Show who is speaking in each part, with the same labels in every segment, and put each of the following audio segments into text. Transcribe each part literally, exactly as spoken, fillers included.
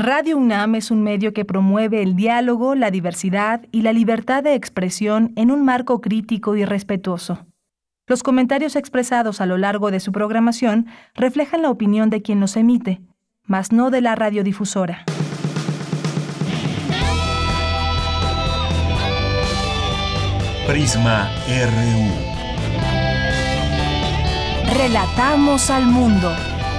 Speaker 1: Radio UNAM es un medio que promueve el diálogo, la diversidad y la libertad de expresión en un marco crítico y respetuoso. Los comentarios expresados a lo largo de su programación reflejan la opinión de quien los emite, mas no de la radiodifusora.
Speaker 2: Prisma R U.
Speaker 1: Relatamos al mundo.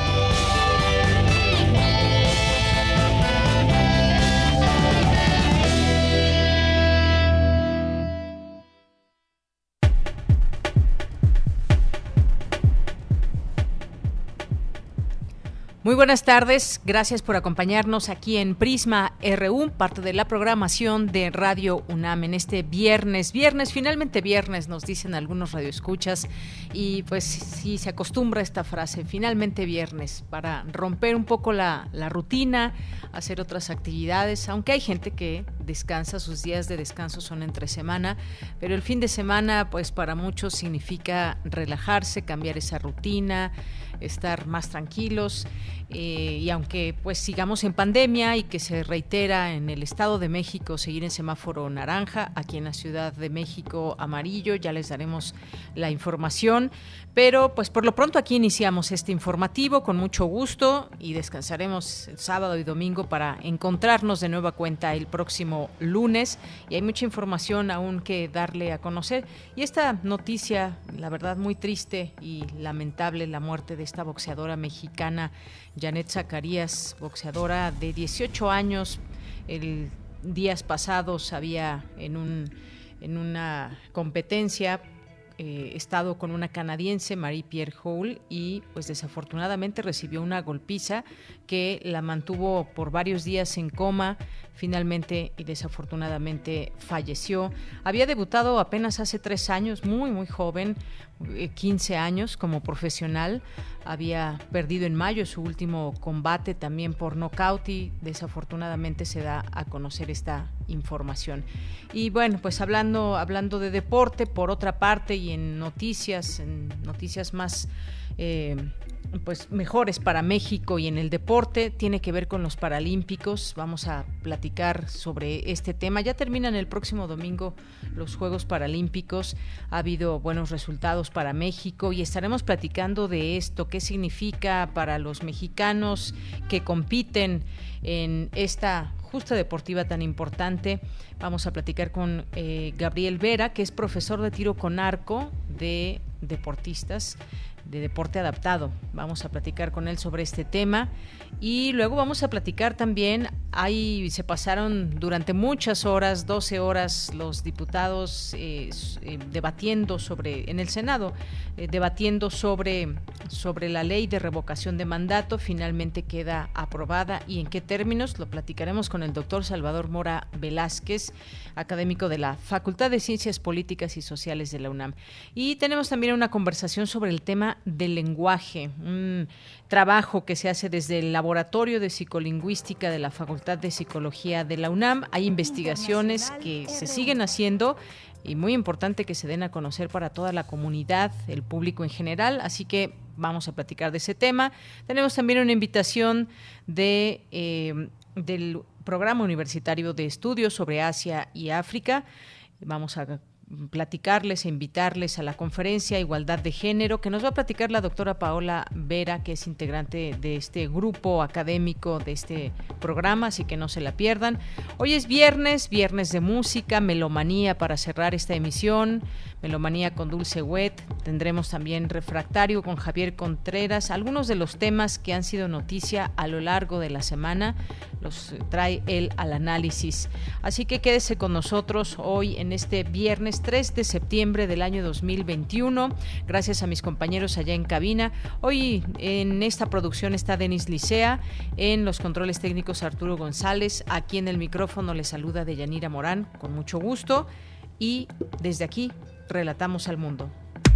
Speaker 3: Muy buenas tardes, gracias por acompañarnos aquí en Prisma R U, parte de la programación de Radio UNAM en este viernes, viernes, finalmente viernes, nos dicen algunos radioescuchas, y pues sí se acostumbra a esta frase, finalmente viernes, para romper un poco la, la rutina, hacer otras actividades, aunque hay gente que descansa, sus días de descanso son entre semana, pero el fin de semana pues para muchos significa relajarse, cambiar esa rutina, estar más tranquilos, eh, y aunque pues sigamos en pandemia y que se reitera en el Estado de México seguir en semáforo naranja, aquí en la Ciudad de México amarillo, ya les daremos la información, pero pues por lo pronto aquí iniciamos este informativo con mucho gusto y descansaremos el sábado y domingo para encontrarnos de nueva cuenta el próximo lunes, y hay mucha información aún que darle a conocer, y esta noticia, la verdad muy triste y lamentable, la muerte de esta boxeadora mexicana, Janet Zacarías, boxeadora de dieciocho años. El días pasados había en un en una competencia eh, estado con una canadiense, Marie-Pierre Houle, y pues desafortunadamente recibió una golpiza que la mantuvo por varios días en coma, finalmente y desafortunadamente falleció. Había debutado apenas hace tres años, muy muy joven, quince años como profesional, había perdido en mayo su último combate también por nocaut y desafortunadamente se da a conocer esta información. Y bueno, pues hablando, hablando de deporte, por otra parte, y en noticias, en noticias más eh, pues mejores para México y en el deporte, tiene que ver con los Paralímpicos. Vamos a platicar sobre este tema. Ya terminan el próximo domingo los Juegos Paralímpicos. Ha habido buenos resultados para México y estaremos platicando de esto, qué significa para los mexicanos que compiten en esta justa deportiva tan importante. Vamos a platicar con eh, Gabriel Vera, que es profesor de tiro con arco de deportistas de deporte adaptado. Vamos a platicar con él sobre este tema y luego vamos a platicar también, ahí se pasaron durante muchas horas, doce horas, los diputados eh, eh, debatiendo sobre, en el Senado, eh, debatiendo sobre, sobre la ley de revocación de mandato. Finalmente queda aprobada, y en qué términos lo platicaremos con el doctor Salvador Mora Velázquez, académico de la Facultad de Ciencias Políticas y Sociales de la UNAM. Y tenemos también una conversación sobre el tema del lenguaje, un trabajo que se hace desde el Laboratorio de Psicolingüística de la Facultad de Psicología de la UNAM. Hay investigaciones que se siguen haciendo y muy importante que se den a conocer para toda la comunidad, el público en general, así que vamos a platicar de ese tema. Tenemos también una invitación de eh, del Programa Universitario de Estudios sobre Asia y África. Vamos a platicarles e invitarles a la conferencia Igualdad de Género, que nos va a platicar la doctora Paola Vera, que es integrante de este grupo académico de este programa, así que no se la pierdan. Hoy es viernes, viernes de música, melomanía para cerrar esta emisión, melomanía con Dulce Wet, tendremos también refractario con Javier Contreras, algunos de los temas que han sido noticia a lo largo de la semana, los trae él al análisis. Así que quédese con nosotros hoy en este viernes tres de septiembre del año dos mil veintiuno. Gracias a mis compañeros allá en cabina. Hoy en esta producción está Denis Licea, en los controles técnicos Arturo González, aquí en el micrófono les saluda Deyanira Morán, con mucho gusto, y desde aquí relatamos al mundo.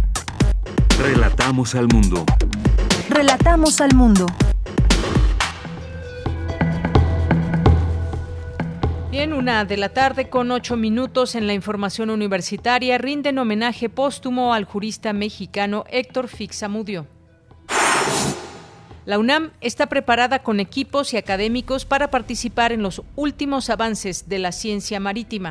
Speaker 2: Relatamos al mundo.
Speaker 1: Relatamos al mundo.
Speaker 3: Bien, una de la tarde con ocho minutos en la información universitaria. Rinden homenaje póstumo al jurista mexicano Héctor Fixamudio. La UNAM está preparada con equipos y académicos para participar en los últimos avances de la ciencia marítima.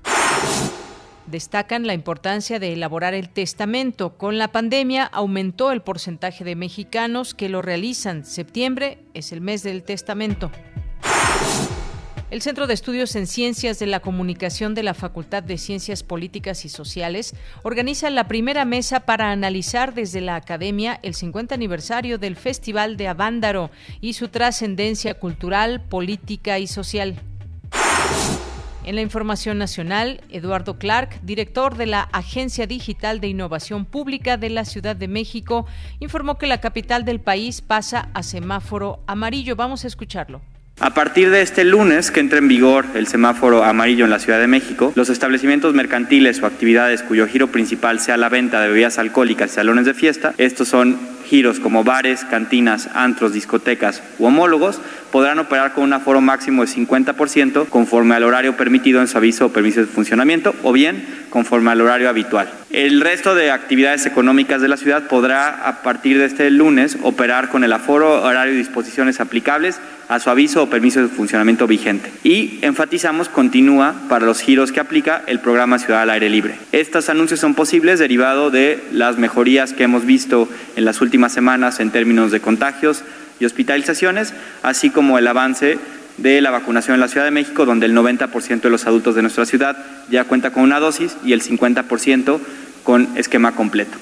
Speaker 3: Destacan la importancia de elaborar el testamento. Con la pandemia aumentó el porcentaje de mexicanos que lo realizan. Septiembre es el mes del testamento. El Centro de Estudios en Ciencias de la Comunicación de la Facultad de Ciencias Políticas y Sociales organiza la primera mesa para analizar desde la academia el cincuenta aniversario del Festival de Avándaro y su trascendencia cultural, política y social. En la información nacional, Eduardo Clark, director de la Agencia Digital de Innovación Pública de la Ciudad de México, informó que la capital del país pasa a semáforo amarillo. Vamos a escucharlo.
Speaker 2: A partir de este lunes que entra en vigor el semáforo amarillo en la Ciudad de México, los establecimientos mercantiles o actividades cuyo giro principal sea la venta de bebidas alcohólicas y salones de fiesta, estos son giros como bares, cantinas, antros, discotecas u homólogos, podrán operar con un aforo máximo de cincuenta por ciento conforme al horario permitido en su aviso o permiso de funcionamiento o bien conforme al horario habitual. El resto de actividades económicas de la ciudad podrá a partir de este lunes operar con el aforo, horario y disposiciones aplicables a su aviso o permiso de funcionamiento vigente. Y enfatizamos, continúa para los giros que aplica el programa Ciudad al Aire Libre. Estos anuncios son posibles derivado de las mejorías que hemos visto en las últimas semanas en términos de contagios y hospitalizaciones, así como el avance de la vacunación en la Ciudad de México, donde el noventa por ciento de los adultos de nuestra ciudad ya cuenta con una dosis y el cincuenta por ciento con esquema completo.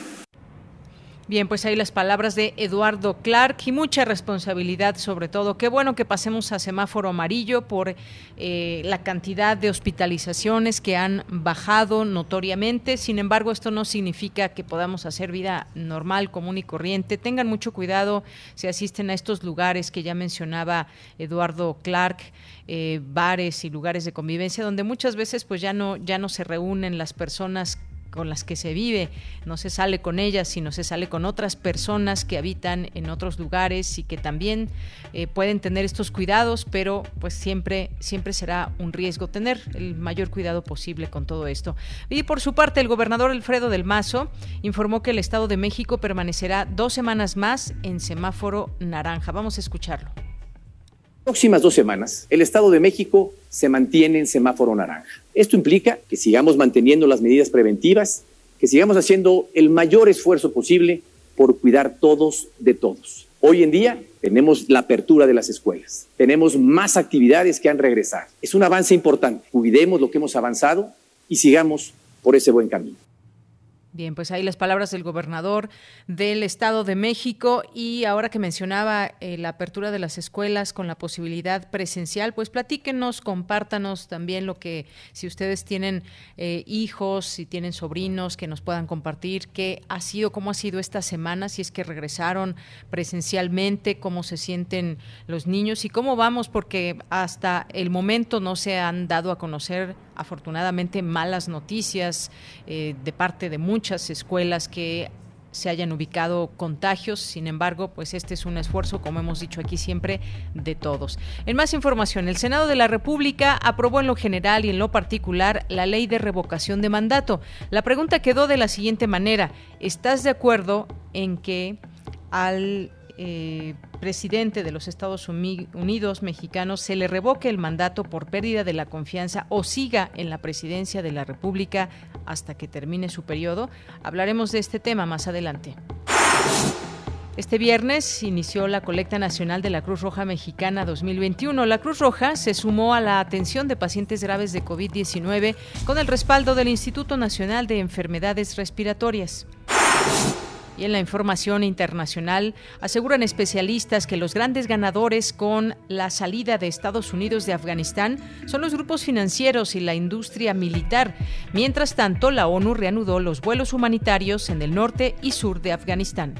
Speaker 3: Bien, pues ahí las palabras de Eduardo Clark y mucha responsabilidad sobre todo. Qué bueno que pasemos a semáforo amarillo por eh, la cantidad de hospitalizaciones que han bajado notoriamente. Sin embargo, esto no significa que podamos hacer vida normal, común y corriente. Tengan mucho cuidado si asisten a estos lugares que ya mencionaba Eduardo Clark, eh, bares y lugares de convivencia donde muchas veces pues ya no, ya no se reúnen las personas con las que se vive, no se sale con ellas, sino se sale con otras personas que habitan en otros lugares y que también eh, pueden tener estos cuidados, pero pues siempre, siempre será un riesgo tener el mayor cuidado posible con todo esto. Y por su parte, el gobernador Alfredo del Mazo informó que el Estado de México permanecerá dos semanas más en semáforo naranja. Vamos a escucharlo.
Speaker 4: Próximas dos semanas, el Estado de México se mantiene en semáforo naranja. Esto implica que sigamos manteniendo las medidas preventivas, que sigamos haciendo el mayor esfuerzo posible por cuidar todos de todos. Hoy en día tenemos la apertura de las escuelas, tenemos más actividades que han regresado. Es un avance importante. Cuidemos lo que hemos avanzado y sigamos por ese buen camino.
Speaker 3: Bien, pues ahí las palabras del gobernador del Estado de México. Y ahora que mencionaba eh, la apertura de las escuelas con la posibilidad presencial, pues platíquenos, compártanos también lo que, si ustedes tienen eh, hijos, si tienen sobrinos, que nos puedan compartir qué ha sido, cómo ha sido esta semana, si es que regresaron presencialmente, cómo se sienten los niños y cómo vamos, porque hasta el momento no se han dado a conocer afortunadamente malas noticias eh, de parte de muchas escuelas que se hayan ubicado contagios. Sin embargo, pues este es un esfuerzo, como hemos dicho aquí siempre, de todos. En más información, el Senado de la República aprobó en lo general y en lo particular la ley de revocación de mandato. La pregunta quedó de la siguiente manera: ¿estás de acuerdo en que al Eh, presidente de los Estados Unidos mexicanos se le revoque el mandato por pérdida de la confianza o siga en la presidencia de la República hasta que termine su periodo? Hablaremos de este tema más adelante. Este viernes inició la colecta nacional de la Cruz Roja Mexicana dos mil veintiuno. La Cruz Roja se sumó a la atención de pacientes graves de covid diecinueve con el respaldo del Instituto Nacional de Enfermedades Respiratorias. Y en la información internacional, aseguran especialistas que los grandes ganadores con la salida de Estados Unidos de Afganistán son los grupos financieros y la industria militar. Mientras tanto, la ONU reanudó los vuelos humanitarios en el norte y sur de Afganistán.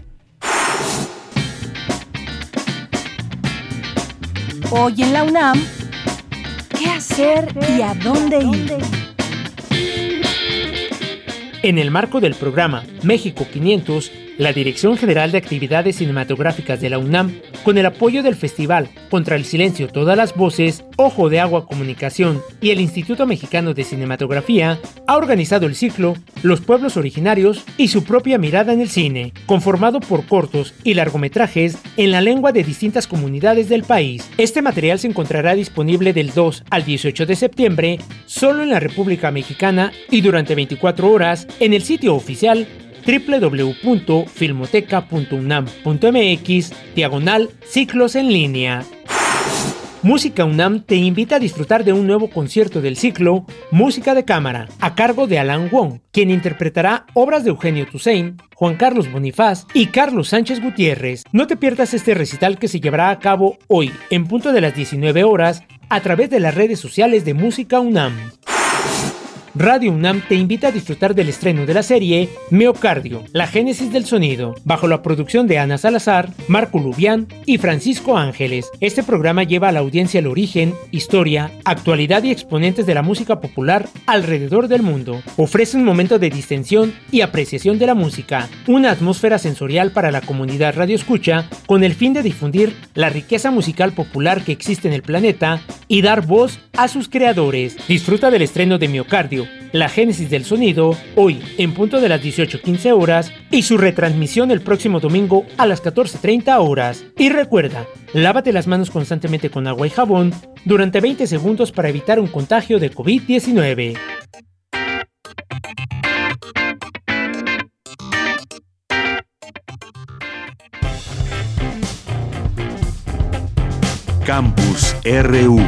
Speaker 1: Hoy en la UNAM, ¿qué hacer y a dónde ir?
Speaker 5: En el marco del programa México quinientos, La Dirección General de Actividades Cinematográficas de la UNAM, con el apoyo del Festival Contra el Silencio Todas las Voces, Ojo de Agua Comunicación y el Instituto Mexicano de Cinematografía, ha organizado el ciclo Los Pueblos Originarios y su propia mirada en el cine, conformado por cortos y largometrajes en la lengua de distintas comunidades del país. Este material se encontrará disponible del dos al dieciocho de septiembre solo en la República Mexicana y durante veinticuatro horas en el sitio oficial doble u doble u doble u punto filmoteca punto unam punto m x diagonal ciclos en línea. Música UNAM te invita a disfrutar de un nuevo concierto del ciclo Música de Cámara, a cargo de Alan Wong, quien interpretará obras de Eugenio Toussaint, Juan Carlos Bonifaz y Carlos Sánchez Gutiérrez. No te pierdas este recital que se llevará a cabo hoy, en punto de las diecinueve horas, a través de las redes sociales de Música UNAM. Radio UNAM te invita a disfrutar del estreno de la serie Miocardio, la génesis del sonido, bajo la producción de Ana Salazar, Marco Lubián y Francisco Ángeles. Este programa lleva a la audiencia el origen, historia, actualidad y exponentes de la música popular alrededor del mundo. Ofrece un momento de distensión y apreciación de la música, una atmósfera sensorial para la comunidad radioescucha, con el fin de difundir la riqueza musical popular que existe en el planeta y dar voz a sus creadores. Disfruta del estreno de Miocardio, la génesis del sonido, hoy en punto de las dieciocho quince horas y su retransmisión el próximo domingo a las catorce treinta horas. Y recuerda, lávate las manos constantemente con agua y jabón durante veinte segundos para evitar un contagio de covid diecinueve.
Speaker 6: Campus R U.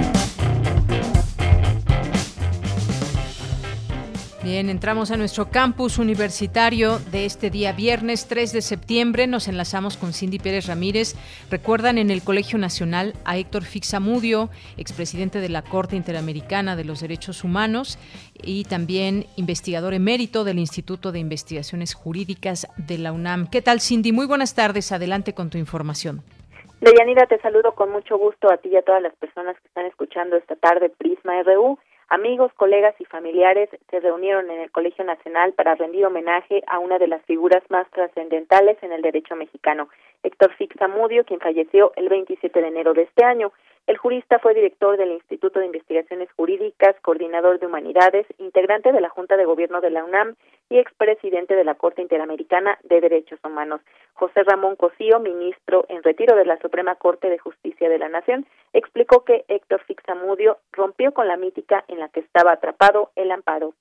Speaker 3: Bien, entramos a nuestro campus universitario de este día viernes tres de septiembre. Nos enlazamos con Cindy Pérez Ramírez. Recuerdan en el Colegio Nacional a Héctor Fixamudio, expresidente de la Corte Interamericana de los Derechos Humanos y también investigador emérito del Instituto de Investigaciones Jurídicas de la UNAM. ¿Qué tal, Cindy? Muy buenas tardes. Adelante con tu información.
Speaker 7: Deyanira, te saludo con mucho gusto a ti y a todas las personas que están escuchando esta tarde Prisma R U. Amigos, colegas y familiares se reunieron en el Colegio Nacional para rendir homenaje a una de las figuras más trascendentales en el derecho mexicano, Héctor Fixamudio, quien falleció el veintisiete de enero de este año. El jurista fue director del Instituto de Investigaciones Jurídicas, coordinador de Humanidades, integrante de la Junta de Gobierno de la UNAM y expresidente de la Corte Interamericana de Derechos Humanos. José Ramón Cosío, ministro en retiro de la Suprema Corte de Justicia de la Nación, explicó que Héctor Fixamudio rompió con la mítica en la que estaba atrapado el amparo.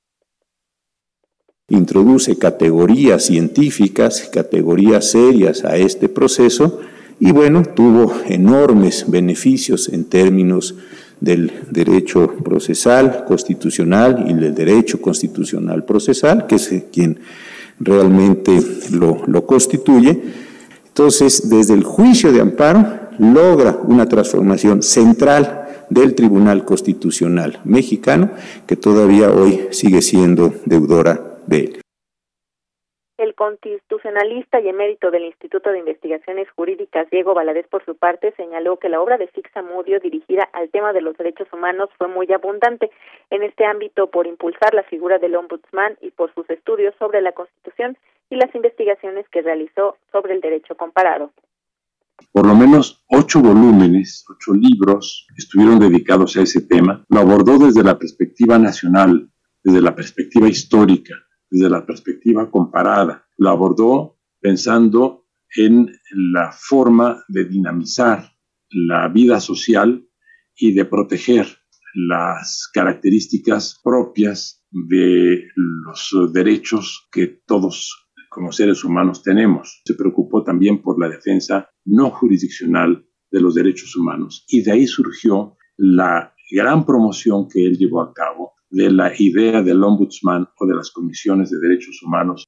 Speaker 8: Introduce categorías científicas, categorías serias a este proceso y bueno, tuvo enormes beneficios en términos del derecho procesal constitucional y del derecho constitucional procesal, que es quien realmente lo, lo constituye. Entonces, desde el juicio de amparo logra una transformación central del Tribunal Constitucional mexicano, que todavía hoy sigue siendo deudora de él.
Speaker 7: El constitucionalista y emérito del Instituto de Investigaciones Jurídicas, Diego Valadez, por su parte, señaló que la obra de Fixamudio dirigida al tema de los derechos humanos fue muy abundante en este ámbito por impulsar la figura del ombudsman y por sus estudios sobre la Constitución y las investigaciones que realizó sobre el derecho comparado.
Speaker 9: Por lo menos ocho volúmenes, ocho libros estuvieron dedicados a ese tema. Lo abordó desde la perspectiva nacional, desde la perspectiva histórica, desde la perspectiva comparada. Lo abordó pensando en la forma de dinamizar la vida social y de proteger las características propias de los derechos que todos como seres humanos tenemos. Se preocupó también por la defensa no jurisdiccional de los derechos humanos y de ahí surgió la gran promoción que él llevó a cabo de la idea del ombudsman o de las comisiones de derechos humanos.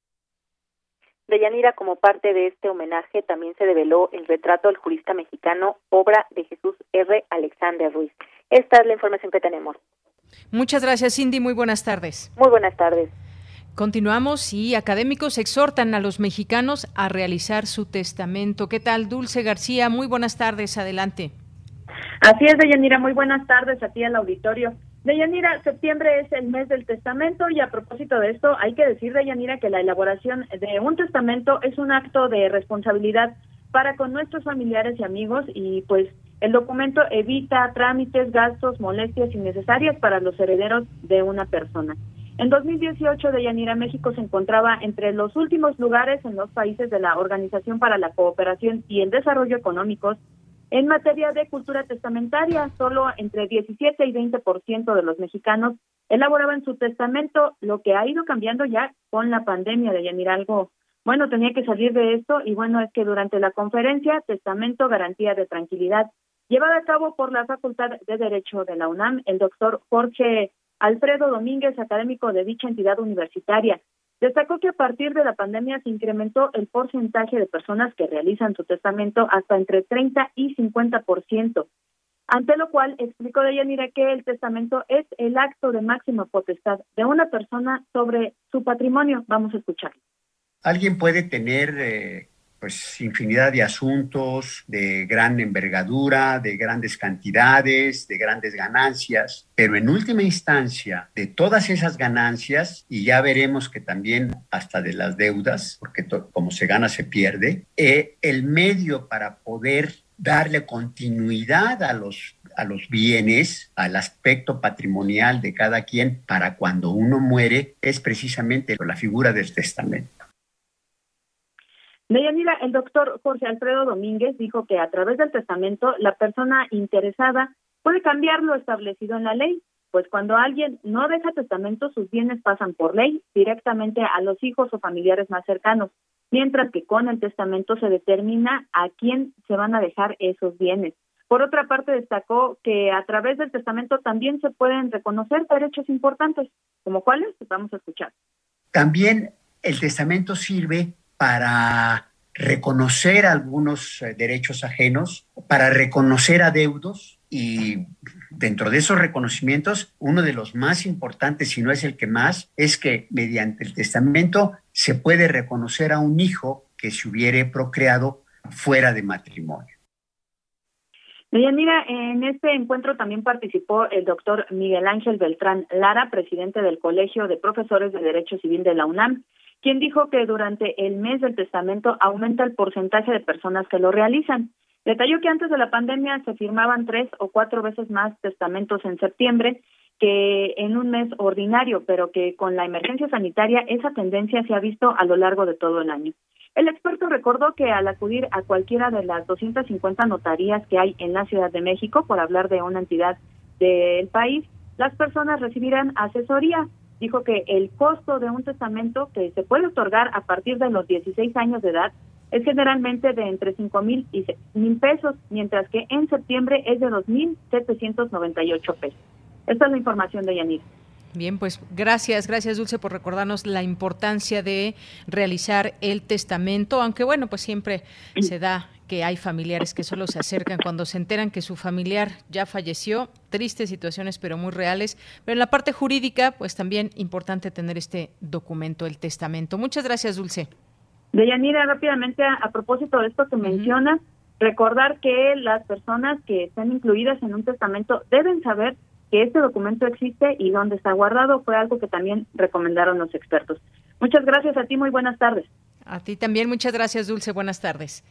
Speaker 7: Deyanira, como parte de este homenaje, también se develó el retrato del jurista mexicano, obra de Jesús R. Alexander Ruiz. Esta es la información que tenemos.
Speaker 3: Muchas gracias, Cindy. Muy buenas tardes.
Speaker 7: Muy buenas tardes.
Speaker 3: Continuamos y académicos exhortan a los mexicanos a realizar su testamento. ¿Qué tal, Dulce García? Muy buenas tardes. Adelante.
Speaker 10: Así es, Deyanira, muy buenas tardes a ti al auditorio. Deyanira, septiembre es el mes del testamento y a propósito de esto hay que decir, Deyanira, que la elaboración de un testamento es un acto de responsabilidad para con nuestros familiares y amigos y pues el documento evita trámites, gastos, molestias innecesarias para los herederos de una persona. En dos mil dieciocho, Deyanira, México se encontraba entre los últimos lugares en los países de la Organización para la Cooperación y el Desarrollo Económicos en materia de cultura testamentaria. Solo entre diecisiete y veinte por ciento de los mexicanos elaboraban su testamento, lo que ha ido cambiando ya con la pandemia, Deyanira. Algo, bueno, tenía que salir de esto y bueno, es que durante la conferencia Testamento, Garantía de Tranquilidad, llevada a cabo por la Facultad de Derecho de la UNAM, el doctor Jorge Alfredo Domínguez, académico de dicha entidad universitaria, destacó que a partir de la pandemia se incrementó el porcentaje de personas que realizan su testamento hasta entre treinta y cincuenta por ciento, ante lo cual explicó Deyanira que el testamento es el acto de máxima potestad de una persona sobre su patrimonio. Vamos a escucharlo.
Speaker 11: Alguien puede tener eh, pues infinidad de asuntos de gran envergadura, de grandes cantidades, de grandes ganancias, pero en última instancia, de todas esas ganancias, y ya veremos que también hasta de las deudas, porque to- como se gana se pierde, eh, el medio para poder darle continuidad a los, a los bienes, al aspecto patrimonial de cada quien para cuando uno muere, es precisamente la figura del testamento.
Speaker 10: Deyanira, el doctor Jorge Alfredo Domínguez dijo que a través del testamento la persona interesada puede cambiar lo establecido en la ley, pues cuando alguien no deja testamento, sus bienes pasan por ley directamente a los hijos o familiares más cercanos, mientras que con el testamento se determina a quién se van a dejar esos bienes. Por otra parte, destacó que a través del testamento también se pueden reconocer derechos importantes, ¿como cuáles? Vamos a escuchar.
Speaker 11: También el testamento sirve para reconocer algunos eh, derechos ajenos, para reconocer adeudos, y dentro de esos reconocimientos, uno de los más importantes, si no es el que más, es que mediante el testamento se puede reconocer a un hijo que se hubiere procreado fuera de matrimonio.
Speaker 10: Deyanira, en este encuentro también participó el doctor Miguel Ángel Beltrán Lara, presidente del Colegio de Profesores de Derecho Civil de la UNAM, quien dijo que durante el mes del testamento aumenta el porcentaje de personas que lo realizan. Detalló que antes de la pandemia se firmaban tres o cuatro veces más testamentos en septiembre que en un mes ordinario, pero que con la emergencia sanitaria esa tendencia se ha visto a lo largo de todo el año. El experto recordó que al acudir a cualquiera de las doscientas cincuenta notarías que hay en la Ciudad de México, por hablar de una entidad del país, las personas recibirán asesoría. Dijo que el costo de un testamento que se puede otorgar a partir de los dieciséis años de edad es generalmente de entre cinco mil y seis mil pesos, mientras que en septiembre es de dos mil setecientos noventa y ocho pesos. Esta es la información de Yanir.
Speaker 3: Bien, pues gracias, gracias Dulce por recordarnos la importancia de realizar el testamento, aunque bueno, pues siempre se da que hay familiares que solo se acercan cuando se enteran que su familiar ya falleció, tristes situaciones pero muy reales, pero en la parte jurídica pues también importante tener este documento, el testamento. Muchas gracias, Dulce.
Speaker 10: Deyanira, rápidamente a, a propósito de esto que uh-huh. menciona, recordar que las personas que están incluidas en un testamento deben saber que este documento existe y dónde está guardado. Fue algo que también recomendaron los expertos. Muchas gracias a ti, muy buenas tardes.
Speaker 3: A ti también, muchas gracias, Dulce, buenas tardes.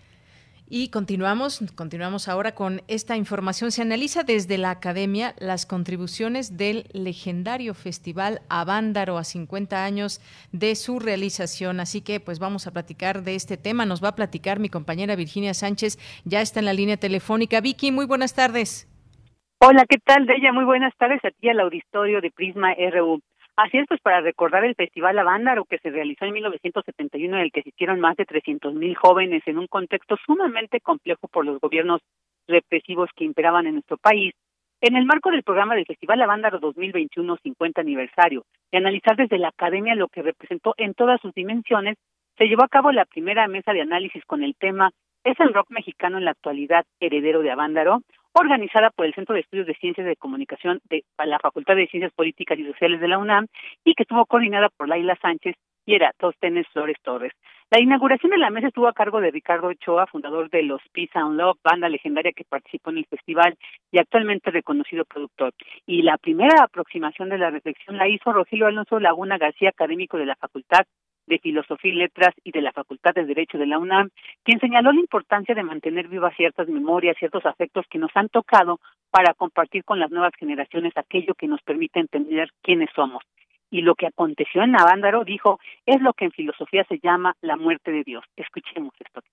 Speaker 3: Y continuamos, continuamos ahora con esta información. Se analiza desde la academia las contribuciones del legendario Festival Avándaro a cincuenta años de su realización. Así que pues vamos a platicar de este tema. Nos va a platicar mi compañera Virginia Sánchez, ya está en la línea telefónica. Vicky, muy buenas tardes.
Speaker 12: Hola, ¿qué tal, Deya? Muy buenas tardes a ti al auditorio de Prisma R U. Así es, pues para recordar el Festival Avándaro que se realizó en mil novecientos setenta y uno, en el que asistieron más de trescientos mil jóvenes en un contexto sumamente complejo por los gobiernos represivos que imperaban en nuestro país. En el marco del programa del Festival Avándaro dos mil veintiuno, cincuenta aniversario, y analizar desde la academia lo que representó en todas sus dimensiones, se llevó a cabo la primera mesa de análisis con el tema ¿Es el rock mexicano en la actualidad heredero de Avándaro?, organizada por el Centro de Estudios de Ciencias de Comunicación de la Facultad de Ciencias Políticas y Sociales de la UNAM y que estuvo coordinada por Laila Sánchez y Eratóstenes Flores Torres. La inauguración de la mesa estuvo a cargo de Ricardo Ochoa, fundador de los Peace and Love, banda legendaria que participó en el festival y actualmente reconocido productor. Y la primera aproximación de la reflexión la hizo Rogelio Alonso Laguna García, académico de la Facultad de Filosofía y Letras y de la Facultad de Derecho de la UNAM, quien señaló la importancia de mantener vivas ciertas memorias, ciertos afectos que nos han tocado para compartir con las nuevas generaciones aquello que nos permite entender quiénes somos. Y lo que aconteció en Avándaro, dijo, es lo que en filosofía se llama la muerte de Dios. Escuchemos esto.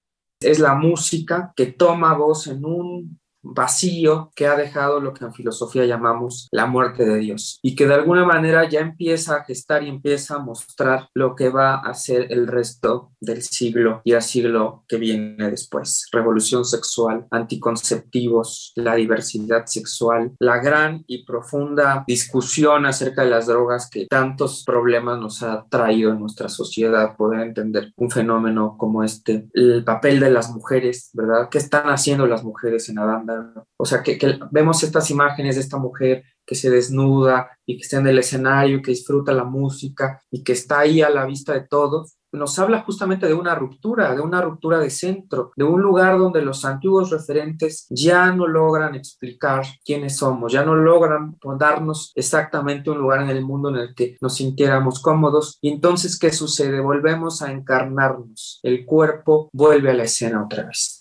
Speaker 13: Es la música que toma voz en un vacío que ha dejado lo que en filosofía llamamos la muerte de Dios y que de alguna manera ya empieza a gestar y empieza a mostrar lo que va a ser el resto del siglo y el siglo que viene después. Revolución sexual, anticonceptivos, la diversidad sexual, la gran y profunda discusión acerca de las drogas que tantos problemas nos ha traído en nuestra sociedad, poder entender un fenómeno como este, el papel de las mujeres, ¿verdad? ¿Qué están haciendo las mujeres en Avándaro? O sea, que, que vemos estas imágenes de esta mujer que se desnuda y que está en el escenario, que disfruta la música y que está ahí a la vista de todos. Nos habla justamente de una ruptura, de una ruptura de centro, de un lugar donde los antiguos referentes ya no logran explicar quiénes somos, ya no logran darnos exactamente un lugar en el mundo en el que nos sintiéramos cómodos. Y entonces, ¿qué sucede? Volvemos a encarnarnos. El cuerpo vuelve a la escena otra vez.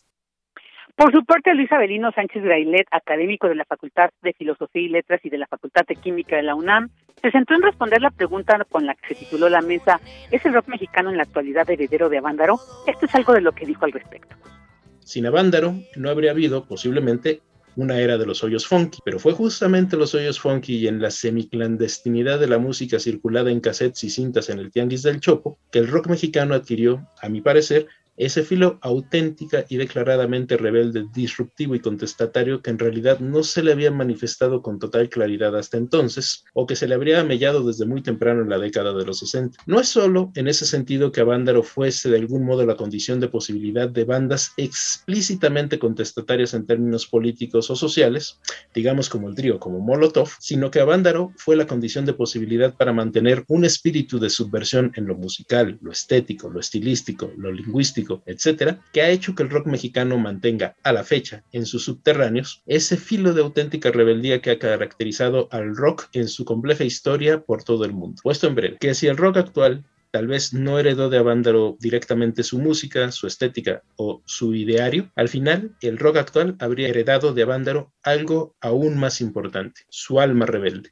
Speaker 12: Por su parte, Luis Avelino Sánchez Grailet, académico de la Facultad de Filosofía y Letras y de la Facultad de Química de la UNAM, se centró en responder la pregunta con la que se tituló la mesa, ¿es el rock mexicano en la actualidad heredero de Avándaro? Esto es algo de lo que dijo al respecto.
Speaker 14: Sin Avándaro no habría habido, posiblemente, una era de los hoyos funky, pero fue justamente los hoyos funky y en la semiclandestinidad de la música circulada en cassettes y cintas en el Tianguis del Chopo que el rock mexicano adquirió, a mi parecer, ese filo auténtica y declaradamente rebelde, disruptivo y contestatario que en realidad no se le había manifestado con total claridad hasta entonces, o que se le habría amellado desde muy temprano en la década de los sesenta. No es solo en ese sentido que Avándaro fuese de algún modo la condición de posibilidad de bandas explícitamente contestatarias en términos políticos o sociales, digamos como el trío, como Molotov, sino que Avándaro fue la condición de posibilidad para mantener un espíritu de subversión en lo musical, lo estético, lo estilístico, lo lingüístico, etcétera, que ha hecho que el rock mexicano mantenga, a la fecha, en sus subterráneos, ese filo de auténtica rebeldía que ha caracterizado al rock en su compleja historia por todo el mundo. Puesto en breve, que si el rock actual tal vez no heredó de Avándaro directamente su música, su estética o su ideario, al final el rock actual habría heredado de Avándaro algo aún más importante, su alma rebelde.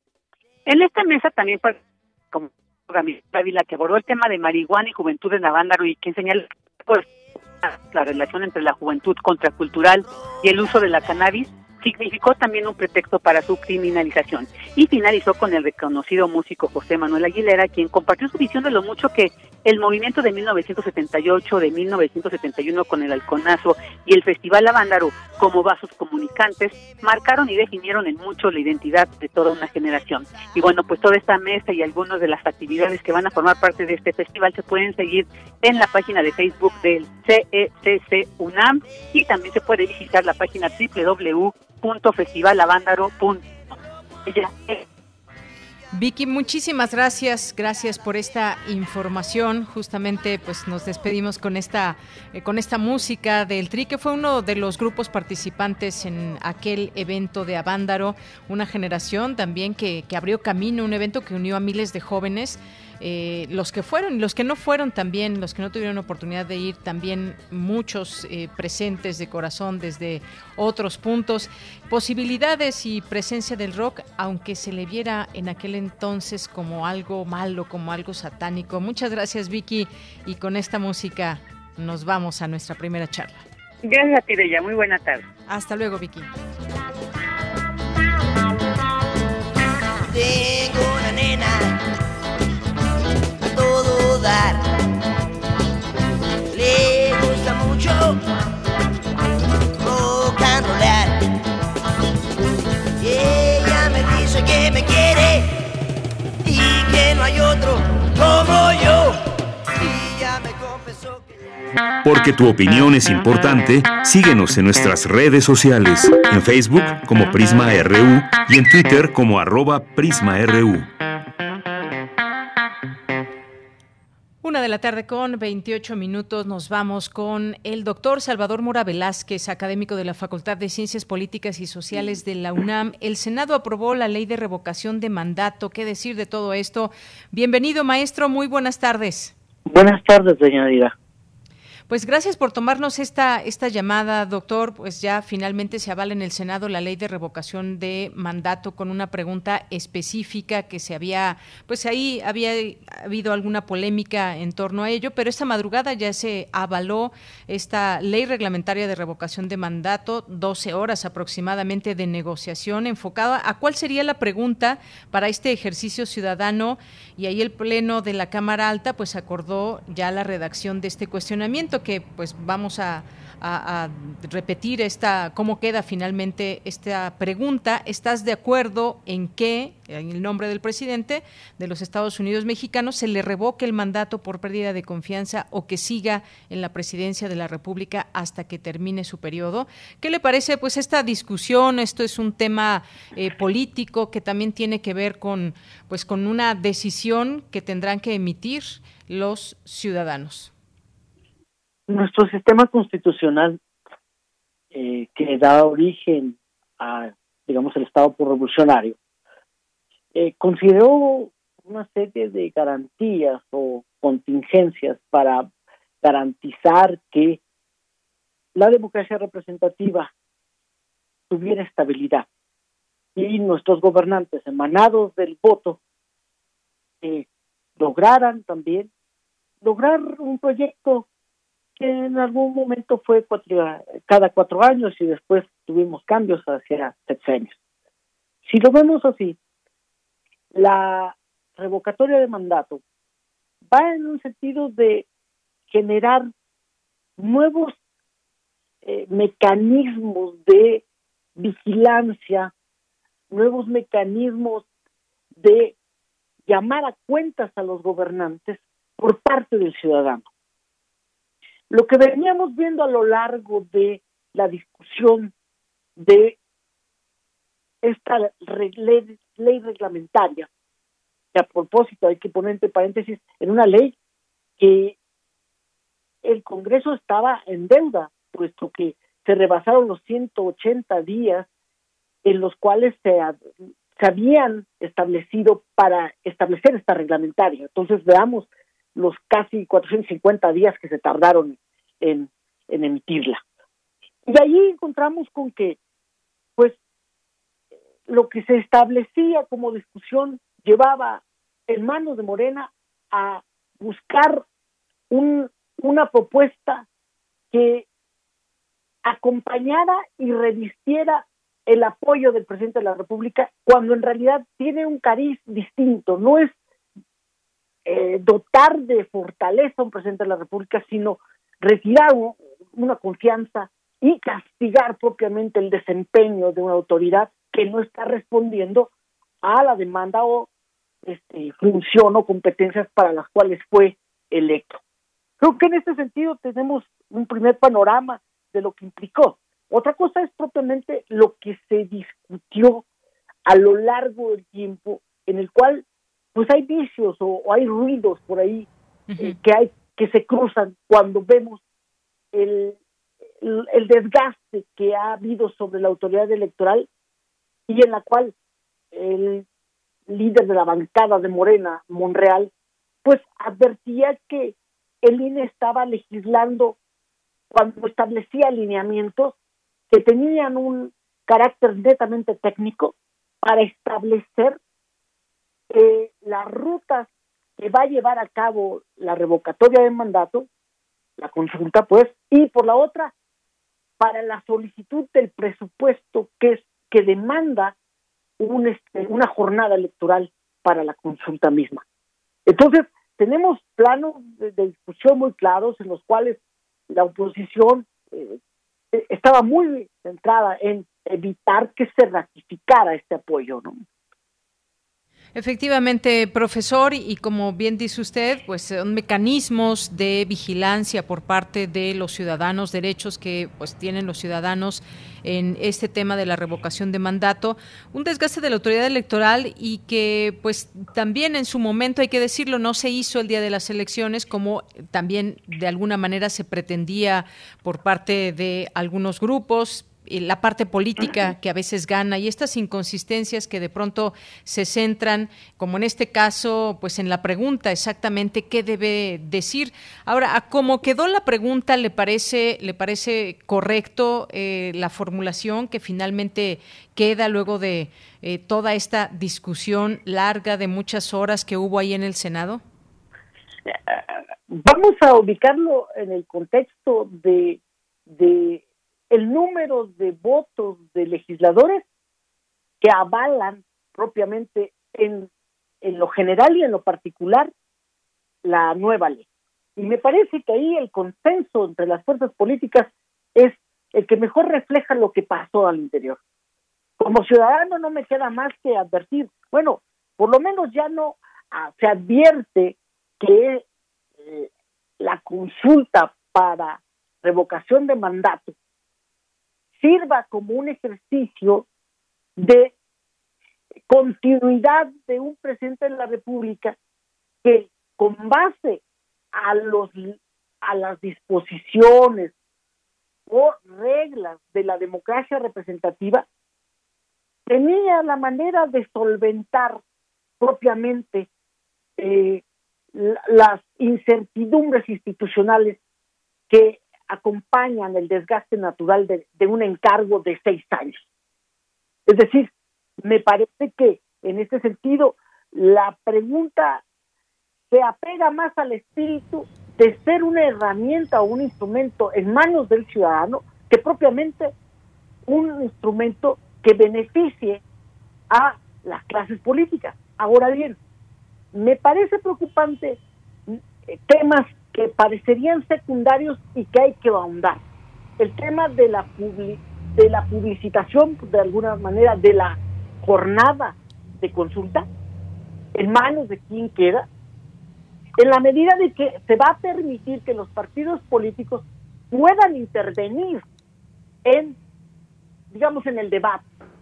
Speaker 12: En esta mesa también como Ramírez Ávila, que abordó el tema de marihuana y juventud en Avándaro y que señaló pues, la relación entre la juventud contracultural y el uso de la cannabis, significó también un pretexto para su criminalización. Y finalizó con el reconocido músico José Manuel Aguilera, quien compartió su visión de lo mucho que el movimiento de mil novecientos setenta y ocho, de mil novecientos setenta y uno con el Halconazo y el Festival Avándaro como vasos comunicantes marcaron y definieron en mucho la identidad de toda una generación. Y bueno, pues toda esta mesa y algunas de las actividades que van a formar parte de este festival se pueden seguir en la página de Facebook del C E C C UNAM y también se puede visitar la página doble u doble u doble u punto festival avándaro punto com.
Speaker 3: Vicky, muchísimas gracias, gracias por esta información. Justamente, pues nos despedimos con esta, eh, con esta música del Tri, que fue uno de los grupos participantes en aquel evento de Avándaro, una generación también que, que abrió camino, un evento que unió a miles de jóvenes. Eh, los que fueron y los que no fueron también, los que no tuvieron oportunidad de ir, también muchos eh, presentes de corazón desde otros puntos, posibilidades y presencia del rock, aunque se le viera en aquel entonces como algo malo, como algo satánico. Muchas gracias, Vicky, y con esta música nos vamos a nuestra primera charla.
Speaker 12: Gracias a ti, Bella, muy buena tarde.
Speaker 3: Hasta luego, Vicky.
Speaker 15: Tengo una nena todo dar, le gusta mucho rock and rollar, y ella me dice que me quiere y que no hay otro como yo, y ya me confesó que...
Speaker 6: Porque tu opinión es importante, síguenos en nuestras redes sociales, en Facebook como Prisma R U y en Twitter como arroba Prisma R U.
Speaker 3: Una de la tarde con veintiocho minutos, nos vamos con el doctor Salvador Mora Velázquez, académico de la Facultad de Ciencias Políticas y Sociales de la UNAM. El Senado aprobó la ley de revocación de mandato. ¿Qué decir de todo esto? Bienvenido, maestro, muy buenas tardes.
Speaker 16: Buenas tardes, doña Dira.
Speaker 3: Pues gracias por tomarnos esta esta llamada, doctor. Pues ya finalmente se avala en el Senado la ley de revocación de mandato con una pregunta específica que se había, pues ahí había habido alguna polémica en torno a ello, pero esta madrugada ya se avaló esta ley reglamentaria de revocación de mandato, doce horas aproximadamente de negociación enfocada a cuál sería la pregunta para este ejercicio ciudadano, y ahí el Pleno de la Cámara Alta pues acordó ya la redacción de este cuestionamiento, que pues vamos a, a, a repetir esta cómo queda finalmente esta pregunta. ¿Estás de acuerdo en que, en el nombre del presidente de los Estados Unidos mexicanos, se le revoque el mandato por pérdida de confianza o que siga en la presidencia de la República hasta que termine su periodo? ¿Qué le parece pues esta discusión? Esto es un tema eh, político que también tiene que ver con pues con una decisión que tendrán que emitir los ciudadanos.
Speaker 16: Nuestro sistema constitucional, eh, que da origen a, digamos, el Estado revolucionario, eh, consideró una serie de garantías o contingencias para garantizar que la democracia representativa tuviera estabilidad y nuestros gobernantes emanados del voto eh, lograran también lograr un proyecto que en algún momento fue cuatro, cada cuatro años y después tuvimos cambios hacia sexenios. Si lo vemos así, la revocatoria de mandato va en un sentido de generar nuevos eh, mecanismos de vigilancia, nuevos mecanismos de llamar a cuentas a los gobernantes por parte del ciudadano. Lo que veníamos viendo a lo largo de la discusión de esta ley, ley reglamentaria, que a propósito hay que poner entre paréntesis, en una ley que el Congreso estaba en deuda, puesto que se rebasaron los ciento ochenta días en los cuales se, se habían establecido para establecer esta reglamentaria. Entonces veamos los casi cuatrocientos cincuenta días que se tardaron en, en emitirla. Y ahí encontramos con que, pues, lo que se establecía como discusión llevaba en manos de Morena a buscar un, una propuesta que acompañara y revistiera el apoyo del presidente de la República, cuando en realidad tiene un cariz distinto. No es Eh, dotar de fortaleza a un presidente de la República, sino retirar un, una confianza y castigar propiamente el desempeño de una autoridad que no está respondiendo a la demanda o este, función o competencias para las cuales fue electo. Creo que en este sentido tenemos un primer panorama de lo que implicó. Otra cosa es propiamente lo que se discutió a lo largo del tiempo, en el cual pues hay vicios o, o hay ruidos por ahí uh-huh. eh, que hay que se cruzan cuando vemos el, el, el desgaste que ha habido sobre la autoridad electoral y en la cual el líder de la bancada de Morena, Monreal, pues advertía que el I N E estaba legislando cuando establecía alineamientos que tenían un carácter netamente técnico para establecer Eh, las rutas que va a llevar a cabo la revocatoria de mandato, la consulta pues, y por la otra, para la solicitud del presupuesto que es que demanda un, este, una jornada electoral para la consulta misma. Entonces, tenemos planos de, de discusión muy claros en los cuales la oposición eh, estaba muy centrada en evitar que se ratificara este apoyo, ¿no?
Speaker 3: Efectivamente, profesor, y como bien dice usted, pues son mecanismos de vigilancia por parte de los ciudadanos, derechos que pues tienen los ciudadanos en este tema de la revocación de mandato, un desgaste de la autoridad electoral y que pues también en su momento, hay que decirlo, no se hizo el día de las elecciones como también de alguna manera se pretendía por parte de algunos grupos, la parte política que a veces gana y estas inconsistencias que de pronto se centran, como en este caso, pues en la pregunta exactamente qué debe decir. Ahora, a cómo quedó la pregunta, ¿le parece le parece correcto eh, la formulación que finalmente queda luego de eh, toda esta discusión larga de muchas horas que hubo ahí en el Senado?
Speaker 16: Vamos a ubicarlo en el contexto de de el número de votos de legisladores que avalan propiamente en, en lo general y en lo particular la nueva ley. Y me parece que ahí el consenso entre las fuerzas políticas es el que mejor refleja lo que pasó al interior. Como ciudadano no me queda más que advertir, bueno, por lo menos ya no ah, se advierte que eh, la consulta para revocación de mandato sirva como un ejercicio de continuidad de un presidente de la República que con base a los a las disposiciones o reglas de la democracia representativa tenía la manera de solventar propiamente eh, las incertidumbres institucionales que acompañan el desgaste natural de, de un encargo de seis años. Es decir, me parece que en este sentido la pregunta se apega más al espíritu de ser una herramienta o un instrumento en manos del ciudadano que propiamente un instrumento que beneficie a las clases políticas. Ahora bien, me parece preocupante temas que parecerían secundarios y que hay que ahondar. El tema de la publi- de la publicitación, de alguna manera, de la jornada de consulta, en manos de quién queda, en la medida de que se va a permitir que los partidos políticos puedan intervenir en, digamos, en el debate.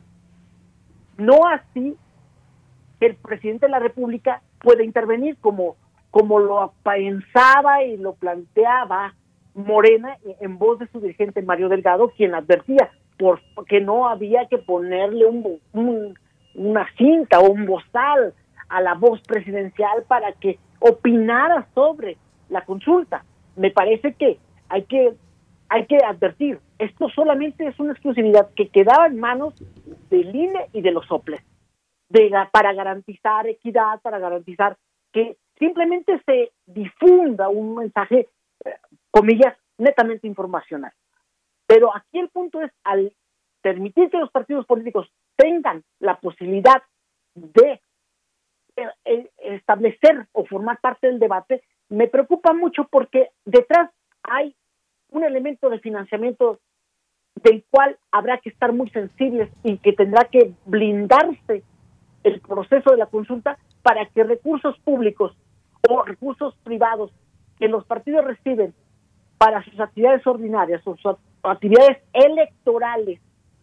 Speaker 16: No así que el presidente de la República pueda intervenir como como lo pensaba y lo planteaba Morena en voz de su dirigente Mario Delgado, quien advertía por que no había que ponerle un, un, una cinta o un bozal a la voz presidencial para que opinara sobre la consulta. Me parece que hay que hay que advertir, esto solamente es una exclusividad que quedaba en manos del I N E y de los soples, de, para garantizar equidad, para garantizar que simplemente se difunda un mensaje, eh, comillas, netamente informacional. Pero aquí el punto es, al permitir que los partidos políticos tengan la posibilidad de eh, eh, establecer o formar parte del debate, me preocupa mucho porque detrás hay un elemento de financiamiento del cual habrá que estar muy sensibles y que tendrá que blindarse el proceso de la consulta para que recursos públicos o recursos privados que los partidos reciben para sus actividades ordinarias o sus actividades electorales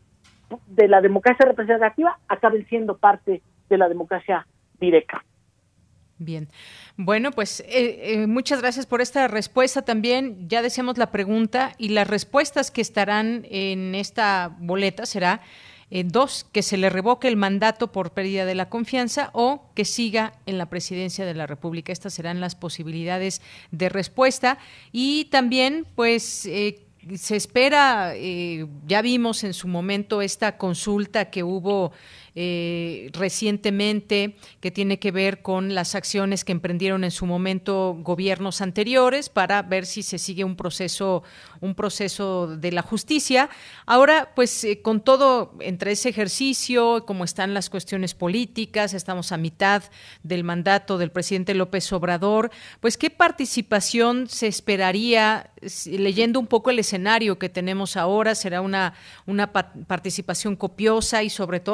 Speaker 16: de la democracia representativa acaben siendo parte de la democracia directa.
Speaker 3: Bien, bueno, pues eh, eh, muchas gracias por esta respuesta también. Ya decíamos la pregunta y las respuestas que estarán en esta boleta será Eh, dos, que se le revoque el mandato por pérdida de la confianza o que siga en la presidencia de la República. Estas serán las posibilidades de respuesta. Y también, pues, eh, se espera, eh, ya vimos en su momento esta consulta que hubo eh, recientemente, que tiene que ver con las acciones que emprendieron en su momento gobiernos anteriores para ver si se sigue un proceso, un proceso de la justicia. Ahora, pues eh, con todo, entre ese ejercicio, como están las cuestiones políticas, estamos a mitad del mandato del presidente López Obrador, pues ¿qué participación se esperaría, leyendo un poco el escenario que tenemos ahora? ¿Será una, una participación copiosa y sobre todo, pues también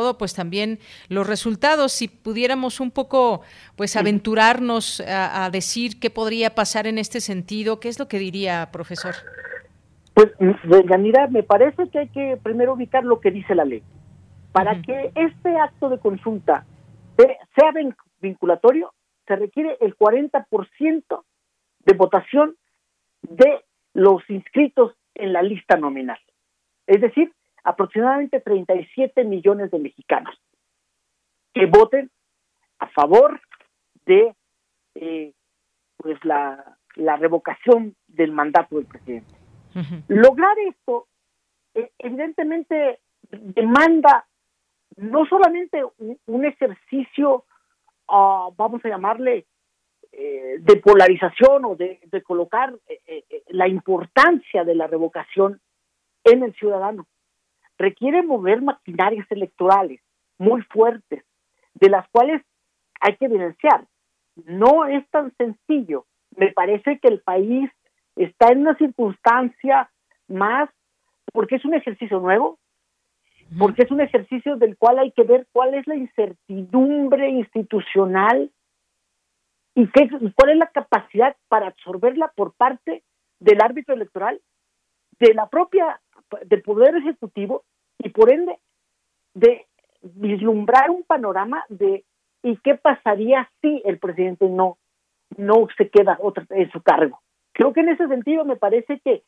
Speaker 3: también los resultados. Si pudiéramos un poco, pues, aventurarnos a, a decir qué podría pasar en este sentido, ¿qué es lo que diría, profesor?
Speaker 16: Pues, Yanira, me parece que hay que primero ubicar lo que dice la ley. Para uh-huh. que este acto de consulta sea vinculatorio, se requiere el cuarenta por ciento de votación de los inscritos en la lista nominal. Es decir, aproximadamente treinta y siete millones de mexicanos que voten a favor de eh, pues la, la revocación del mandato del presidente. Uh-huh. Lograr esto, eh, evidentemente, demanda no solamente un, un ejercicio, uh, vamos a llamarle, eh, de polarización o de, de colocar eh, eh, la importancia de la revocación en el ciudadano. Requiere mover maquinarias electorales muy fuertes, de las cuales hay que evidenciar. No es tan sencillo. Me parece que el país está en una circunstancia más, porque es un ejercicio nuevo, porque es un ejercicio del cual hay que ver cuál es la incertidumbre institucional y qué, cuál es la capacidad para absorberla por parte del árbitro electoral, de la propia, del Poder Ejecutivo, y por ende de vislumbrar un panorama de y qué pasaría si el presidente no, no se queda otra, en su cargo. Creo que en ese sentido me parece que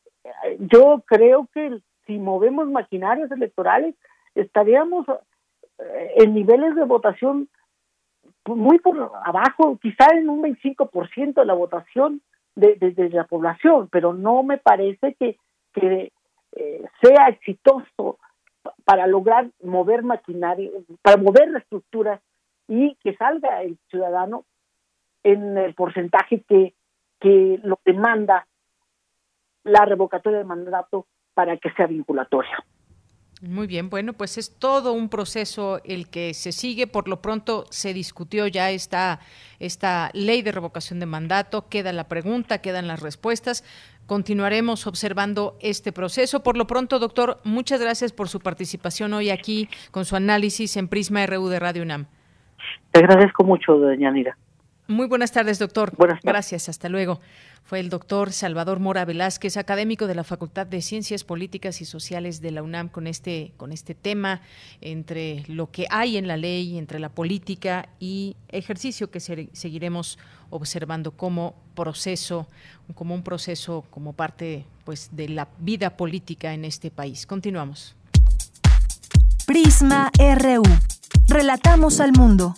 Speaker 16: yo creo que si movemos maquinarias electorales estaríamos en niveles de votación muy por abajo, quizá en un veinticinco por ciento de la votación de, de, de la población, pero no me parece que, que eh, sea exitoso para lograr mover maquinaria, para mover la estructura y que salga el ciudadano en el porcentaje que, que lo demanda la revocatoria del mandato para que sea vinculatorio.
Speaker 3: Muy bien, bueno, pues es todo un proceso el que se sigue. Por lo pronto se discutió ya esta, esta ley de revocación de mandato, queda la pregunta, quedan las respuestas. Continuaremos observando este proceso. Por lo pronto, doctor, muchas gracias por su participación hoy aquí con su análisis en Prisma R U de Radio UNAM.
Speaker 16: Te agradezco mucho, doña Nira.
Speaker 3: Muy buenas tardes, doctor.
Speaker 16: Buenas tardes.
Speaker 3: Gracias, hasta luego. Fue el doctor Salvador Mora Velázquez, académico de la Facultad de Ciencias Políticas y Sociales de la UNAM, con este, con este tema entre lo que hay en la ley, entre la política y ejercicio que se, seguiremos observando como proceso, como un proceso, como parte, pues, de la vida política en este país. Continuamos.
Speaker 1: Prisma R U. Relatamos al mundo.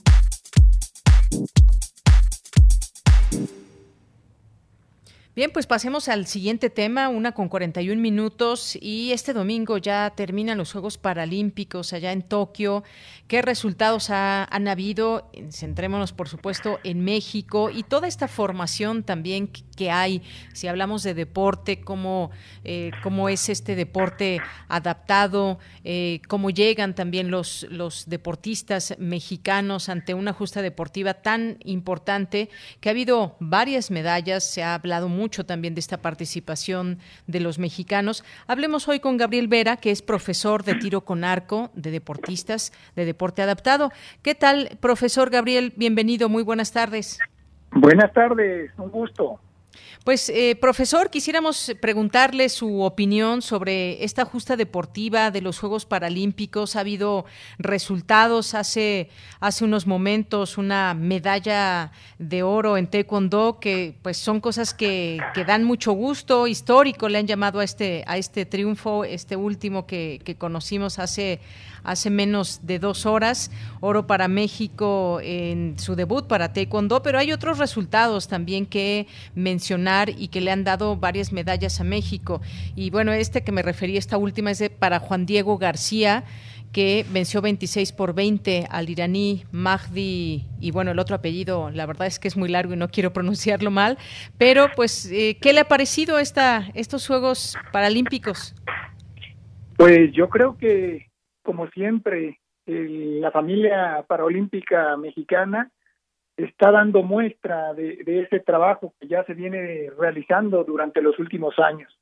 Speaker 3: Bien, pues pasemos al siguiente tema, una con cuarenta y un minutos, y este domingo ya terminan los Juegos Paralímpicos allá en Tokio. ¿Qué resultados ha, han habido? Centrémonos, por supuesto, en México y toda esta formación también que, que hay. Si hablamos de deporte, cómo, eh, cómo es este deporte adaptado, eh, cómo llegan también los, los deportistas mexicanos ante una justa deportiva tan importante, que ha habido varias medallas, se ha hablado mucho mucho también de esta participación de los mexicanos. Hablemos hoy con Gabriel Vera, que es profesor de tiro con arco de deportistas de deporte adaptado. ¿Qué tal, profesor Gabriel? Bienvenido, muy buenas tardes.
Speaker 17: Buenas tardes, un gusto.
Speaker 3: Pues, eh, profesor, quisiéramos preguntarle su opinión sobre esta justa deportiva de los Juegos Paralímpicos. Ha habido resultados, hace, hace unos momentos una medalla de oro en taekwondo, que pues son cosas que, que dan mucho gusto, histórico, le han llamado a este, a este triunfo, este último que, que conocimos hace, hace menos de dos horas, oro para México en su debut para taekwondo, pero hay otros resultados también que mencionar y que le han dado varias medallas a México. Y bueno, este que me referí, esta última, es de, para Juan Diego García, que venció veintiséis por veinte al iraní Mahdi, y bueno, el otro apellido, la verdad es que es muy largo y no quiero pronunciarlo mal, pero pues, eh, ¿qué le ha parecido esta, estos Juegos Paralímpicos?
Speaker 17: Pues yo creo que, como siempre, el, la familia paralímpica mexicana está dando muestra de, de ese trabajo que ya se viene realizando durante los últimos años,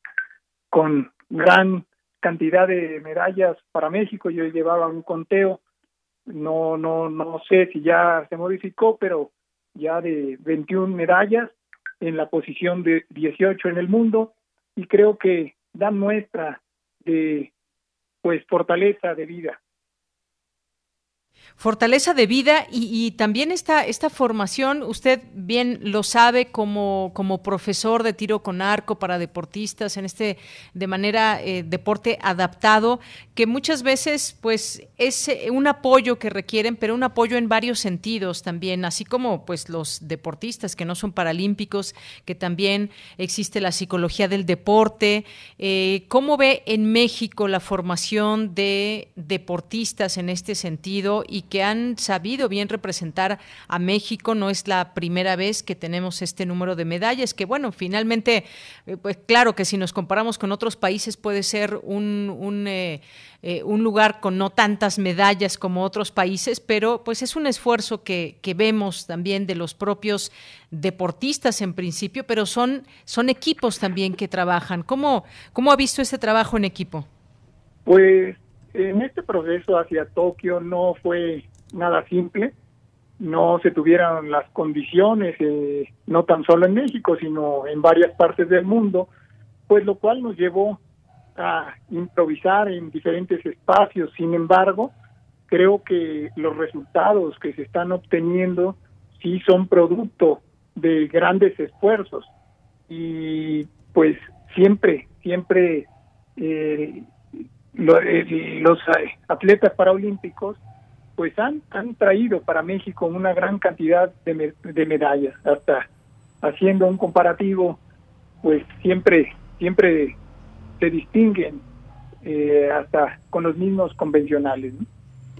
Speaker 17: con gran cantidad de medallas para México. Yo llevaba un conteo no, no, no sé si ya se modificó, pero ya de veintiuna medallas en la posición de dieciocho en el mundo, y creo que dan muestra de pues fortaleza de vida.
Speaker 3: Fortaleza de vida y, y también esta, esta formación, usted bien lo sabe como, como profesor de tiro con arco para deportistas en este, de manera eh, deporte adaptado, que muchas veces pues es un apoyo que requieren, pero un apoyo en varios sentidos también, así como pues los deportistas que no son paralímpicos, que también existe la psicología del deporte. Eh, ¿Cómo ve en México la formación de deportistas en este sentido y que han sabido bien representar a México? No es la primera vez que tenemos este número de medallas, que bueno, finalmente, eh, pues claro que si nos comparamos con otros países puede ser un, un, eh, eh, un lugar con no tantas medallas como otros países, pero pues es un esfuerzo que, que vemos también de los propios deportistas en principio, pero son, son equipos también que trabajan. ¿Cómo, cómo ha visto este trabajo en equipo?
Speaker 17: Pues en este proceso hacia Tokio no fue nada simple, no se tuvieron las condiciones, eh, no tan solo en México, sino en varias partes del mundo, pues lo cual nos llevó a improvisar en diferentes espacios. Sin embargo, creo que los resultados que se están obteniendo sí son producto de grandes esfuerzos y pues siempre, siempre eh, lo, eh, los atletas paralímpicos pues han, han traído para México una gran cantidad de, me, de medallas, hasta haciendo un comparativo, pues siempre, siempre se distinguen eh, hasta con los mismos convencionales, ¿no?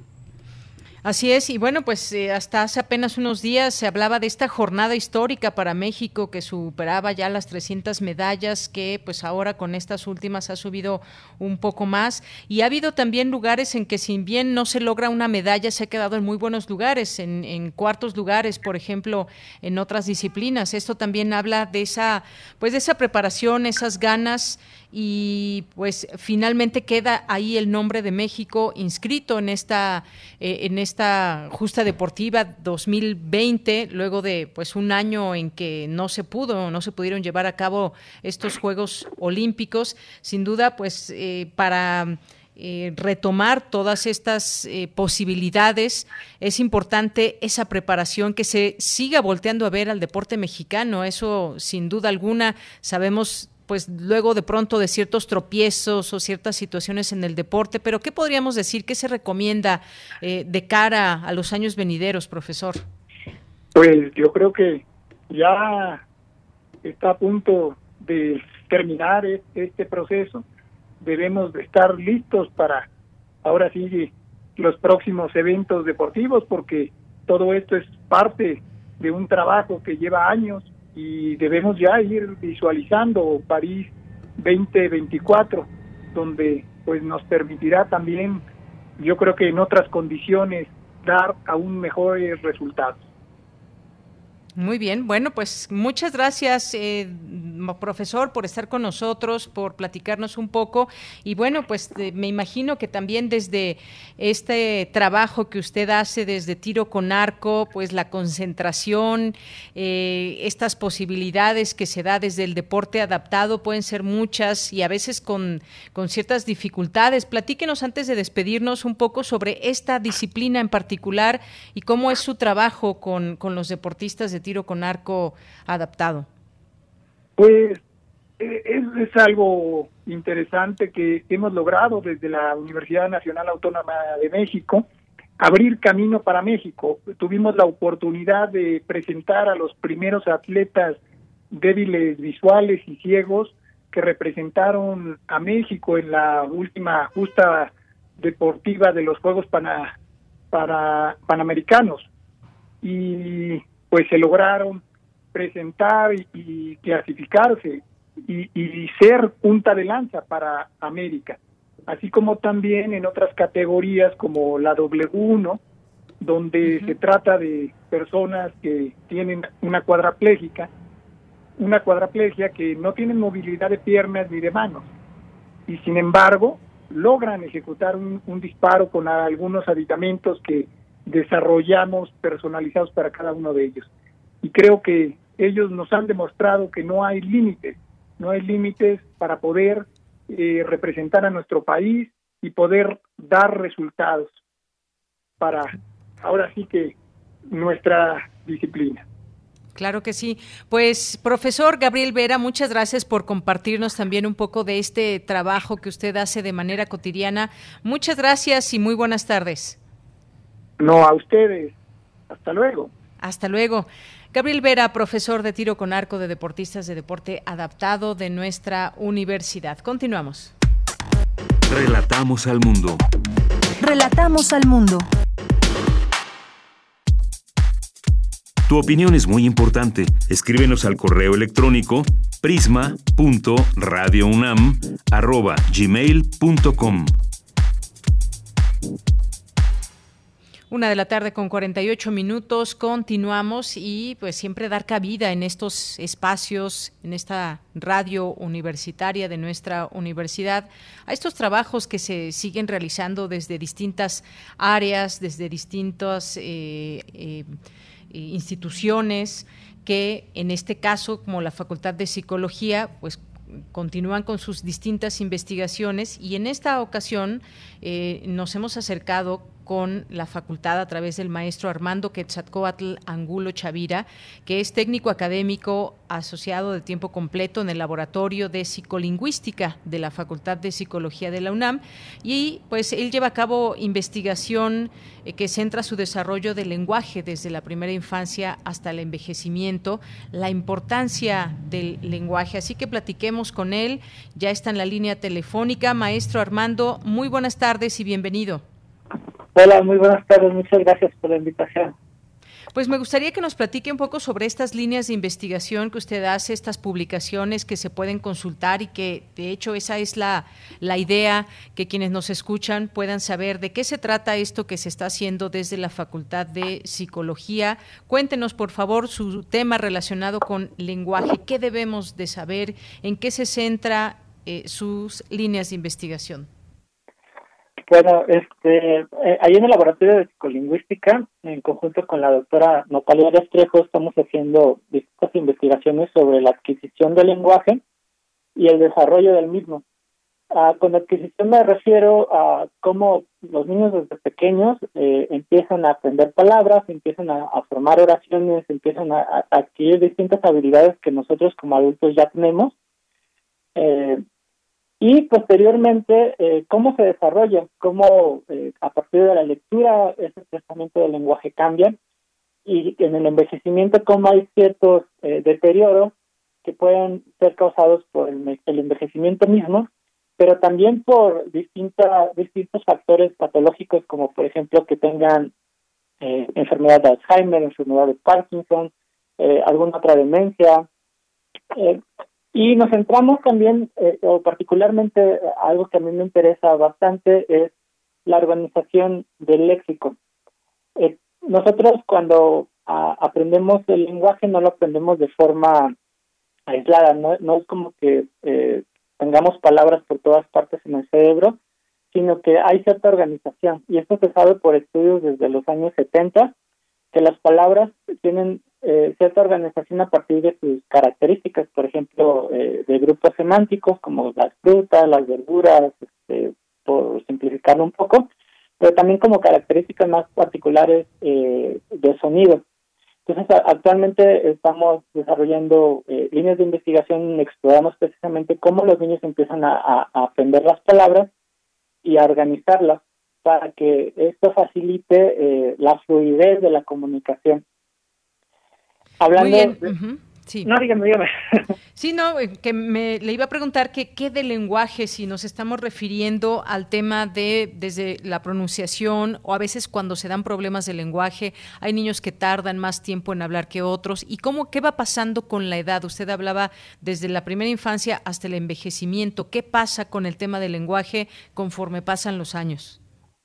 Speaker 3: Así es, y bueno, pues eh, hasta hace apenas unos días se hablaba de esta jornada histórica para México que superaba ya las trescientas medallas, que pues ahora con estas últimas ha subido un poco más, y ha habido también lugares en que si bien no se logra una medalla, se ha quedado en muy buenos lugares, en, en cuartos lugares, por ejemplo, en otras disciplinas. Esto también habla de esa, pues de esa preparación, esas ganas, y pues finalmente queda ahí el nombre de México inscrito en esta eh, en esta justa deportiva dos mil veinte, luego de pues un año en que no se pudo, no se pudieron llevar a cabo estos Juegos Olímpicos. Sin duda, pues eh, para Eh, retomar todas estas eh, posibilidades, es importante esa preparación, que se siga volteando a ver al deporte mexicano, eso sin duda alguna. Sabemos pues luego de pronto de ciertos tropiezos o ciertas situaciones en el deporte, pero ¿qué podríamos decir? ¿Qué se recomienda eh, de cara a los años venideros, profesor?
Speaker 17: Pues yo creo que ya está a punto de terminar este, este proceso. Debemos de estar listos para ahora sí los próximos eventos deportivos, porque todo esto es parte de un trabajo que lleva años y debemos ya ir visualizando París veinte veinticuatro, donde pues nos permitirá también, yo creo que en otras condiciones, dar aún mejores resultados.
Speaker 3: Muy bien, bueno, pues muchas gracias, eh, profesor, por estar con nosotros, por platicarnos un poco, y bueno, pues eh, me imagino que también desde este trabajo que usted hace desde tiro con arco, pues la concentración, eh, estas posibilidades que se da desde el deporte adaptado pueden ser muchas y a veces con, con ciertas dificultades. Platíquenos antes de despedirnos un poco sobre esta disciplina en particular y cómo es su trabajo con, con los deportistas de tiro con arco adaptado.
Speaker 17: Pues es, es algo interesante que hemos logrado desde la Universidad Nacional Autónoma de México, abrir camino para México. Tuvimos la oportunidad de presentar a los primeros atletas débiles visuales y ciegos que representaron a México en la última justa deportiva de los Juegos Pana, para Panamericanos, y pues se lograron presentar y, y clasificarse y, y ser punta de lanza para América, así como también en otras categorías como la doble uno, donde uh-huh. se trata de personas que tienen una cuadraplégica, una cuadraplegia que no tienen movilidad de piernas ni de manos, y sin embargo logran ejecutar un, un disparo con algunos aditamentos que desarrollamos personalizados para cada uno de ellos. Y creo que ellos nos han demostrado que no hay límites, no hay límites para poder eh, representar a nuestro país y poder dar resultados para, ahora sí que, nuestra disciplina.
Speaker 3: Claro que sí. Pues, profesor Gabriel Vera, muchas gracias por compartirnos también un poco de este trabajo que usted hace de manera cotidiana. Muchas gracias y muy buenas tardes.
Speaker 17: No, a ustedes. Hasta luego.
Speaker 3: Hasta luego. Gabriel Vera, profesor de tiro con arco de deportistas de deporte adaptado de nuestra universidad. Continuamos.
Speaker 6: Relatamos al mundo.
Speaker 1: Relatamos al mundo.
Speaker 6: Tu opinión es muy importante. Escríbenos al correo electrónico prisma punto radio unam arroba gmail punto com.
Speaker 3: Una de la tarde con cuarenta y ocho minutos, continuamos y pues siempre dar cabida en estos espacios, en esta radio universitaria de nuestra universidad, a estos trabajos que se siguen realizando desde distintas áreas, desde distintas eh, eh, instituciones que en este caso, como la Facultad de Psicología, pues continúan con sus distintas investigaciones y en esta ocasión eh, nos hemos acercado con la facultad a través del maestro Armando Quetzalcóatl Angulo Chavira, que es técnico académico asociado de tiempo completo en el Laboratorio de Psicolingüística de la Facultad de Psicología de la UNAM, y pues él lleva a cabo investigación eh, que centra su desarrollo del lenguaje desde la primera infancia hasta el envejecimiento, la importancia del lenguaje. Así que platiquemos con él, ya está en la línea telefónica. Maestro Armando, muy buenas tardes y bienvenido.
Speaker 16: Hola, muy buenas tardes, muchas gracias por la invitación.
Speaker 3: Pues me gustaría que nos platique un poco sobre estas líneas de investigación que usted hace, estas publicaciones que se pueden consultar y que de hecho esa es la, la idea, que quienes nos escuchan puedan saber de qué se trata esto que se está haciendo desde la Facultad de Psicología. Cuéntenos, por favor, su tema relacionado con lenguaje, qué debemos de saber, en qué se centra eh, sus líneas de investigación.
Speaker 16: Bueno, este, eh, ahí en el Laboratorio de Psicolingüística, en conjunto con la doctora Natalia Restrepo, estamos haciendo distintas investigaciones sobre la adquisición del lenguaje y el desarrollo del mismo. Ah, con adquisición me refiero a cómo los niños desde pequeños eh, empiezan a aprender palabras, empiezan a, a formar oraciones, empiezan a, a adquirir distintas habilidades que nosotros como adultos ya tenemos. Eh, Y posteriormente, eh, cómo se desarrolla, cómo eh, a partir de la lectura ese tratamiento del lenguaje cambia, y en el envejecimiento cómo hay ciertos eh, deterioros que pueden ser causados por el, el envejecimiento mismo, pero también por distinta, distintos factores patológicos, como por ejemplo que tengan eh, enfermedad de Alzheimer, enfermedad de Parkinson, eh, alguna otra demencia. Eh, Y nos centramos también, eh, o particularmente algo que a mí me interesa bastante, es la organización del léxico. Eh, nosotros cuando a, aprendemos el lenguaje no lo aprendemos de forma aislada, no, no es como que eh, tengamos palabras por todas partes en el cerebro, sino que hay cierta organización. Y esto se sabe por estudios desde los años setenta, que las palabras tienen eh, cierta organización a partir de sus características, por ejemplo, eh, de grupos semánticos como las frutas, las verduras, este, por simplificarlo un poco, pero también como características más particulares eh, de sonido. Entonces, a, actualmente estamos desarrollando eh, líneas de investigación, exploramos precisamente cómo los niños empiezan a, a, a aprender las palabras y a organizarlas, para que esto facilite eh, la fluidez de la comunicación. Hablando
Speaker 3: Muy bien.
Speaker 16: de...
Speaker 3: Uh-huh. Sí.
Speaker 16: No, dígame, dígame.
Speaker 3: Sí, no, que me le iba a preguntar que qué de lenguaje, si nos estamos refiriendo al tema de desde la pronunciación, o a veces cuando se dan problemas de lenguaje, hay niños que tardan más tiempo en hablar que otros, y cómo, qué va pasando con la edad. Usted hablaba desde la primera infancia hasta el envejecimiento. ¿Qué pasa con el tema del lenguaje conforme pasan los años?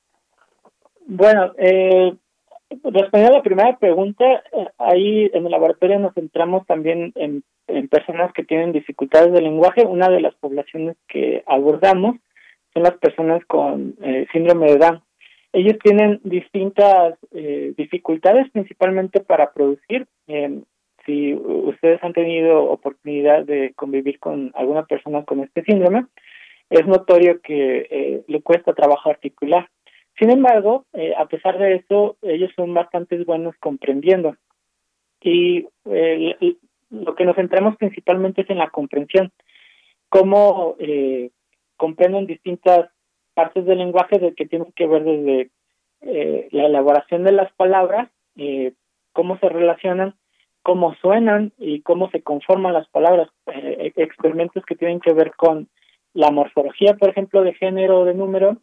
Speaker 16: Bueno, eh, respondiendo a la primera pregunta, eh, ahí en el laboratorio nos centramos también en, en personas que tienen dificultades de lenguaje. Una de las poblaciones que abordamos son las personas con eh, síndrome de Down. ellos tienen distintas eh, dificultades, principalmente para producir. Eh, si ustedes han tenido oportunidad de convivir con alguna persona con este síndrome, es notorio que eh, le cuesta trabajo articular. Sin embargo, eh, a pesar de eso, ellos son bastante buenos comprendiendo. Y eh, lo que nos centramos principalmente es en la comprensión, cómo eh, comprenden distintas partes del lenguaje de que tienen que ver desde eh, la elaboración de las palabras, eh, cómo se relacionan, cómo suenan y cómo se conforman las palabras, eh, experimentos que tienen que ver con la morfología, por ejemplo, de género o de número,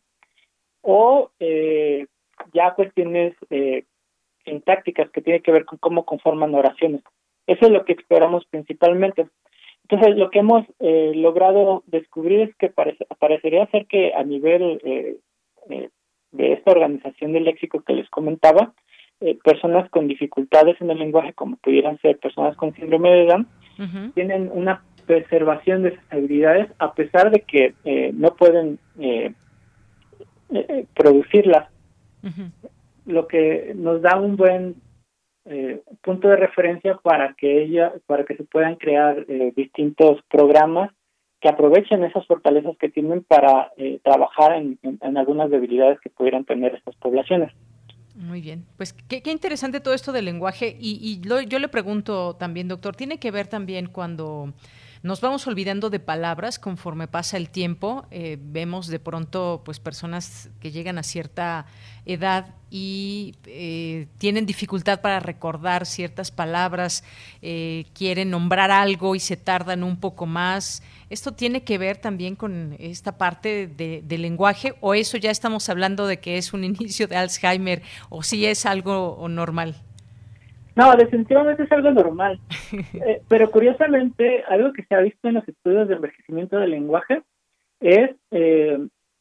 Speaker 16: o eh, ya cuestiones eh, sintácticas que tienen que ver con cómo conforman oraciones. Eso es lo que exploramos principalmente. Entonces, lo que hemos eh, logrado descubrir es que parece, parecería ser que a nivel eh, eh, de esta organización del léxico que les comentaba, eh, personas con dificultades en el lenguaje, como pudieran ser personas con síndrome de Down, uh-huh. tienen una preservación de esas habilidades a pesar de que eh, no pueden eh, eh, producirlas. Uh-huh. Lo que nos da un buen Eh, punto de referencia para que ella, para que se puedan crear eh, distintos programas que aprovechen esas fortalezas que tienen para eh, trabajar en, en, en algunas debilidades que pudieran tener estas poblaciones.
Speaker 3: Muy bien, pues qué, qué interesante todo esto del lenguaje y, y lo, yo le pregunto también, doctor, ¿tiene que ver también cuando nos vamos olvidando de palabras conforme pasa el tiempo? Eh, vemos de pronto pues personas que llegan a cierta edad y eh, tienen dificultad para recordar ciertas palabras, eh, quieren nombrar algo y se tardan un poco más. ¿Esto tiene que ver también con esta parte de, de lenguaje o eso ya estamos hablando de que es un inicio de Alzheimer o si es algo normal?
Speaker 16: No, definitivamente es algo normal. eh, pero curiosamente, algo que se ha visto en los estudios de envejecimiento del lenguaje es eh,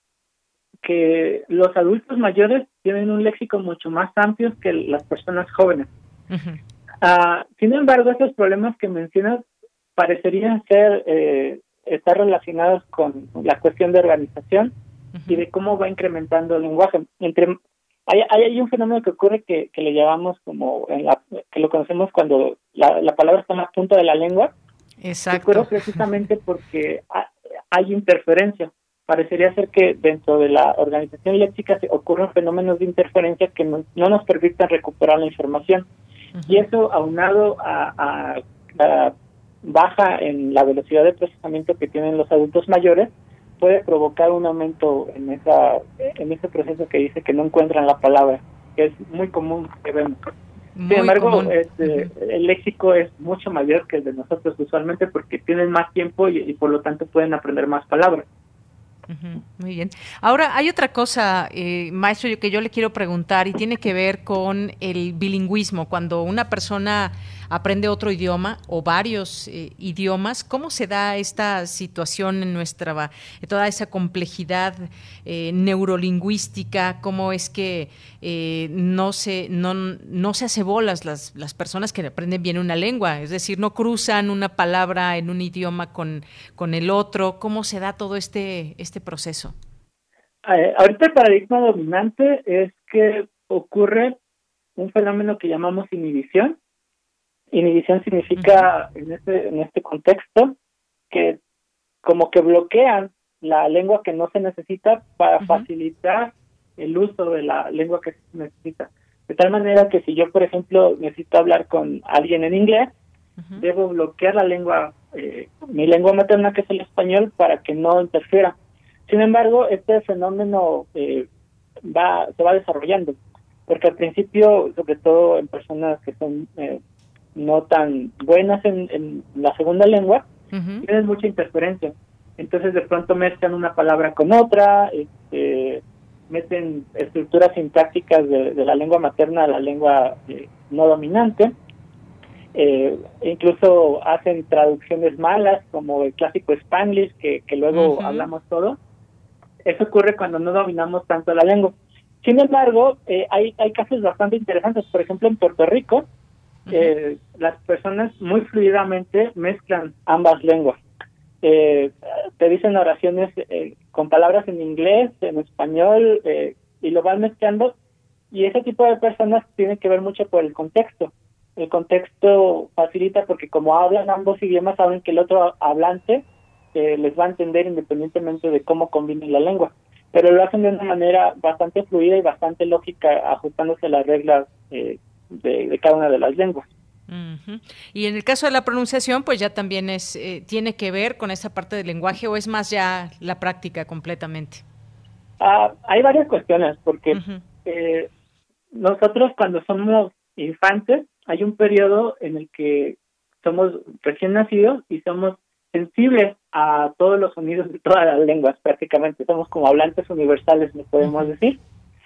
Speaker 16: que los adultos mayores tienen un léxico mucho más amplio que las personas jóvenes. Uh-huh. Uh, sin embargo, esos problemas que mencionas parecerían ser eh, estar relacionados con la cuestión de organización uh-huh. y de cómo va incrementando el lenguaje. Entre Hay, hay un fenómeno que ocurre que, que le llamamos como, en la, que lo conocemos cuando la, la palabra está en la punta de la lengua.
Speaker 3: Exacto.
Speaker 16: Ocurre precisamente porque hay interferencia. Parecería ser que dentro de la organización léxica se ocurren fenómenos de interferencia que no, no nos permiten recuperar la información. Uh-huh. Y eso, aunado a, a, a baja en la velocidad de procesamiento que tienen los adultos mayores, puede provocar un aumento en esa en ese proceso que dice que no encuentran la palabra, que es muy común que vemos. Muy Sin embargo, este, uh-huh. el léxico es mucho mayor que el de nosotros usualmente porque tienen más tiempo y, y por lo tanto pueden aprender más palabras.
Speaker 3: Uh-huh. Muy bien. Ahora, hay otra cosa, eh, maestro, que yo le quiero preguntar y tiene que ver con el bilingüismo. Cuando una persona aprende otro idioma o varios eh, idiomas, ¿cómo se da esta situación en nuestra, toda esa complejidad eh, neurolingüística? ¿Cómo es que eh, no se no, no se hace bolas las, las personas que aprenden bien una lengua? Es decir, no cruzan una palabra en un idioma con, con el otro. ¿Cómo se da todo este, este proceso?
Speaker 16: Eh, ahorita el paradigma dominante es que ocurre un fenómeno que llamamos inhibición. Inhibición significa, uh-huh. en este en este contexto, que como que bloquean la lengua que no se necesita para uh-huh. facilitar el uso de la lengua que se necesita. De tal manera que si yo, por ejemplo, necesito hablar con alguien en inglés, uh-huh. debo bloquear la lengua, eh, mi lengua materna, que es el español, para que no interfiera. Sin embargo, este fenómeno eh, va se va desarrollando, porque al principio, sobre todo en personas que son eh, no tan buenas en, en la segunda lengua, uh-huh. tienen mucha interferencia. Entonces de pronto mezclan una palabra con otra, este, meten estructuras sintácticas de, de la lengua materna a la lengua eh, no dominante, eh, e incluso hacen traducciones malas como el clásico Spanglish que, que luego uh-huh. hablamos todo. Eso ocurre cuando no dominamos tanto la lengua. Sin embargo, eh, hay, hay casos bastante interesantes. Por ejemplo, en Puerto Rico, Eh, las personas muy fluidamente mezclan ambas lenguas. Eh, te dicen oraciones eh, con palabras en inglés, en español, eh, y lo van mezclando, y ese tipo de personas tiene que ver mucho por el contexto. El contexto facilita porque como hablan ambos idiomas, saben que el otro hablante eh, les va a entender independientemente de cómo combinen la lengua, pero lo hacen de una manera bastante fluida y bastante lógica, ajustándose a las reglas eh, de, de cada una de las lenguas.
Speaker 3: Uh-huh. Y en el caso de la pronunciación, pues ya también es eh, tiene que ver con esa parte del lenguaje, ¿o es más ya la práctica completamente?
Speaker 16: Ah, hay varias cuestiones, porque uh-huh. eh, nosotros cuando somos infantes, hay un periodo en el que somos recién nacidos y somos sensibles a todos los sonidos de todas las lenguas, prácticamente. Somos como hablantes universales, le podemos uh-huh. decir.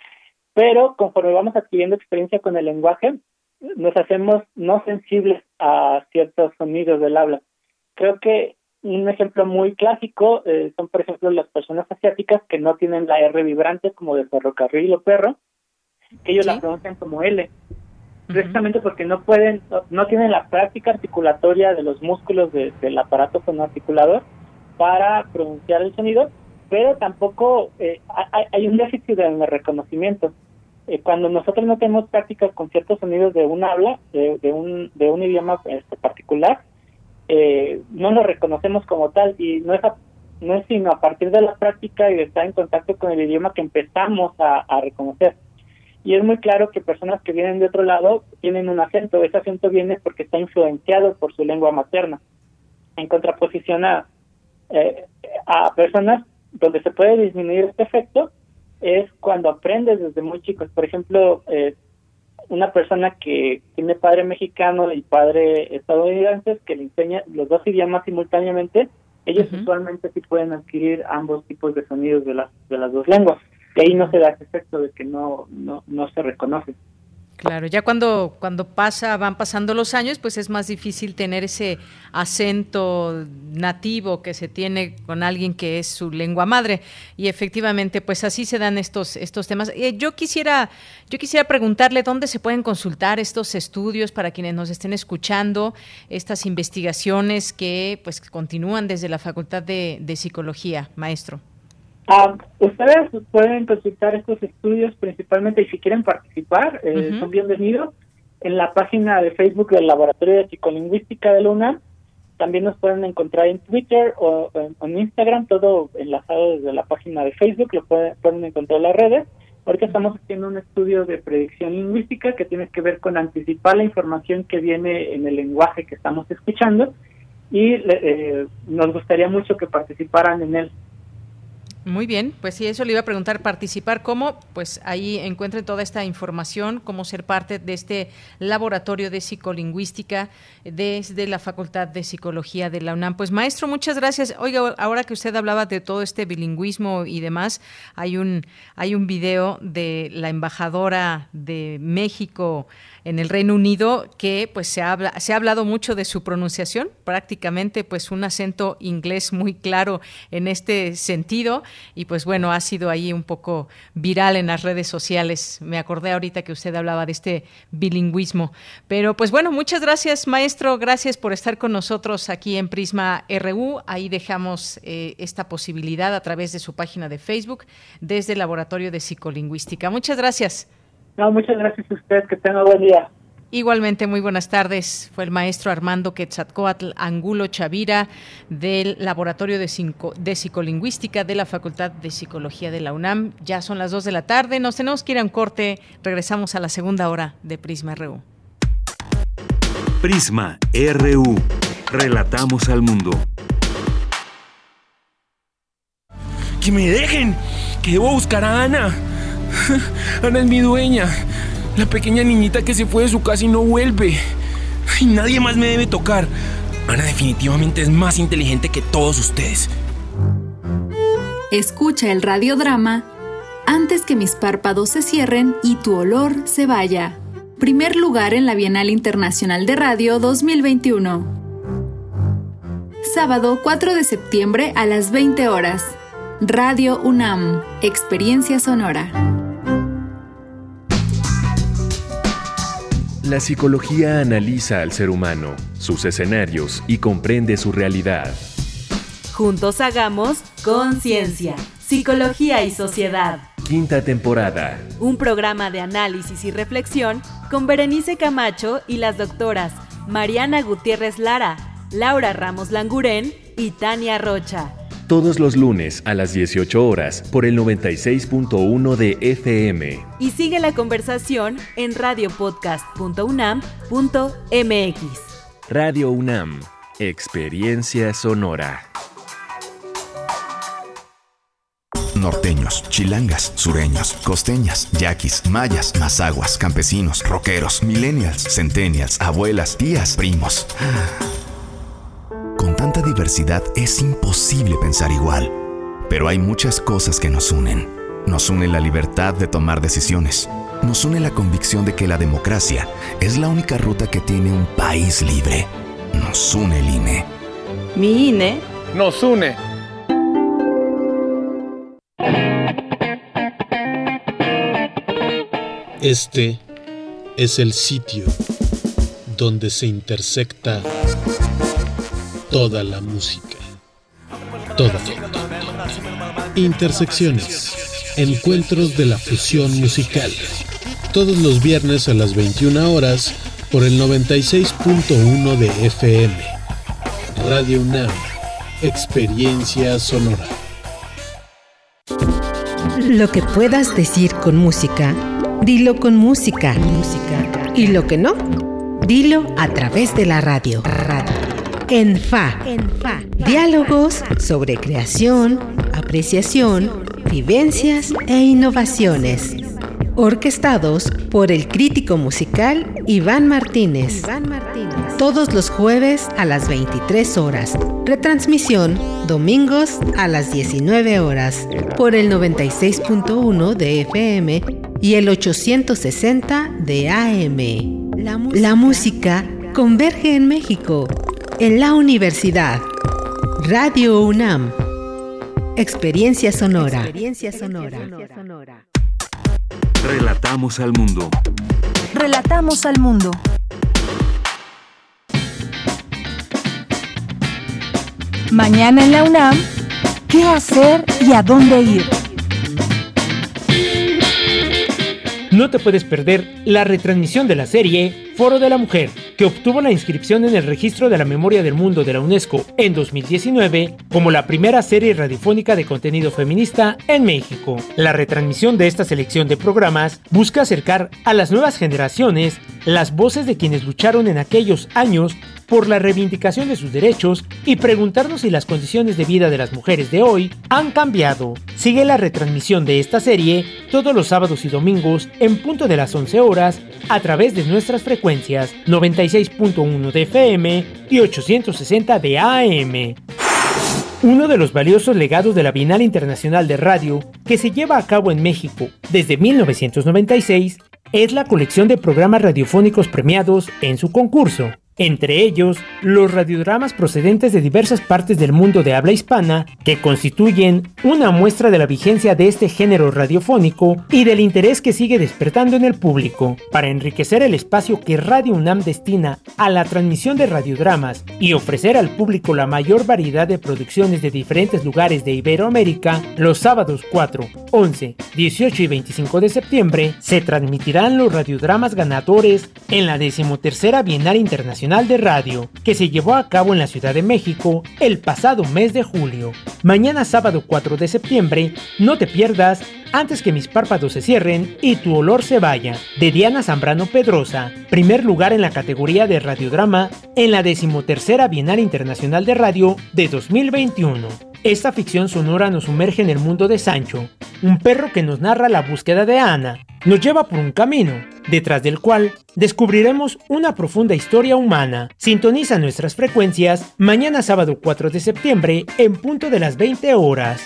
Speaker 16: Pero conforme vamos adquiriendo experiencia con el lenguaje, nos hacemos no sensibles a ciertos sonidos del habla. Creo que un ejemplo muy clásico eh, son, por ejemplo, las personas asiáticas que no tienen la R vibrante, como de ferrocarril o perro, que ellos ¿Sí? la pronuncian como L. Precisamente porque no pueden, no, no tienen la práctica articulatoria de los músculos de, del aparato fonoarticulador para pronunciar el sonido, pero tampoco eh, hay, hay un déficit en el reconocimiento. Eh, cuando nosotros no tenemos prácticas con ciertos sonidos de un habla, de, de un de un idioma este, particular, eh, no lo reconocemos como tal, y no es, a, no es sino a partir de la práctica y de estar en contacto con el idioma que empezamos a, a reconocer. Y es muy claro que personas que vienen de otro lado tienen un acento. Ese acento viene porque está influenciado por su lengua materna, en contraposición a, eh, a personas donde se puede disminuir este efecto es cuando aprendes desde muy chicos. Por ejemplo, eh, una persona que tiene padre mexicano y padre estadounidense, que le enseña los dos idiomas simultáneamente, ellos uh-huh. usualmente sí pueden adquirir ambos tipos de sonidos de las de las dos lenguas. Y ahí no se da ese efecto de que no no no se reconoce.
Speaker 3: Claro, ya cuando cuando pasa van pasando los años, pues es más difícil tener ese acento nativo que se tiene con alguien que es su lengua madre, y efectivamente pues así se dan estos estos temas. Eh, yo quisiera yo quisiera preguntarle dónde se pueden consultar estos estudios para quienes nos estén escuchando, estas investigaciones que pues continúan desde la Facultad de, de Psicología, maestro.
Speaker 16: Uh, ustedes pueden consultar estos estudios principalmente, y si quieren participar, eh, uh-huh. son bienvenidos en la página de Facebook del Laboratorio de Psicolingüística de la UNAM. También nos pueden encontrar en Twitter o en, en Instagram, todo enlazado desde la página de Facebook, lo pueden, pueden encontrar en las redes. Ahorita estamos haciendo un estudio de predicción lingüística que tiene que ver con anticipar la información que viene en el lenguaje que estamos escuchando, y eh, nos gustaría mucho que participaran en él.
Speaker 3: Muy bien, pues sí, eso le iba a preguntar, participar, ¿cómo? Pues ahí encuentren toda esta información, cómo ser parte de este laboratorio de psicolingüística desde la Facultad de Psicología de la UNAM. Pues maestro, muchas gracias. Oiga, ahora que usted hablaba de todo este bilingüismo y demás, hay un, hay un video de la embajadora de México en el Reino Unido que pues se habla, se ha hablado mucho de su pronunciación, prácticamente pues un acento inglés muy claro en este sentido. Y pues bueno, ha sido ahí un poco viral en las redes sociales. Me acordé ahorita que usted hablaba de este bilingüismo. Pero pues bueno, muchas gracias, maestro. Gracias por estar con nosotros aquí en Prisma R U. Ahí dejamos eh, esta posibilidad a través de su página de Facebook desde el Laboratorio de Psicolingüística. Muchas gracias.
Speaker 16: No, muchas gracias a usted. Que tenga buen día.
Speaker 3: Igualmente, muy buenas tardes. Fue el maestro Armando Quetzalcóatl Angulo Chavira del Laboratorio de, Cinco, de Psicolingüística de la Facultad de Psicología de la UNAM. Ya son las dos de la tarde. Nos tenemos que ir a un corte. Regresamos a la segunda hora de Prisma R U.
Speaker 6: Prisma R U. Relatamos al mundo.
Speaker 18: ¡Que me dejen! ¡Que debo buscar a Ana! Ana es mi dueña. La pequeña niñita que se fue de su casa y no vuelve. Y nadie más me debe tocar. Ana definitivamente es más inteligente que todos ustedes.
Speaker 19: Escucha el radiodrama Antes que mis párpados se cierren y tu olor se vaya. Primer lugar en la Bienal Internacional de Radio dos mil veintiuno. Sábado cuatro de septiembre a las veinte horas. Radio UNAM. Experiencia sonora.
Speaker 20: La psicología analiza al ser humano, sus escenarios y comprende su realidad.
Speaker 21: Juntos hagamos conciencia, psicología y sociedad.
Speaker 20: quinta temporada.
Speaker 21: Un programa de análisis y reflexión con Berenice Camacho y las doctoras Mariana Gutiérrez Lara, Laura Ramos Langurén y Tania Rocha.
Speaker 20: Todos los lunes a las dieciocho horas por el noventa y seis punto uno de F M.
Speaker 21: Y sigue la conversación en radiopodcast punto unam punto m x.
Speaker 20: Radio UNAM, experiencia sonora.
Speaker 22: Norteños, chilangas, sureños, costeñas, yaquis, mayas, mazaguas, campesinos, rockeros, millennials, centennials, abuelas, tías, primos. Con tanta diversidad es imposible pensar igual, pero hay muchas cosas que nos unen. Nos une la libertad de tomar decisiones. Nos une la convicción de que la democracia es la única ruta que tiene un país libre. Nos une el I N E.
Speaker 21: Mi I N E
Speaker 23: nos une.
Speaker 24: Este es el sitio donde se intersecta toda la música. Toda. Intersecciones. Encuentros de la fusión musical. Todos los viernes a las veintiuna horas por el noventa y seis punto uno de F M. Radio UNAM. Experiencia sonora.
Speaker 25: Lo que puedas decir con música, dilo con música. música. Y lo que no, dilo a través de la radio. radio. En Fa. En Fa. Diálogos sobre creación, apreciación, vivencias e innovaciones. Orquestados por el crítico musical Iván Martínez. Iván Martínez. Todos los jueves a las veintitrés horas. Retransmisión domingos a las diecinueve horas por el noventa y seis punto uno de F M y el ochocientos sesenta de A M. La música, la música converge en México, en la universidad. Radio UNAM. Experiencia sonora. Experiencia sonora.
Speaker 6: Relatamos al mundo.
Speaker 1: Relatamos al mundo. Mañana en la UNAM, ¿qué hacer y a dónde ir?
Speaker 5: No te puedes perder la retransmisión de la serie Foro de la Mujer, que obtuvo la inscripción en el Registro de la Memoria del Mundo de la UNESCO en dos mil diecinueve como la primera serie radiofónica de contenido feminista en México. La retransmisión de esta selección de programas busca acercar a las nuevas generaciones las voces de quienes lucharon en aquellos años por la reivindicación de sus derechos y preguntarnos si las condiciones de vida de las mujeres de hoy han cambiado. Sigue la retransmisión de esta serie todos los sábados y domingos en punto de las once horas a través de nuestras frecuencias noventa y seis punto uno de F M y ochocientos sesenta de A M. Uno de los valiosos legados de la Bienal Internacional de Radio, que se lleva a cabo en México desde mil novecientos noventa y seis, es la colección de programas radiofónicos premiados en su concurso. Entre ellos, los radiodramas procedentes de diversas partes del mundo de habla hispana, que constituyen una muestra de la vigencia de este género radiofónico y del interés que sigue despertando en el público. Para enriquecer el espacio que Radio UNAM destina a la transmisión de radiodramas y ofrecer al público la mayor variedad de producciones de diferentes lugares de Iberoamérica, los sábados cuatro, once, dieciocho y veinticinco de septiembre se transmitirán los radiodramas ganadores en la decimotercera Bienal Internacional de Radio, que se llevó a cabo en la Ciudad de México el pasado mes de julio. Mañana sábado cuatro de septiembre, no te pierdas Antes que mis párpados se cierren y tu olor se vaya, de Diana Zambrano Pedrosa, primer lugar en la categoría de radiodrama en la decimotercera Bienal Internacional de Radio de dos mil veintiuno. Esta ficción sonora nos sumerge en el mundo de Sancho, un perro que nos narra la búsqueda de Ana. Nos lleva por un camino, detrás del cual descubriremos una profunda historia humana. Sintoniza nuestras frecuencias mañana sábado cuatro de septiembre en punto de las veinte horas.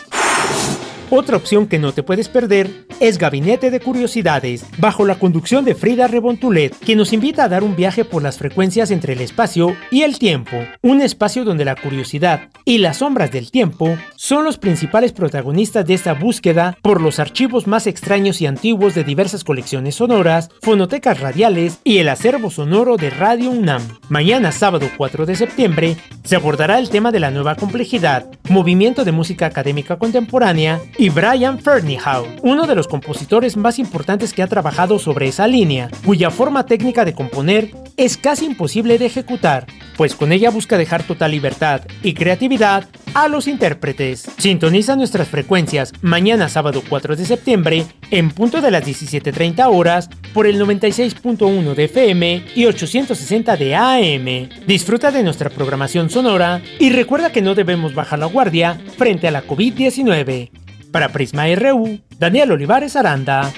Speaker 5: Otra opción que no te puedes perder es Gabinete de Curiosidades, bajo la conducción de Frida Rebontulet, que nos invita a dar un viaje por las frecuencias entre el espacio y el tiempo. Un espacio donde la curiosidad y las sombras del tiempo son los principales protagonistas de esta búsqueda por los archivos más extraños y antiguos de diversas colecciones sonoras, fonotecas radiales y el acervo sonoro de Radio UNAM. Mañana sábado cuatro de septiembre, Se abordará el tema de la nueva complejidad, movimiento de música académica contemporánea y Brian Ferneyhough, uno de los compositores más importantes que ha trabajado sobre esa línea, cuya forma técnica de componer es casi imposible de ejecutar, pues con ella busca dejar total libertad y creatividad a los intérpretes. Sintoniza nuestras frecuencias mañana sábado cuatro de septiembre en punto de las diecisiete treinta horas por el noventa y seis punto uno de F M y ochocientos sesenta de A M. Disfruta de nuestra programación sonora y recuerda que no debemos bajar la guardia frente a la COVID diecinueve. Para Prisma R U, Daniel Olivares Aranda.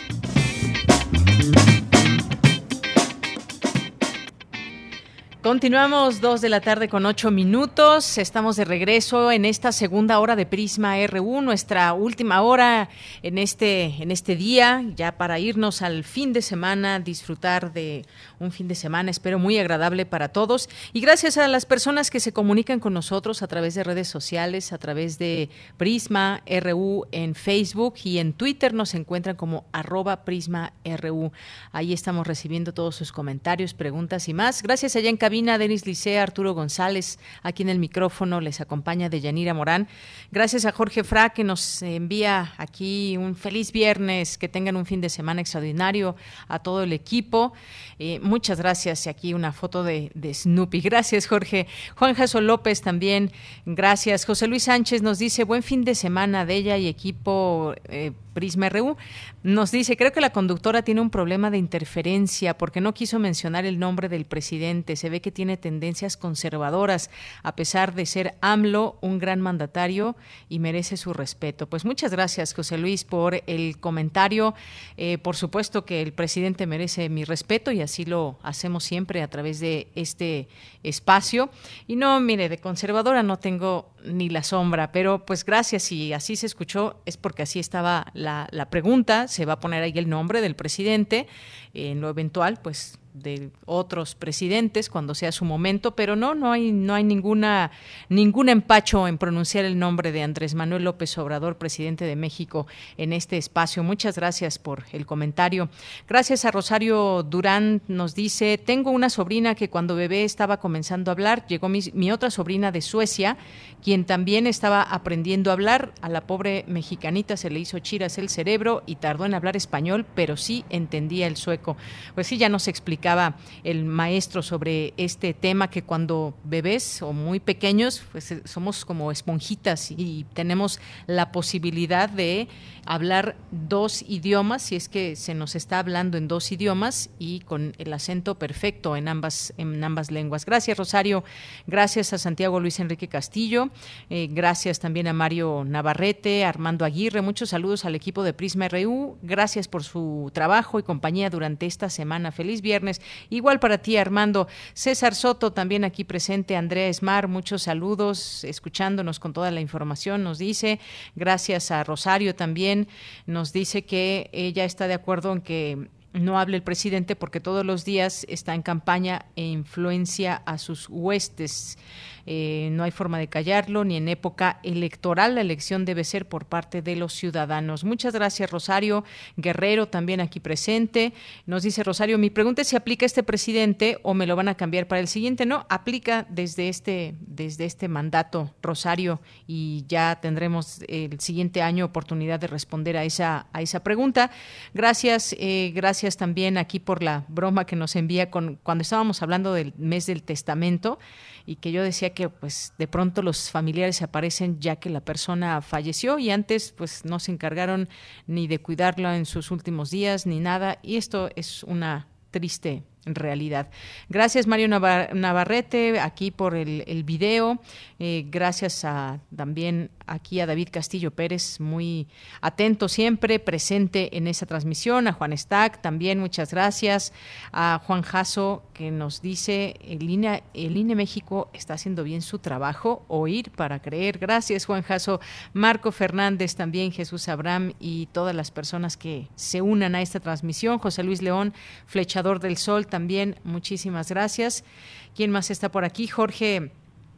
Speaker 3: Continuamos dos de la tarde con ocho minutos. Estamos de regreso en esta segunda hora de Prisma R U, nuestra última hora en este, en este día, ya para irnos al fin de semana, disfrutar de un fin de semana, espero muy agradable para todos. Y gracias a las personas que se comunican con nosotros a través de redes sociales, a través de Prisma R U en Facebook y en Twitter nos encuentran como arroba Prisma R U. Ahí estamos recibiendo todos sus comentarios, preguntas y más. Gracias allá en cabina, Denis Licea, Arturo González, aquí en el micrófono les acompaña Deyanira Morán. Gracias a Jorge Fra, que nos envía aquí un feliz viernes, que tengan un fin de semana extraordinario a todo el equipo. Eh, muchas gracias. Y aquí una foto de, de Snoopy. Gracias, Jorge. Juan Jaso López también, gracias. José Luis Sánchez nos dice, buen fin de semana de ella y equipo eh, Prisma R U. Nos dice, creo que la conductora tiene un problema de interferencia porque no quiso mencionar el nombre del presidente. Se ve que tiene tendencias conservadoras, a pesar de ser AMLO un gran mandatario y merece su respeto. Pues muchas gracias, José Luis, por el comentario. Eh, por supuesto que el presidente merece mi respeto y así lo hacemos siempre a través de este espacio. Y no, mire, de conservadora no tengo ni la sombra, pero pues gracias, si así se escuchó es porque así estaba la, la pregunta. Se va a poner ahí el nombre del presidente, eh, en lo eventual, pues de otros presidentes cuando sea su momento, pero no, no hay, no hay ninguna, ningún empacho en pronunciar el nombre de Andrés Manuel López Obrador, presidente de México, en este espacio. Muchas gracias por el comentario. Gracias a Rosario Durán, nos dice, tengo una sobrina que cuando bebé estaba comenzando a hablar, llegó mi, mi otra sobrina de Suecia, quien también estaba aprendiendo a hablar. A la pobre mexicanita se le hizo chiras el cerebro y tardó en hablar español, pero sí entendía el sueco. Pues sí, ya nos explicaba el maestro sobre este tema, que cuando bebés o muy pequeños, pues somos como esponjitas y tenemos la posibilidad de hablar dos idiomas, si es que se nos está hablando en dos idiomas y con el acento perfecto en ambas, en ambas lenguas. Gracias, Rosario. Gracias a Santiago Luis Enrique Castillo. Eh, gracias también a Mario Navarrete, Armando Aguirre. Muchos saludos al equipo de Prisma R U. Gracias por su trabajo y compañía durante esta semana. Feliz viernes. Igual para ti, Armando. César Soto también aquí presente. Andrea Esmar, muchos saludos, escuchándonos con toda la información, nos dice. Gracias a Rosario también, nos dice que ella está de acuerdo en que no hable el presidente porque todos los días está en campaña e influencia a sus huestes. Eh, no hay forma de callarlo, ni en época electoral. La elección debe ser por parte de los ciudadanos. Muchas gracias, Rosario Guerrero, también aquí presente. Nos dice Rosario, mi pregunta es si aplica este presidente o me lo van a cambiar para el siguiente. No, aplica desde este, desde este mandato, Rosario, y ya tendremos el siguiente año oportunidad de responder a esa, a esa pregunta. Gracias, eh, gracias también aquí por la broma que nos envía con, cuando estábamos hablando del mes del testamento, y que yo decía que pues de pronto los familiares aparecen ya que la persona falleció y antes pues no se encargaron ni de cuidarla en sus últimos días ni nada, y esto es una triste realidad. Gracias, Mario Navar- Navarrete, aquí por el, el video. Eh, gracias a también aquí a David Castillo Pérez, muy atento siempre, presente en esa transmisión. A Juan Stack también, muchas gracias. A Juan Jaso, que nos dice, el I N E, el I N E México está haciendo bien su trabajo, oír para creer. Gracias, Juan Jaso. Marco Fernández también, Jesús Abraham y todas las personas que se unan a esta transmisión. José Luis León, Flechador del Sol, también muchísimas gracias. ¿Quién más está por aquí? Jorge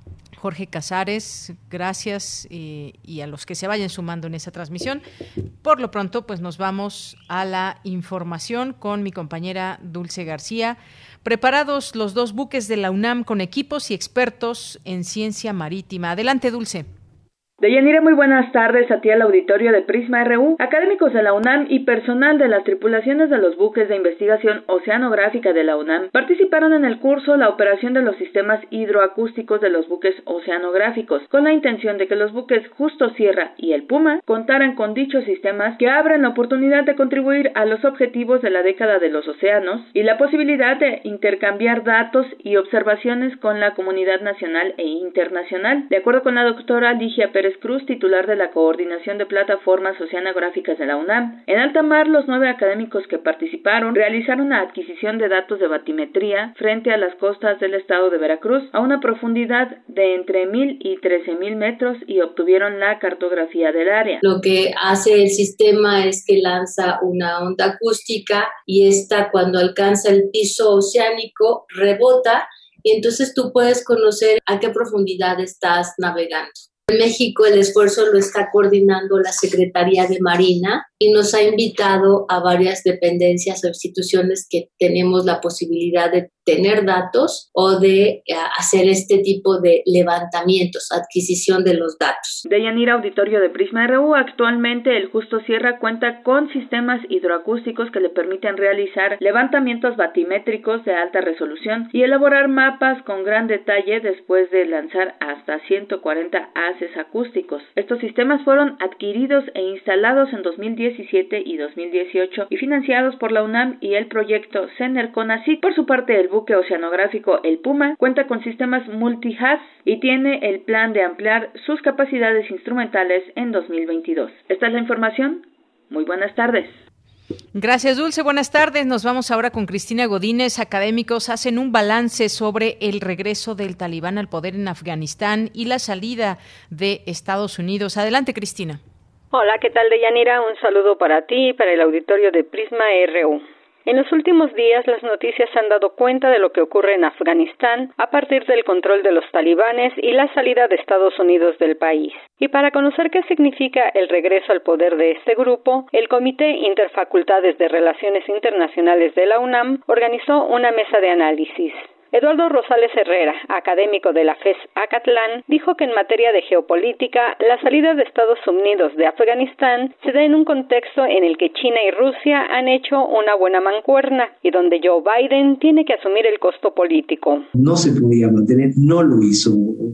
Speaker 3: Jorge Casares, gracias eh, y a los que se vayan sumando en esa transmisión. Por lo pronto, pues nos vamos a la información con mi compañera Dulce García. Preparados los dos buques de la UNAM con equipos y expertos en ciencia marítima. Adelante, Dulce.
Speaker 2: Deyanira, muy buenas tardes a ti al auditorio de Prisma R U. Académicos de la UNAM y personal de las tripulaciones de los buques de investigación oceanográfica de la UNAM participaron en el curso La operación de los sistemas hidroacústicos de los buques oceanográficos, con la intención de que los buques Justo Sierra y el Puma contaran con dichos sistemas que abren la oportunidad de contribuir a los objetivos de la década de los océanos y la posibilidad de intercambiar datos y observaciones con la comunidad nacional e internacional. De acuerdo con la doctora Ligia Pérez Cruz, titular de la Coordinación de Plataformas Oceanográficas de la UNAM, en alta mar los nueve académicos que participaron realizaron la adquisición de datos de batimetría frente a las costas del estado de Veracruz a una profundidad de entre mil y trece mil metros y obtuvieron la cartografía del área.
Speaker 4: Lo que hace el sistema es que lanza una onda acústica y esta, cuando alcanza el piso oceánico, rebota y entonces tú puedes conocer a qué profundidad estás navegando. En México el esfuerzo lo está coordinando la Secretaría de Marina y nos ha invitado a varias dependencias o instituciones que tenemos la posibilidad de tener datos o de hacer este tipo de levantamientos, adquisición de los datos.
Speaker 2: Deyanira, auditorio de Prisma R U, actualmente el Justo Sierra cuenta con sistemas hidroacústicos que le permiten realizar levantamientos batimétricos de alta resolución y elaborar mapas con gran detalle después de lanzar hasta ciento cuarenta haces acústicos. Estos sistemas fueron adquiridos e instalados en dos mil diecisiete y dos mil dieciocho y financiados por la UNAM y el proyecto CENER-CONACYT. Por su parte, el buque oceanográfico El Puma cuenta con sistemas multi-H A Z y tiene el plan de ampliar sus capacidades instrumentales en dos mil veintidós. Esta es la información. Muy buenas tardes.
Speaker 3: Gracias, Dulce. Buenas tardes. Nos vamos ahora con Cristina Godínez. Académicos hacen un balance sobre el regreso del Talibán al poder en Afganistán y la salida de Estados Unidos. Adelante, Cristina.
Speaker 8: Hola, ¿qué tal, Deyanira? Un saludo para ti y para el auditorio de Prisma R U. En los últimos días, las noticias han dado cuenta de lo que ocurre en Afganistán a partir del control de los talibanes y la salida de Estados Unidos del país. Y para conocer qué significa el regreso al poder de este grupo, el Comité Interfacultades de Relaciones Internacionales de la UNAM organizó una mesa de análisis. Eduardo Rosales Herrera, académico de la F E S Acatlán, dijo que en materia de geopolítica, la salida de Estados Unidos de Afganistán se da en un contexto en el que China y Rusia han hecho una buena mancuerna y donde Joe Biden tiene que asumir el costo político.
Speaker 9: No se podía mantener, no lo hizo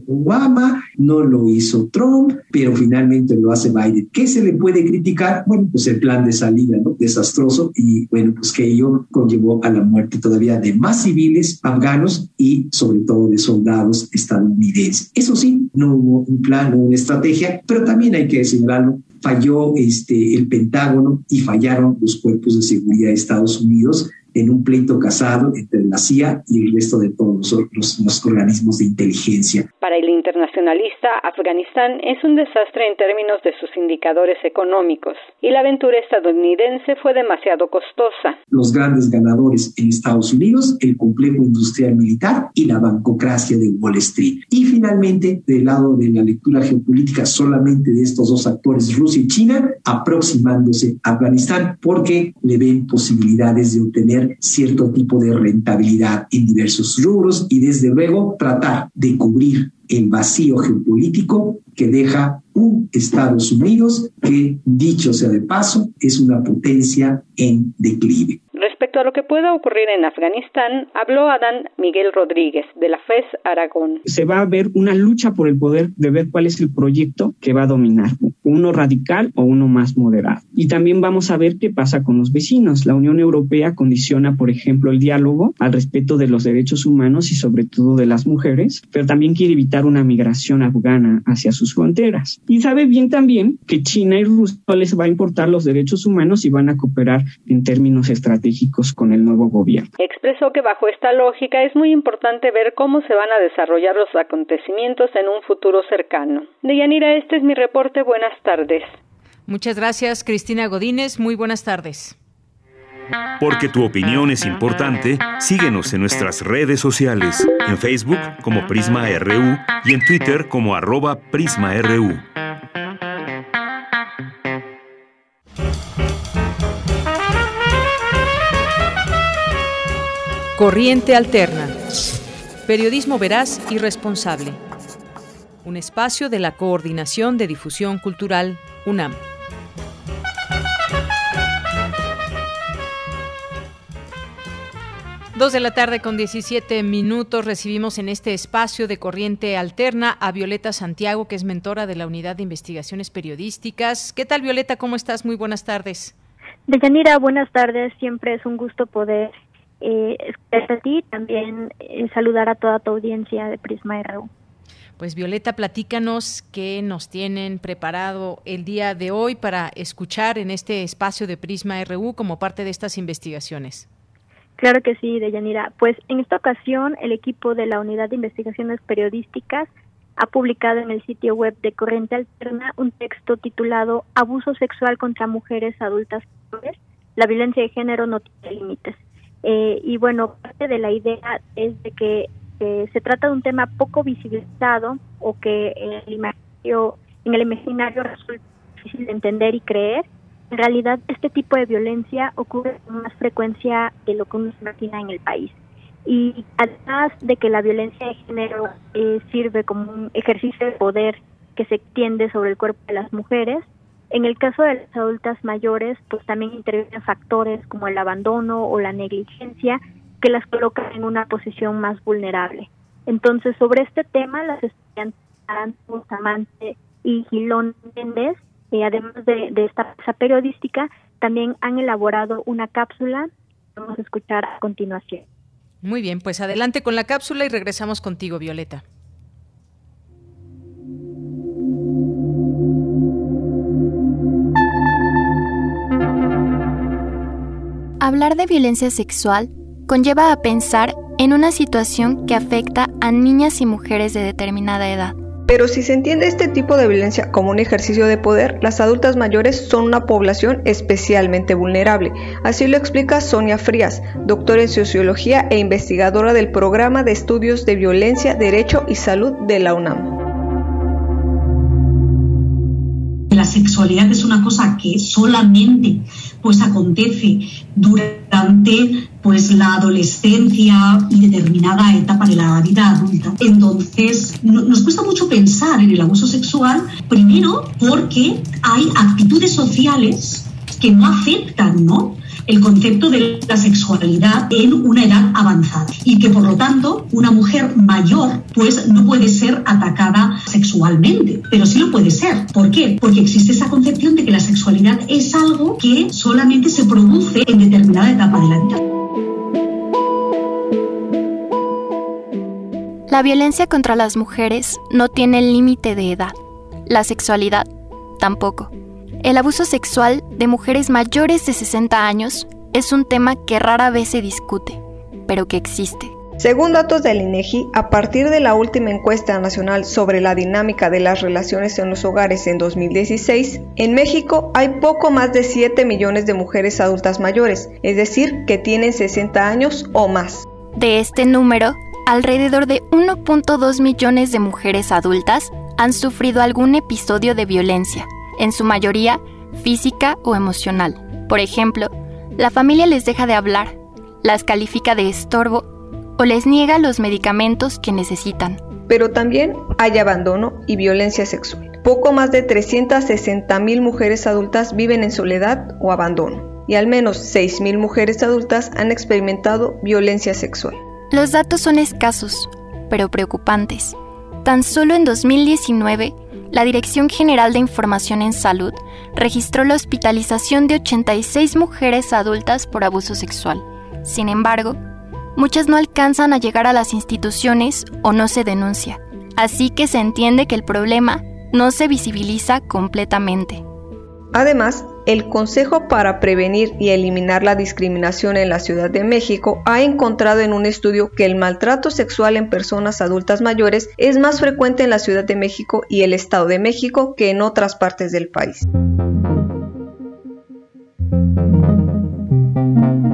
Speaker 9: Obama, no lo hizo Trump, pero finalmente lo hace Biden. ¿Qué se le puede criticar? Bueno, pues el plan de salida, ¿no? Desastroso y bueno, pues que ello conllevó a la muerte todavía de más civiles afganos y sobre todo de soldados estadounidenses. Eso sí, no hubo un plan o una estrategia, pero también hay que señalarlo, falló este, el Pentágono y fallaron los cuerpos de seguridad de Estados Unidos en un pleito casado entre la C I A y el resto de todos los, los, los organismos de inteligencia.
Speaker 8: Para el internacionalista, Afganistán es un desastre en términos de sus indicadores económicos y la aventura estadounidense fue demasiado costosa.
Speaker 9: Los grandes ganadores en Estados Unidos, el complejo industrial militar y la bancocracia de Wall Street. Y finalmente, del lado de la lectura geopolítica solamente de estos dos actores, Rusia y China, aproximándose a Afganistán porque le ven posibilidades de obtener cierto tipo de rentabilidad en diversos rubros y desde luego tratar de cubrir el vacío geopolítico que deja un Estados Unidos que, dicho sea de paso, es una potencia en declive.
Speaker 8: Respecto a lo que pueda ocurrir en Afganistán, habló Adán Miguel Rodríguez, de la F E S Aragón.
Speaker 23: Se va a ver una lucha por el poder de ver cuál es el proyecto que va a dominar, uno radical o uno más moderado. Y también vamos a ver qué pasa con los vecinos. La Unión Europea condiciona, por ejemplo, el diálogo al respeto de los derechos humanos y sobre todo de las mujeres, pero también quiere evitar una migración afgana hacia sus fronteras. Y sabe bien también que China y Rusia les va a importar los derechos humanos y van a cooperar en términos estratégicos con el nuevo gobierno.
Speaker 8: Expresó que bajo esta lógica es muy importante ver cómo se van a desarrollar los acontecimientos en un futuro cercano. Deyanira, este es mi reporte. Buenas tardes.
Speaker 3: Muchas gracias, Cristina Godínez. Muy buenas tardes.
Speaker 6: Porque tu opinión es importante, síguenos en nuestras redes sociales, en Facebook como Prisma R U y en Twitter como arroba Prisma R U.
Speaker 3: Corriente Alterna. Periodismo veraz y responsable. Un espacio de la Coordinación de Difusión Cultural UNAM. Dos de la tarde con diecisiete minutos. Recibimos en este espacio de Corriente Alterna a Violeta Santiago, que es mentora de la Unidad de Investigaciones Periodísticas. ¿Qué tal, Violeta? ¿Cómo estás? Muy buenas tardes.
Speaker 7: Deyanira, buenas tardes. Siempre es un gusto poder eh, escucharte a ti, también eh, saludar a toda tu audiencia de Prisma R U.
Speaker 3: Pues Violeta, platícanos qué nos tienen preparado el día de hoy para escuchar en este espacio de Prisma R U como parte de estas investigaciones.
Speaker 7: Claro que sí, Deyanira. Pues en esta ocasión el equipo de la Unidad de Investigaciones Periodísticas ha publicado en el sitio web de Corriente Alterna un texto titulado Abuso sexual contra mujeres adultas mayores, la violencia de género no tiene límites. Eh, y bueno, parte de la idea es de que eh, se trata de un tema poco visibilizado o que eh, el imaginario, en el imaginario resulta difícil de entender y creer. En realidad, este tipo de violencia ocurre con más frecuencia de lo que uno se imagina en el país. Y además de que la violencia de género eh, sirve como un ejercicio de poder que se extiende sobre el cuerpo de las mujeres, en el caso de las adultas mayores, pues también intervienen factores como el abandono o la negligencia que las colocan en una posición más vulnerable. Entonces, sobre este tema, las estudiantes Aranza Bustamante y Gilón Méndez, Eh, además de, de esta pieza periodística, también han elaborado una cápsula que vamos a escuchar a continuación.
Speaker 3: Muy bien, pues adelante con la cápsula y regresamos contigo, Violeta.
Speaker 10: Hablar de violencia sexual conlleva a pensar en una situación que afecta a niñas y mujeres de determinada edad.
Speaker 11: Pero si se entiende este tipo de violencia como un ejercicio de poder, las adultas mayores son una población especialmente vulnerable. Así lo explica Sonia Frías, doctora en Sociología e investigadora del Programa de Estudios de Violencia, Derecho y Salud de la UNAM.
Speaker 13: La sexualidad es una cosa que solamente pues acontece durante pues la adolescencia y determinada etapa de la vida adulta. Entonces, no, nos cuesta mucho pensar en el abuso sexual, primero porque hay actitudes sociales que no aceptan, ¿no?, el concepto de la sexualidad en una edad avanzada y que por lo tanto una mujer mayor pues no puede ser atacada sexualmente, pero sí lo puede ser. ¿Por qué? Porque existe esa concepción de que la sexualidad es algo que solamente se produce en determinada etapa de la vida.
Speaker 10: La violencia contra las mujeres no tiene límite de edad. La sexualidad tampoco. El abuso sexual de mujeres mayores de sesenta años es un tema que rara vez se discute, pero que existe.
Speaker 11: Según datos del INEGI, a partir de la última encuesta nacional sobre la dinámica de las relaciones en los hogares en dos mil dieciséis, en México hay poco más de siete millones de mujeres adultas mayores, es decir, que tienen sesenta años o más.
Speaker 10: De este número, alrededor de uno punto dos millones de mujeres adultas han sufrido algún episodio de violencia, en su mayoría física o emocional. Por ejemplo, la familia les deja de hablar, las califica de estorbo o les niega los medicamentos que necesitan.
Speaker 11: Pero también hay abandono y violencia sexual. Poco más de trescientas sesenta mil mujeres adultas viven en soledad o abandono, y al menos seis mil mujeres adultas han experimentado violencia sexual.
Speaker 10: Los datos son escasos, pero preocupantes. Tan solo en dos mil diecinueve, la Dirección General de Información en Salud registró la hospitalización de ochenta y seis mujeres adultas por abuso sexual. Sin embargo, muchas no alcanzan a llegar a las instituciones o no se denuncia. Así que se entiende que el problema no se visibiliza completamente.
Speaker 11: Además, el Consejo para Prevenir y Eliminar la Discriminación en la Ciudad de México ha encontrado en un estudio que el maltrato sexual en personas adultas mayores es más frecuente en la Ciudad de México y el Estado de México que en otras partes del país.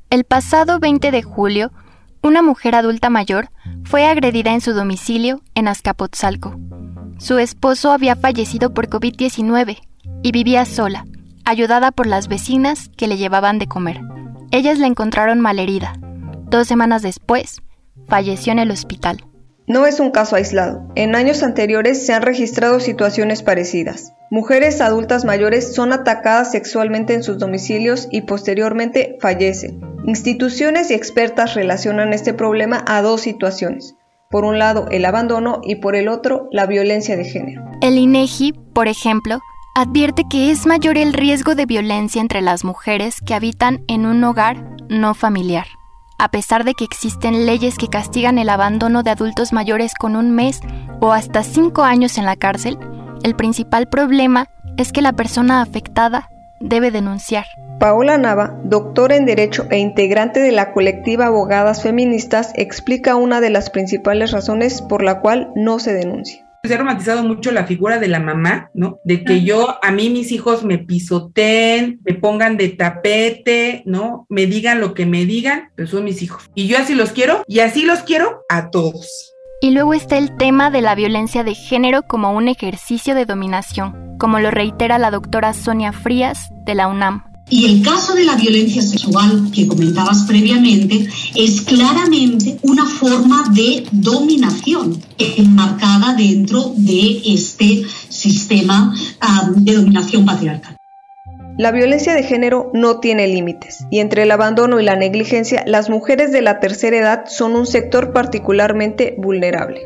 Speaker 10: El pasado veinte de julio, una mujer adulta mayor fue agredida en su domicilio en Azcapotzalco. Su esposo había fallecido por covid diecinueve y vivía sola, ayudada por las vecinas que le llevaban de comer. Ellas la encontraron malherida. Dos semanas después, falleció en el hospital.
Speaker 11: No es un caso aislado. En años anteriores se han registrado situaciones parecidas. Mujeres adultas mayores son atacadas sexualmente en sus domicilios y posteriormente fallecen. Instituciones y expertas relacionan este problema a dos situaciones. Por un lado, el abandono y por el otro, la violencia de género.
Speaker 10: El INEGI, por ejemplo, advierte que es mayor el riesgo de violencia entre las mujeres que habitan en un hogar no familiar. A pesar de que existen leyes que castigan el abandono de adultos mayores con un mes o hasta cinco años en la cárcel, el principal problema es que la persona afectada debe denunciar.
Speaker 11: Paola Nava, doctora en Derecho e integrante de la colectiva Abogadas Feministas, explica una de las principales razones por la cual no se denuncia.
Speaker 12: Se ha romantizado mucho la figura de la mamá, ¿no? De que yo, a mí mis hijos me pisoteen, me pongan de tapete, ¿no? Me digan lo que me digan, pero son mis hijos. Y yo así los quiero, y así los quiero a todos.
Speaker 10: Y luego está el tema de la violencia de género como un ejercicio de dominación, como lo reitera la doctora Sonia Frías de la UNAM.
Speaker 13: Y el caso de la violencia sexual que comentabas previamente es claramente una forma de dominación enmarcada dentro de este sistema um, de dominación patriarcal.
Speaker 11: La violencia de género no tiene límites, y entre el abandono y la negligencia, las mujeres de la tercera edad son un sector particularmente vulnerable.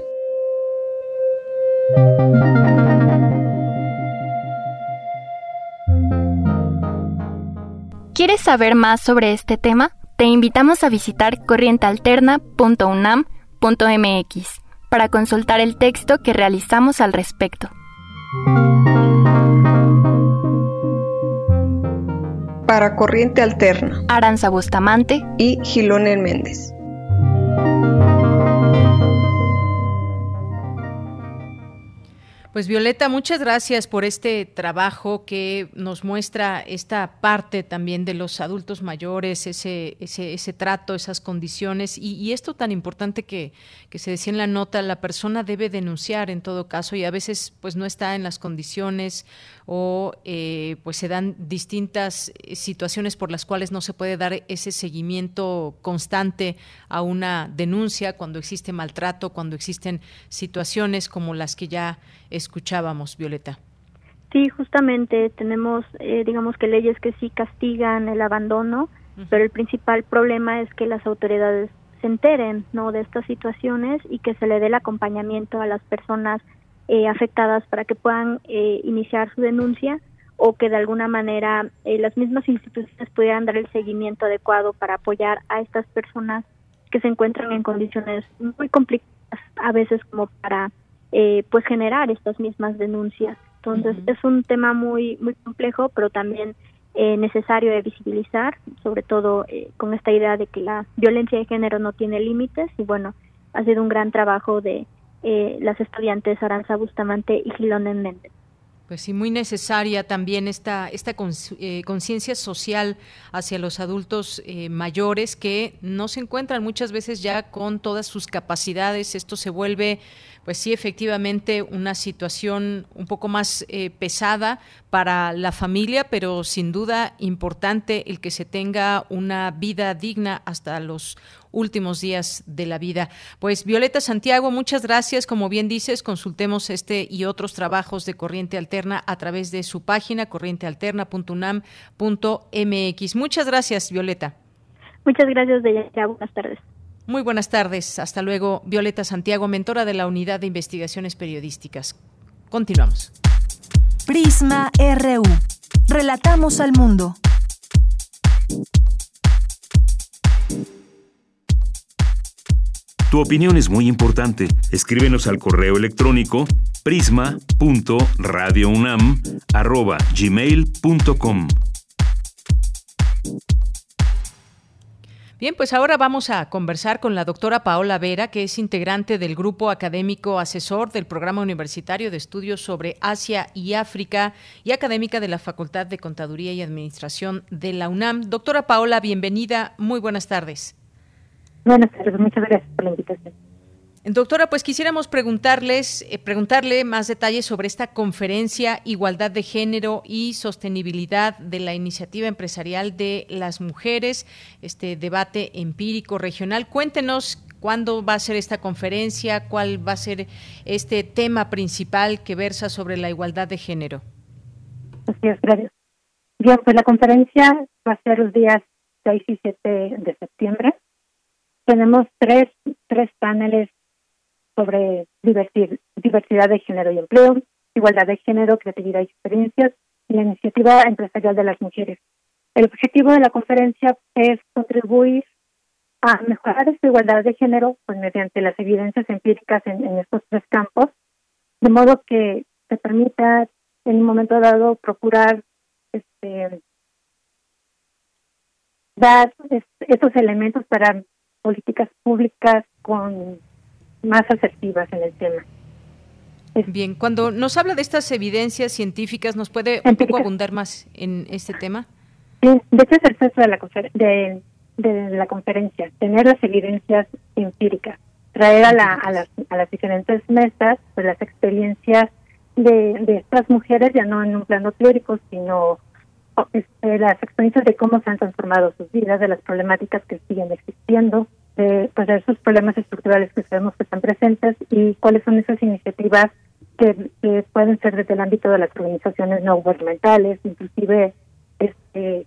Speaker 10: ¿Quieres saber más sobre este tema? Te invitamos a visitar corriente alterna punto unam punto m x para consultar el texto que realizamos al respecto.
Speaker 11: Para Corriente Alterna,
Speaker 10: Aranza Bustamante
Speaker 11: y Gilonen Méndez.
Speaker 3: Pues Violeta, muchas gracias por este trabajo que nos muestra esta parte también de los adultos mayores, ese ese, ese trato, esas condiciones y, y esto tan importante que, que se decía en la nota, la persona debe denunciar en todo caso y a veces pues no está en las condiciones o eh, pues se dan distintas situaciones por las cuales no se puede dar ese seguimiento constante a una denuncia cuando existe maltrato, cuando existen situaciones como las que ya escuchábamos, Violeta.
Speaker 7: Sí, justamente tenemos, eh, digamos que leyes que sí castigan el abandono, uh-huh. pero el principal problema es que las autoridades se enteren, ¿no?, de estas situaciones y que se le dé el acompañamiento a las personas eh, afectadas para que puedan eh, iniciar su denuncia o que de alguna manera eh, las mismas instituciones pudieran dar el seguimiento adecuado para apoyar a estas personas que se encuentran en condiciones muy complicadas, a veces como para Eh, pues generar estas mismas denuncias. Entonces uh-huh. es un tema muy muy complejo, pero también eh, necesario de visibilizar, sobre todo eh, con esta idea de que la violencia de género no tiene límites y bueno, ha sido un gran trabajo de eh, las estudiantes Aranza Bustamante y Gilonen Méndez.
Speaker 3: Pues sí, muy necesaria también esta esta conciencia social hacia los adultos eh, mayores que no se encuentran muchas veces ya con todas sus capacidades. Esto se vuelve, pues sí, efectivamente una situación un poco más eh, pesada para la familia, pero sin duda importante el que se tenga una vida digna hasta los últimos días de la vida. Pues Violeta Santiago, muchas gracias. Como bien dices, consultemos este y otros trabajos de Corriente Alterna a través de su página corriente alterna punto unam punto m x. Muchas gracias, Violeta.
Speaker 7: Muchas gracias, Deyanira. Buenas tardes.
Speaker 3: Muy buenas tardes. Hasta luego, Violeta Santiago, mentora de la Unidad de Investigaciones Periodísticas. Continuamos.
Speaker 1: Prisma R U. Relatamos al mundo.
Speaker 6: Tu opinión es muy importante. Escríbenos al correo electrónico prisma punto radio unam arroba gmail punto com.
Speaker 3: Bien, pues ahora vamos a conversar con la doctora Paola Vera, que es integrante del Grupo Académico Asesor del Programa Universitario de Estudios sobre Asia y África y académica de la Facultad de Contaduría y Administración de la UNAM. Doctora Paola, bienvenida. Muy buenas tardes.
Speaker 14: Buenas tardes, muchas gracias por la invitación.
Speaker 3: Doctora, pues quisiéramos preguntarles, eh, preguntarle más detalles sobre esta conferencia Igualdad de Género y Sostenibilidad de la Iniciativa Empresarial de las Mujeres, este debate empírico regional. Cuéntenos cuándo va a ser esta conferencia, cuál va a ser este tema principal que versa sobre la igualdad de género.
Speaker 14: Así es, gracias. Bien, pues la conferencia va a ser los días seis y siete de septiembre. Tenemos tres, tres paneles sobre diversidad de género y empleo, igualdad de género, creatividad y experiencias, y la iniciativa empresarial de las mujeres. El objetivo de la conferencia es contribuir a mejorar esta igualdad de género pues mediante las evidencias empíricas en, en estos tres campos, de modo que se permita en un momento dado procurar este, dar es, estos elementos para políticas públicas con más asertivas en el tema.
Speaker 3: Bien, cuando nos habla de estas evidencias científicas, ¿nos puede un poco abundar más en este tema?
Speaker 14: Sí, de hecho es el centro de la, confer- de, de la conferencia, tener las evidencias empíricas, traer a, la, a, las, a las diferentes mesas pues, las experiencias de, de estas mujeres, ya no en un plano teórico, sino este, las experiencias de cómo se han transformado sus vidas, de las problemáticas que siguen existiendo, de, pues, de esos problemas estructurales que sabemos que están presentes y cuáles son esas iniciativas que, que pueden ser desde el ámbito de las organizaciones no gubernamentales, inclusive este,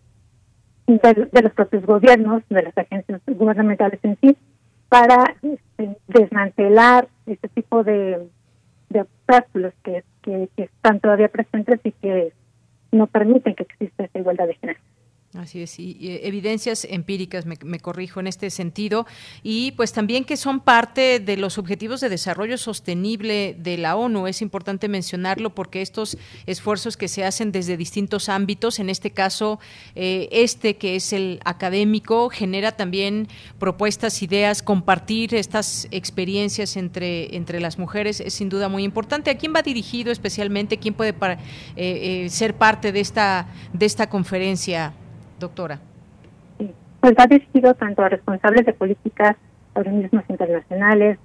Speaker 14: de, de los propios gobiernos, de las agencias gubernamentales en sí, para este, desmantelar este tipo de, de obstáculos que, que, que están todavía presentes y que no permiten que exista esa igualdad de género.
Speaker 3: Así es, y, y evidencias empíricas, me, me corrijo en este sentido, y pues también que son parte de los Objetivos de Desarrollo Sostenible de la ONU. Es importante mencionarlo porque estos esfuerzos que se hacen desde distintos ámbitos, en este caso eh, este que es el académico, genera también propuestas, ideas, compartir estas experiencias entre, entre las mujeres es sin duda muy importante. ¿A quién va dirigido especialmente? ¿Quién puede para, eh, eh, ser parte de esta, de esta conferencia? Doctora.
Speaker 14: Sí, pues va dirigido tanto a responsables de políticas, organismos internacionales,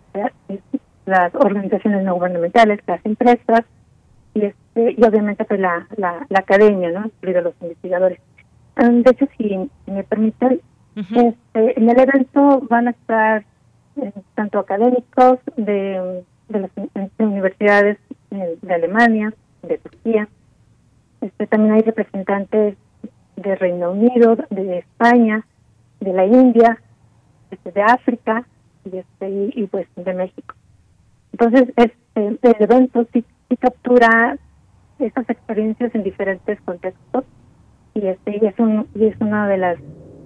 Speaker 14: las organizaciones no gubernamentales, las empresas y este y obviamente pues la, la, la academia, ¿no? Incluidos los investigadores. Um, de hecho, si, si me permiten, uh-huh. este, en el evento van a estar eh, tanto académicos de, de las de universidades de, de Alemania, de Turquía, este también hay representantes de Reino Unido, de España, de la India, este, de África y, este, y, y pues de México. Entonces, este, el evento sí, sí captura estas experiencias en diferentes contextos y este y es un y es una de las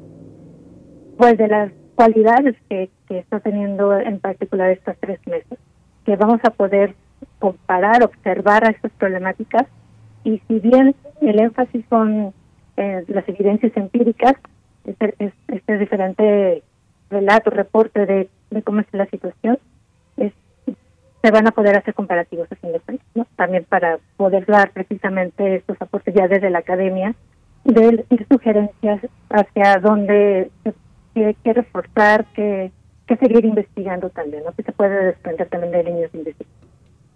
Speaker 14: pues de las cualidades que, que está teniendo en particular estas tres mesas, que vamos a poder comparar, observar a estas problemáticas y si bien el énfasis son Eh, las evidencias empíricas, este, este diferente relato, reporte de, de cómo es la situación, es, se van a poder hacer comparativos a fin de cuentas, ¿no? También para poder dar precisamente estos aportes ya desde la academia, de, de sugerencias hacia dónde se que, que reforzar, que, que seguir investigando también, ¿no? Que se puede desprender también de líneas de investigación.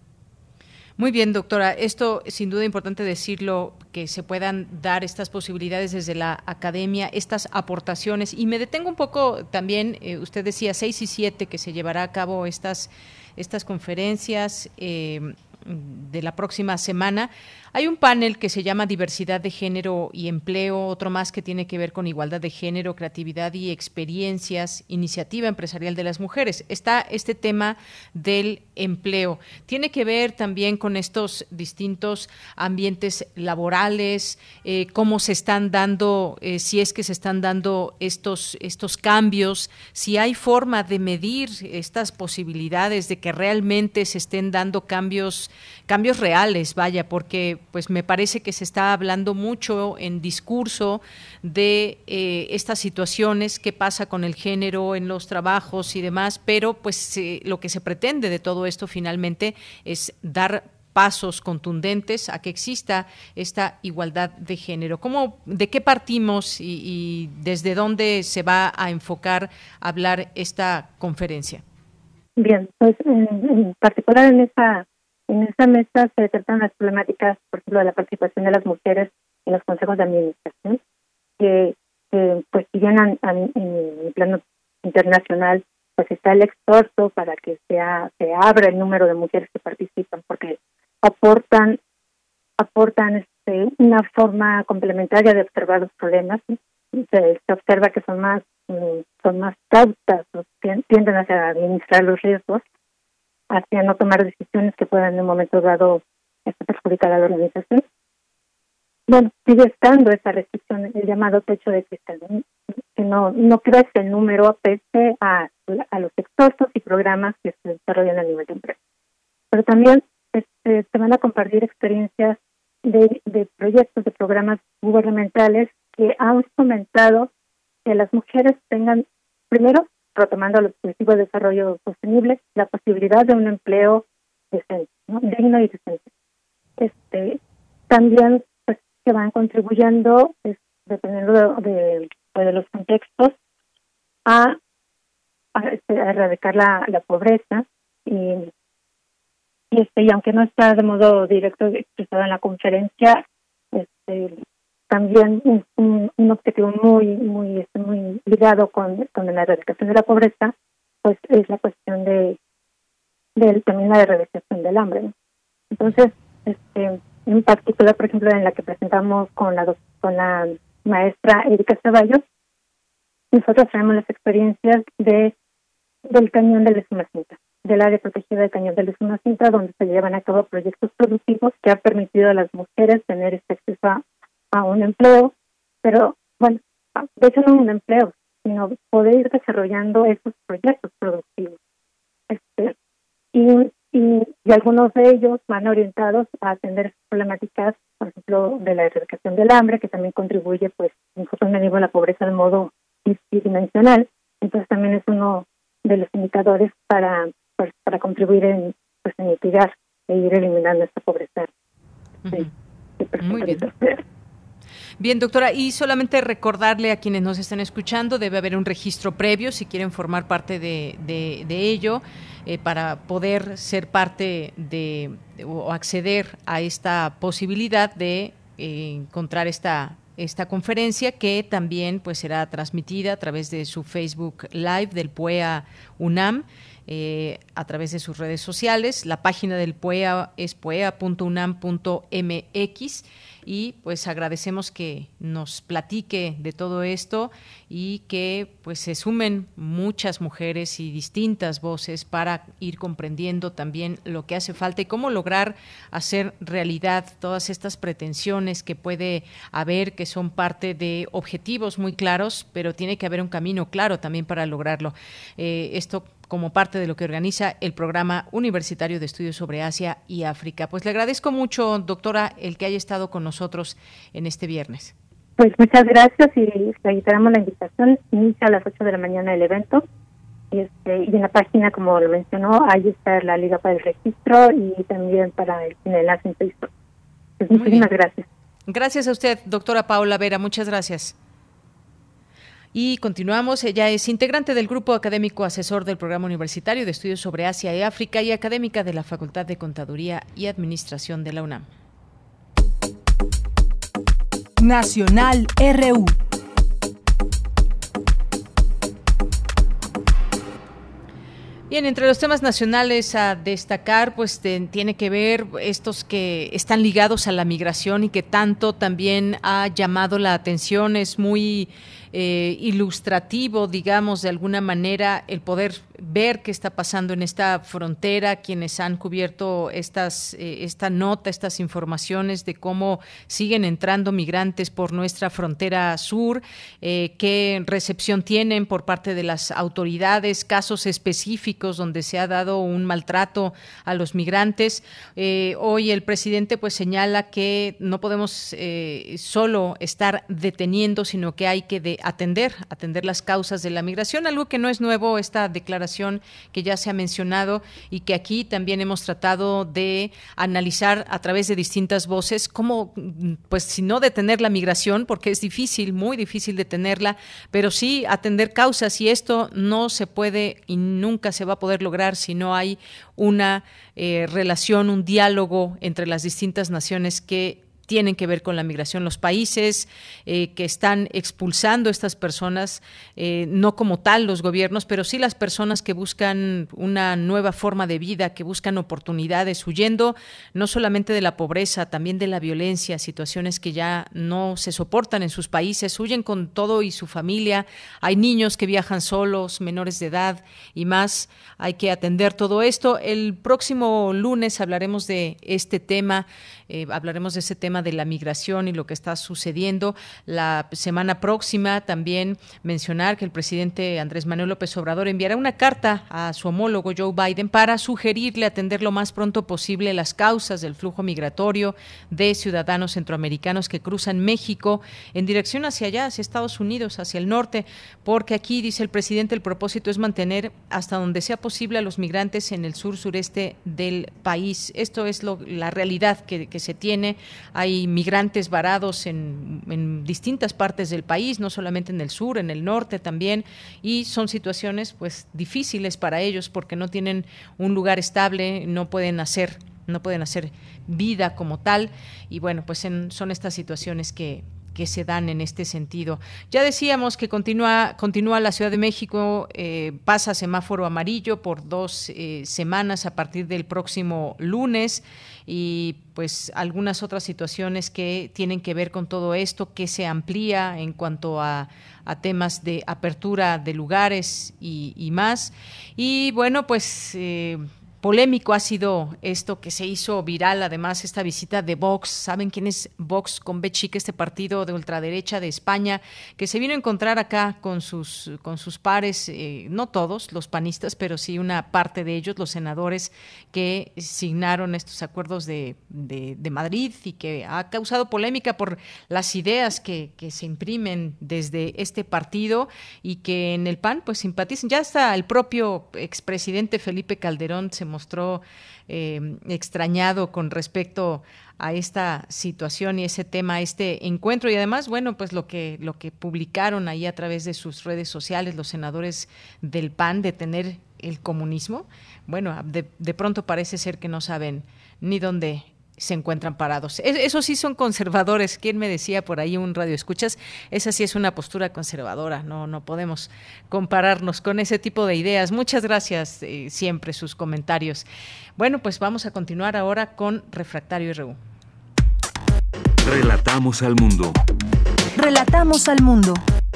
Speaker 3: Muy bien, doctora. Esto sin duda importante decirlo, que se puedan dar estas posibilidades desde la academia, estas aportaciones. Y me detengo un poco también, eh, usted decía seis y siete que se llevará a cabo estas, estas conferencias eh, de la próxima semana. Hay un panel que se llama Diversidad de Género y Empleo, otro más que tiene que ver con igualdad de género, creatividad y experiencias, iniciativa empresarial de las mujeres. Está este tema del empleo. Tiene que ver también con estos distintos ambientes laborales, eh, cómo se están dando, eh, si es que se están dando estos, estos cambios, si hay forma de medir estas posibilidades de que realmente se estén dando cambios, cambios reales, vaya, porque pues me parece que se está hablando mucho en discurso de eh, estas situaciones, qué pasa con el género en los trabajos y demás, pero pues eh, lo que se pretende de todo esto finalmente es dar pasos contundentes a que exista esta igualdad de género. ¿Cómo, de qué partimos y, y desde dónde se va a enfocar a hablar esta conferencia?
Speaker 14: Bien, pues en, en particular en esa en esa mesa se tratan las problemáticas, por ejemplo, de la participación de las mujeres en los consejos de administración, que, que pues si bien en, en, en el plano internacional pues está el exhorto para que sea se abra el número de mujeres que participan, porque aportan aportan este, una forma complementaria de observar los problemas, ¿sí? se, se observa que son más son más cautas, tienden hacia administrar los riesgos, hacia no tomar decisiones que puedan en un momento dado perjudicar a la organización. Bueno, sigue estando esa restricción, el llamado techo de cristal, que no no crece el número pese a, a los exhortos y programas que se desarrollan a nivel de empresa. Pero también este, se van a compartir experiencias de, de proyectos, de programas gubernamentales que han fomentado que las mujeres tengan, primero, retomando los objetivos de desarrollo sostenible, la posibilidad de un empleo decente, ¿no? digno y decente. Este, también pues, que van contribuyendo, es, dependiendo de, de, de los contextos, a, a, este, a erradicar la, la pobreza y, y, este, y aunque no está de modo directo expresado en la conferencia, este, también un, un, un objetivo muy muy este, muy ligado con, con la erradicación de la pobreza, pues es la cuestión de, de también la erradicación del hambre, ¿no? Entonces, este, en particular, por ejemplo, en la que presentamos con la con la maestra Erika Ceballos, nosotros traemos las experiencias de del cañón del Usumacinta, del área protegida del cañón del Usumacinta, donde se llevan a cabo proyectos productivos que han permitido a las mujeres tener este acceso a a un empleo, pero bueno, de hecho no un empleo, sino poder ir desarrollando esos proyectos productivos. Este, y, y, y algunos de ellos van orientados a atender problemáticas, por ejemplo, de la erradicación del hambre, que también contribuye, pues, nosotros medimos la pobreza de modo multidimensional, entonces también es uno de los indicadores para, pues, para contribuir en, pues, en mitigar e ir eliminando esta pobreza.
Speaker 3: Uh-huh.
Speaker 14: Sí,
Speaker 3: muy bien. Bien, doctora, y solamente recordarle a quienes nos están escuchando, debe haber un registro previo si quieren formar parte de, de, de ello, eh, para poder ser parte de, de o acceder a esta posibilidad de eh, encontrar esta esta conferencia, que también pues será transmitida a través de su Facebook Live del PUEA UNAM, eh, a través de sus redes sociales. La página del PUEA es puea punto unam punto m x y pues agradecemos que nos platique de todo esto y que pues se sumen muchas mujeres y distintas voces para ir comprendiendo también lo que hace falta y cómo lograr hacer realidad todas estas pretensiones que puede haber, que son parte de objetivos muy claros, pero tiene que haber un camino claro también para lograrlo. Eh, esto como parte de lo que organiza el Programa Universitario de Estudios sobre Asia y África. Pues le agradezco mucho, doctora, el que haya estado con nosotros en este viernes.
Speaker 14: Pues muchas gracias y reiteramos la invitación. Inicia a las ocho de la mañana el evento y, este, y en la página, como lo mencionó, ahí está la liga para el registro y también para el enlace en Facebook. Pues muchísimas gracias.
Speaker 3: Gracias a usted, doctora Paola Vera, muchas gracias. Y continuamos, ella es integrante del Grupo Académico Asesor del Programa Universitario de Estudios sobre Asia y África y académica de la Facultad de Contaduría y Administración de la UNAM.
Speaker 1: Nacional R U.
Speaker 3: Bien, entre los temas nacionales a destacar, pues te, tiene que ver estos que están ligados a la migración y que tanto también ha llamado la atención. Es muy eh, ilustrativo, digamos, de alguna manera, el poder ver qué está pasando en esta frontera, quienes han cubierto estas, eh, esta nota, estas informaciones de cómo siguen entrando migrantes por nuestra frontera sur, eh, qué recepción tienen por parte de las autoridades, casos específicos donde se ha dado un maltrato a los migrantes. Eh, hoy el presidente pues señala que no podemos eh, solo estar deteniendo, sino que hay que de atender, atender las causas de la migración, algo que no es nuevo, esta declaración que ya se ha mencionado y que aquí también hemos tratado de analizar a través de distintas voces, cómo, pues si no detener la migración, porque es difícil, muy difícil detenerla, pero sí atender causas, y esto no se puede y nunca se va a poder lograr si no hay una eh, relación, un diálogo entre las distintas naciones que tienen que ver con la migración. Los países eh, que están expulsando a estas personas, eh, no como tal los gobiernos, pero sí las personas que buscan una nueva forma de vida, que buscan oportunidades, huyendo no solamente de la pobreza, también de la violencia, situaciones que ya no se soportan en sus países, huyen con todo y su familia. Hay niños que viajan solos, menores de edad y más. Hay que atender todo esto. El próximo lunes hablaremos de este tema, eh, hablaremos de ese tema de la migración y lo que está sucediendo. La semana próxima también mencionar que el presidente Andrés Manuel López Obrador enviará una carta a su homólogo Joe Biden para sugerirle atender lo más pronto posible las causas del flujo migratorio de ciudadanos centroamericanos que cruzan México en dirección hacia allá, hacia Estados Unidos, hacia el norte, porque aquí, dice el presidente, el propósito es mantener hasta donde sea posible a los migrantes en el sur sureste del país. Esto es lo, la realidad que, que se tiene. Hay migrantes varados en, en distintas partes del país, no solamente en el sur, en el norte también, y son situaciones pues difíciles para ellos porque no tienen un lugar estable, no pueden hacer, no pueden hacer vida como tal, y bueno, pues en, son estas situaciones que que se dan en este sentido. Ya decíamos que continúa, continúa la Ciudad de México, eh, pasa semáforo amarillo por dos eh, semanas a partir del próximo lunes, y pues algunas otras situaciones que tienen que ver con todo esto, que se amplía en cuanto a, a temas de apertura de lugares y, y más. Y bueno, pues eh, polémico ha sido esto que se hizo viral, además esta visita de Vox. ¿Saben quién es Vox con B chica? Este partido de ultraderecha de España que se vino a encontrar acá con sus con sus pares, eh, no todos los panistas, pero sí una parte de ellos, los senadores que signaron estos acuerdos de, de, de Madrid, y que ha causado polémica por las ideas que, que se imprimen desde este partido y que en el P A N pues simpatizan. Ya hasta el propio expresidente Felipe Calderón se mostró eh, extrañado con respecto a esta situación y ese tema, este encuentro, y además, bueno, pues lo que lo que publicaron ahí a través de sus redes sociales los senadores del P A N, de tener el comunismo. Bueno, de, de pronto parece ser que no saben ni dónde se encuentran parados. Eso sí son conservadores. ¿Quién me decía por ahí, un radio escuchas? Esa sí es una postura conservadora. No, no podemos compararnos con ese tipo de ideas. Muchas gracias, eh, siempre sus comentarios. Bueno, pues vamos a continuar ahora con Refractario R U.
Speaker 6: Relatamos al mundo.
Speaker 1: Relatamos al mundo.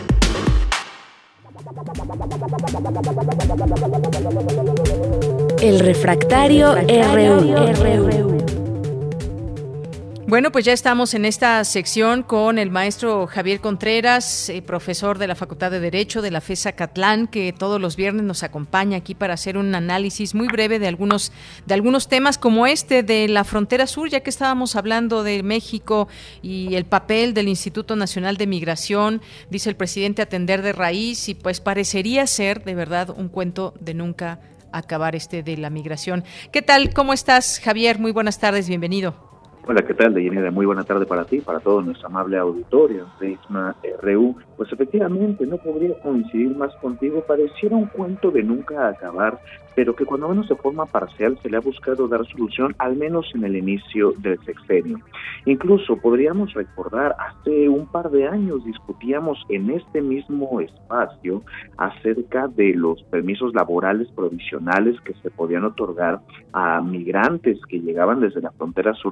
Speaker 25: El Refractario R U.
Speaker 3: Bueno, pues ya estamos en esta sección con el maestro Javier Contreras, eh, profesor de la Facultad de Derecho de la FES Acatlán, que todos los viernes nos acompaña aquí para hacer un análisis muy breve de algunos de algunos temas como este de la frontera sur, ya que estábamos hablando de México y el papel del Instituto Nacional de Migración. Dice el presidente atender de raíz, y pues parecería ser de verdad un cuento de nunca acabar este de la migración. ¿Qué tal? ¿Cómo estás, Javier? Muy buenas tardes, bienvenido.
Speaker 15: Hola, ¿qué tal, Deyanira? Muy buena tarde para ti, para todo nuestro amable auditorio, Prisma R U. Pues efectivamente, no podría coincidir más contigo, pareciera un cuento de nunca acabar, pero que cuando menos de forma parcial se le ha buscado dar solución, al menos en el inicio del sexenio. Incluso podríamos recordar, hace un par de años discutíamos en este mismo espacio acerca de los permisos laborales provisionales que se podían otorgar a migrantes que llegaban desde la frontera sur de México,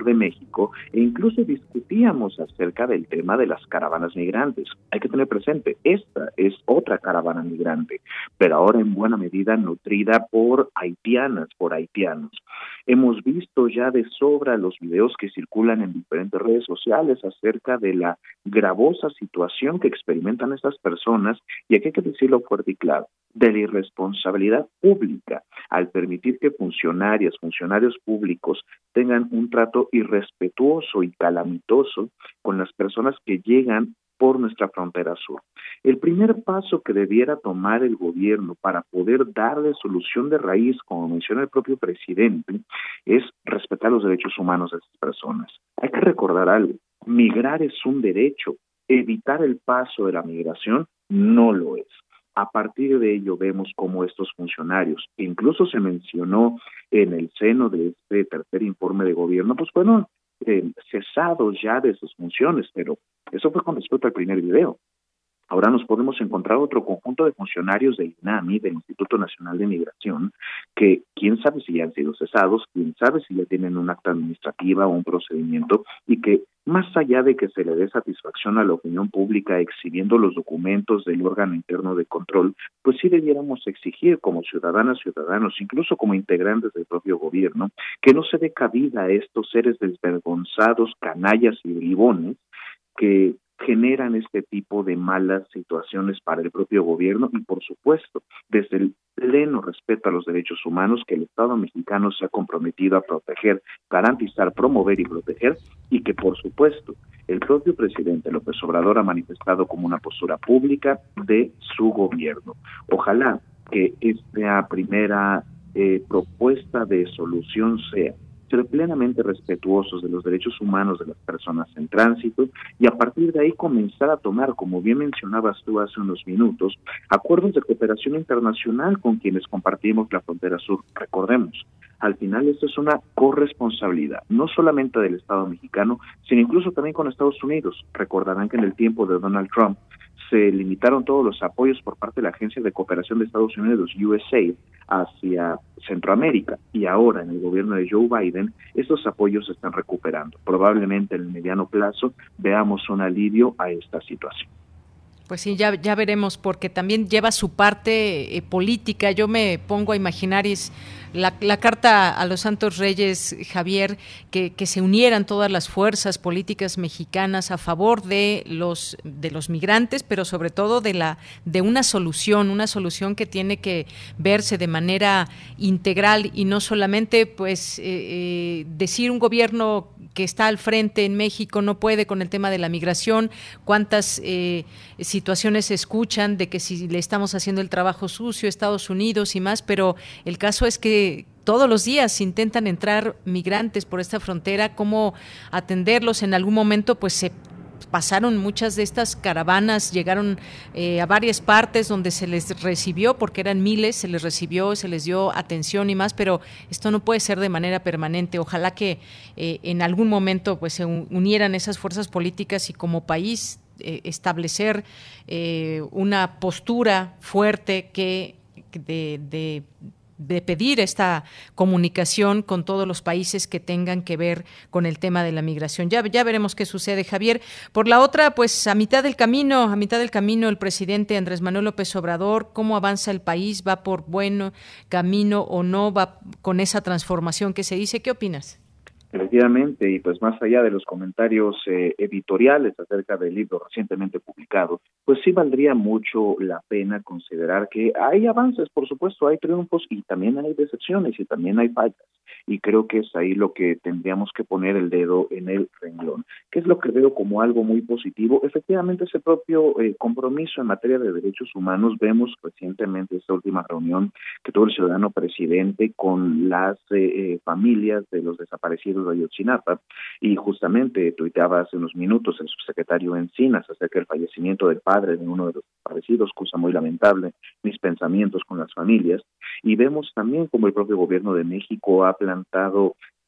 Speaker 15: México e incluso discutíamos acerca del tema de las caravanas migrantes. Hay que tener presente, esta es otra caravana migrante, pero ahora en buena medida nutrida por haitianas, por haitianos. Hemos visto ya de sobra los videos que circulan en diferentes redes sociales acerca de la gravosa situación que experimentan estas personas, y aquí hay que decirlo fuerte y claro, de la irresponsabilidad pública al permitir que funcionarias, funcionarios públicos tengan un trato irrespetuoso y calamitoso con las personas que llegan por nuestra frontera sur. El primer paso que debiera tomar el gobierno para poder darle solución de raíz, como menciona el propio presidente, es respetar los derechos humanos de estas personas. Hay que recordar algo, migrar es un derecho, evitar el paso de la migración no lo es. A partir de ello vemos cómo estos funcionarios, incluso se mencionó en el seno de este tercer informe de gobierno, pues fueron eh, cesados ya de sus funciones, pero eso fue con respecto al primer video. Ahora nos podemos encontrar otro conjunto de funcionarios del INAMI, del Instituto Nacional de Migración, que quién sabe si ya han sido cesados, quién sabe si ya tienen un acta administrativa o un procedimiento, y que más allá de que se le dé satisfacción a la opinión pública exhibiendo los documentos del órgano interno de control, pues sí debiéramos exigir como ciudadanas, ciudadanos, incluso como integrantes del propio gobierno, que no se dé cabida a estos seres desvergonzados, canallas y bribones que generan este tipo de malas situaciones para el propio gobierno y, por supuesto, desde el pleno respeto a los derechos humanos que el Estado mexicano se ha comprometido a proteger, garantizar, promover y proteger, y que, por supuesto, el propio presidente López Obrador ha manifestado como una postura pública de su gobierno. Ojalá que esta primera eh, propuesta de solución sea ser plenamente respetuosos de los derechos humanos de las personas en tránsito y a partir de ahí comenzar a tomar, como bien mencionabas tú hace unos minutos, acuerdos de cooperación internacional con quienes compartimos la frontera sur. Recordemos, al final esto es una corresponsabilidad, no solamente del Estado mexicano, sino incluso también con Estados Unidos. Recordarán que en el tiempo de Donald Trump se limitaron todos los apoyos por parte de la Agencia de Cooperación de Estados Unidos, U S A I D, hacia Centroamérica, y ahora en el gobierno de Joe Biden estos apoyos se están recuperando. Probablemente en el mediano plazo veamos un alivio a esta situación.
Speaker 3: Pues sí, ya, ya veremos, porque también lleva su parte eh, política. Yo me pongo a imaginar es la, la carta a los Santos Reyes, Javier, que, que se unieran todas las fuerzas políticas mexicanas a favor de los de los migrantes, pero sobre todo de la de una solución, una solución que tiene que verse de manera integral y no solamente, pues, eh, eh, decir un gobierno que está al frente en México no puede con el tema de la migración. Cuántas eh, situaciones se escuchan de que si le estamos haciendo el trabajo sucio a Estados Unidos y más, pero el caso es que todos los días intentan entrar migrantes por esta frontera. ¿Cómo atenderlos? En algún momento pues se pasaron muchas de estas caravanas, llegaron eh, a varias partes donde se les recibió, porque eran miles, se les recibió, se les dio atención y más, pero esto no puede ser de manera permanente. Ojalá que eh, en algún momento pues se unieran esas fuerzas políticas y como país eh, establecer eh, una postura fuerte que de, de de pedir esta comunicación con todos los países que tengan que ver con el tema de la migración. Ya, ya veremos qué sucede, Javier. Por la otra, pues a mitad del camino, a mitad del camino el presidente Andrés Manuel López Obrador, ¿cómo avanza el país? ¿Va por buen camino o no? ¿Va con esa transformación que se dice? ¿Qué opinas?
Speaker 15: Efectivamente, y pues más allá de los comentarios eh, editoriales acerca del libro recientemente publicado, pues sí valdría mucho la pena considerar que hay avances, por supuesto, hay triunfos y también hay decepciones y también hay fallas. Y creo que es ahí lo que tendríamos que poner el dedo en el renglón. ¿Qué es lo que veo como algo muy positivo? Efectivamente, ese propio eh, compromiso en materia de derechos humanos. Vemos recientemente esta última reunión que tuvo el ciudadano presidente con las eh, eh, familias de los desaparecidos de Ayotzinapa, y justamente tuiteaba hace unos minutos el subsecretario Encinas acerca del fallecimiento del padre de uno de los desaparecidos, cosa muy lamentable, mis pensamientos con las familias. Y vemos también como el propio gobierno de México ha plantado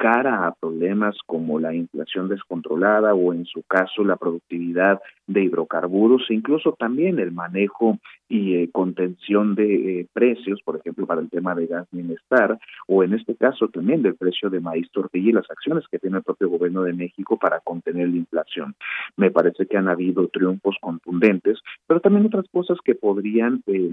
Speaker 15: cara a problemas como la inflación descontrolada o en su caso la productividad de hidrocarburos e incluso también el manejo y eh, contención de eh, precios, por ejemplo, para el tema de gas Minestar, o en este caso también del precio de maíz tortilla y las acciones que tiene el propio gobierno de México para contener la inflación. Me parece que han habido triunfos contundentes, pero también otras cosas que podrían eh,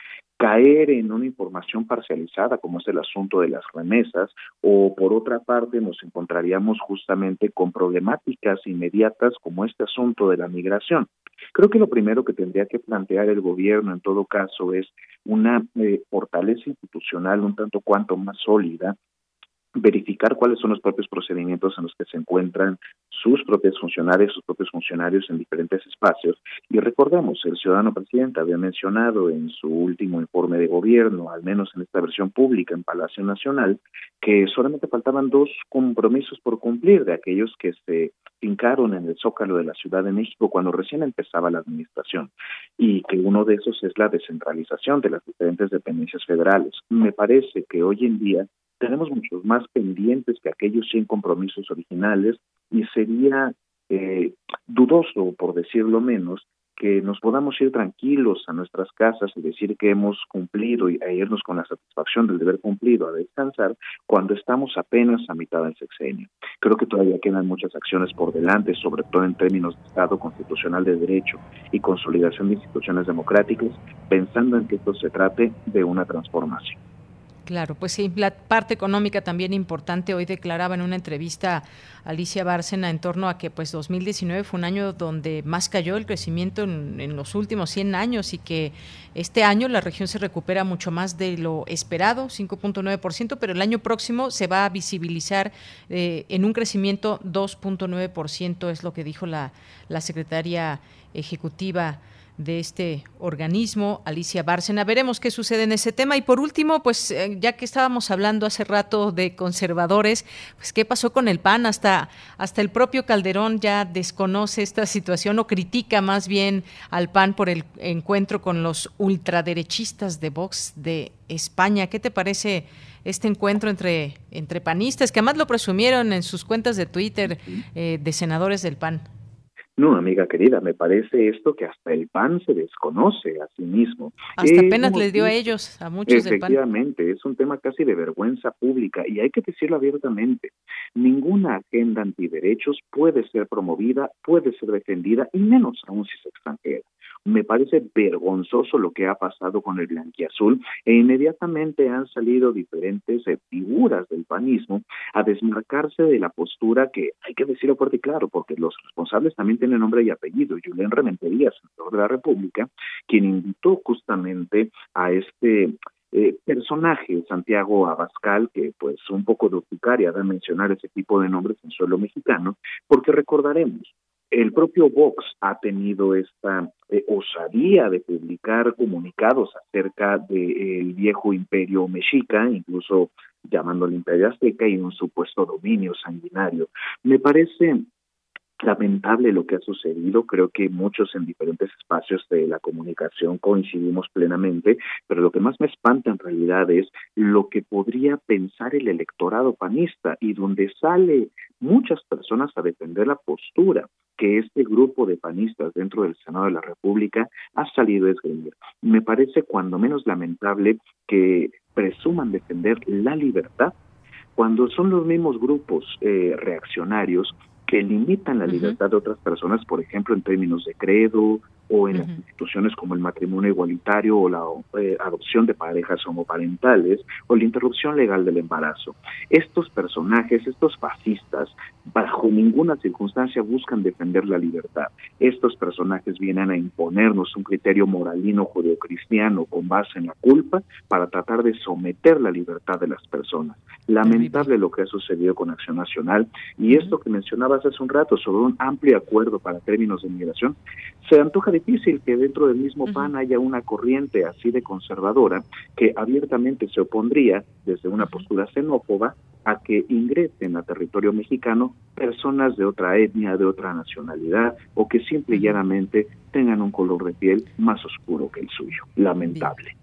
Speaker 15: caer en una información parcializada, como es el asunto de las remesas, o por otra parte nos encontraríamos justamente con problemáticas inmediatas como este asunto de la migración. Creo que lo primero que tendría que plantear el gobierno en todo caso es una eh, fortaleza institucional un tanto cuanto más sólida, verificar cuáles son los propios procedimientos en los que se encuentran sus propios funcionarios, sus propios funcionarios en diferentes espacios. Y recordemos, el ciudadano presidente había mencionado en su último informe de gobierno, al menos en esta versión pública en Palacio Nacional, que solamente faltaban dos compromisos por cumplir de aquellos que se fincaron en el Zócalo de la Ciudad de México cuando recién empezaba la administración, y que uno de esos es la descentralización de las diferentes dependencias federales. Me parece que hoy en día tenemos muchos más pendientes que aquellos cien compromisos originales y sería eh, dudoso, por decirlo menos, que nos podamos ir tranquilos a nuestras casas y decir que hemos cumplido y a irnos con la satisfacción del deber cumplido a descansar cuando estamos apenas a mitad del sexenio. Creo que todavía quedan muchas acciones por delante, sobre todo en términos de Estado constitucional de derecho y consolidación de instituciones democráticas, pensando en que esto se trate de una transformación.
Speaker 3: Claro, pues sí, la parte económica también importante. Hoy declaraba en una entrevista Alicia Bárcena en torno a que pues dos mil diecinueve fue un año donde más cayó el crecimiento en, en los últimos cien años y que este año la región se recupera mucho más de lo esperado, cinco punto nueve por ciento, pero el año próximo se va a visibilizar eh, en un crecimiento dos punto nueve por ciento, es lo que dijo la, la secretaria ejecutiva de este organismo, Alicia Bárcena. Veremos qué sucede en ese tema. Y por último, pues eh, ya que estábamos hablando hace rato de conservadores, pues qué pasó con el P A N. Hasta, hasta el propio Calderón ya desconoce esta situación o critica más bien al P A N por el encuentro con los ultraderechistas de Vox de España. ¿Qué te parece este encuentro entre, entre panistas, que además lo presumieron en sus cuentas de Twitter eh, de senadores del P A N?
Speaker 15: No, amiga querida, me parece esto que hasta el P A N se desconoce a sí mismo.
Speaker 3: Hasta
Speaker 15: eh,
Speaker 3: apenas les dio a ellos, a muchos del P A N.
Speaker 15: Efectivamente, es un tema casi de vergüenza pública y hay que decirlo abiertamente. Ninguna agenda antiderechos puede ser promovida, puede ser defendida, y menos aún si es extranjera. Me parece vergonzoso lo que ha pasado con el blanquiazul e inmediatamente han salido diferentes eh, figuras del panismo a desmarcarse de la postura que hay que decirlo fuerte y claro, porque los responsables también tienen nombre y apellido. Julen Rementería, senador de la República, quien invitó justamente a este eh, personaje, Santiago Abascal, que pues un poco de urticaria de mencionar ese tipo de nombres en suelo mexicano, porque recordaremos, el propio Vox ha tenido esta eh, osadía de publicar comunicados acerca del viejo imperio mexica, incluso llamándolo imperio azteca, y un supuesto dominio sanguinario. Me parece lamentable lo que ha sucedido. Creo que muchos en diferentes espacios de la comunicación coincidimos plenamente, pero lo que más me espanta en realidad es lo que podría pensar el electorado panista y donde sale muchas personas a defender la postura que este grupo de panistas dentro del Senado de la República ha salido a esgrimir. Me parece cuando menos lamentable que presuman defender la libertad cuando son los mismos grupos eh, reaccionarios que limitan la libertad uh-huh. de otras personas, por ejemplo, en términos de credo o en uh-huh. las instituciones como el matrimonio igualitario o la eh, adopción de parejas homoparentales o la interrupción legal del embarazo. Estos personajes, estos fascistas, bajo ninguna circunstancia buscan defender la libertad. Estos personajes vienen a imponernos un criterio moralino judeocristiano con base en la culpa para tratar de someter la libertad de las personas. Lamentable lo que ha sucedido con Acción Nacional, y esto que mencionabas hace un rato sobre un amplio acuerdo para términos de migración, se antoja difícil que dentro del mismo P A N haya una corriente así de conservadora que abiertamente se opondría desde una postura xenófoba a que ingresen a territorio mexicano personas de otra etnia, de otra nacionalidad, o que simple y llanamente tengan un color de piel más oscuro que el suyo. Lamentable.
Speaker 3: Bien.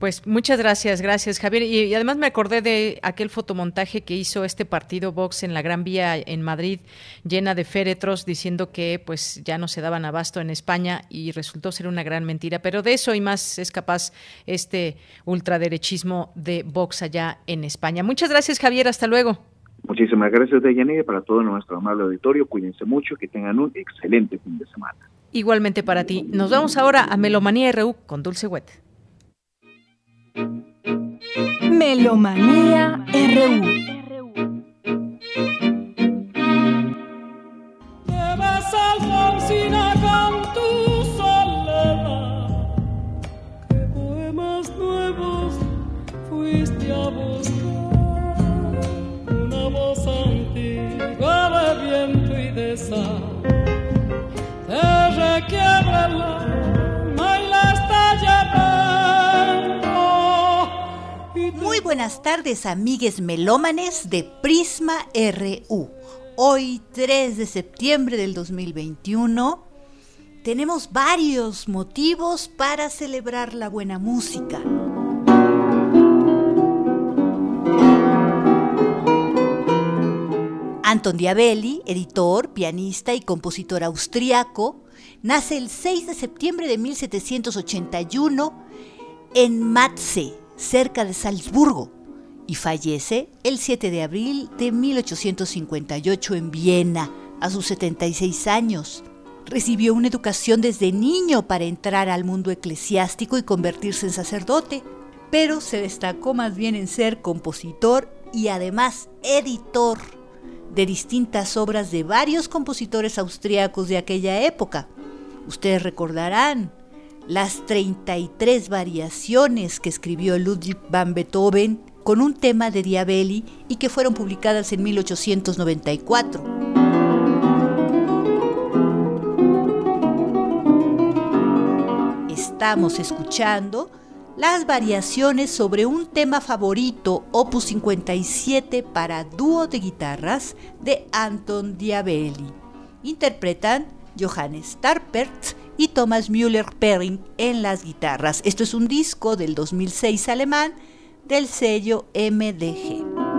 Speaker 3: Pues muchas gracias, gracias Javier. Y, y además me acordé de aquel fotomontaje que hizo este partido Vox en la Gran Vía en Madrid, llena de féretros, diciendo que pues ya no se daban abasto en España, y resultó ser una gran mentira. Pero de eso y más es capaz este ultraderechismo de Vox allá en España. Muchas gracias, Javier, hasta luego.
Speaker 15: Muchísimas gracias, Deyanira, para todo nuestro amable auditorio. Cuídense mucho, que tengan un excelente fin de semana.
Speaker 3: Igualmente para ti. Nos vamos ahora a Melomanía R U con Dulce Wet.
Speaker 1: Melomanía R U.
Speaker 16: Te vas Alfonsina con tu soledad, que poemas nuevos fuiste a buscar, una voz antigua de viento y de sal, te requiebra el alma y la está llevando.
Speaker 17: Muy buenas tardes, amigues melómanes de Prisma R U. Hoy, tres de septiembre del dos mil veintiuno, tenemos varios motivos para celebrar la buena música. Anton Diabelli, editor, pianista y compositor austriaco, nace el seis de septiembre de mil setecientos ochenta y uno en Matze, cerca de Salzburgo, y fallece el siete de abril de mil ochocientos cincuenta y ocho en Viena, a sus setenta y seis años. Recibió una educación desde niño para entrar al mundo eclesiástico y convertirse en sacerdote, pero se destacó más bien en ser compositor y además editor de distintas obras de varios compositores austriacos de aquella época. Ustedes recordarán las treinta y tres variaciones que escribió Ludwig van Beethoven con un tema de Diabelli y que fueron publicadas en mil ochocientos noventa y cuatro. Estamos escuchando las variaciones sobre un tema favorito, opus cincuenta y siete para dúo de guitarras de Anton Diabelli. Interpretan Johannes Tarpert y Thomas Müller-Perring en las guitarras. Esto es un disco del dos mil seis alemán del sello M D G.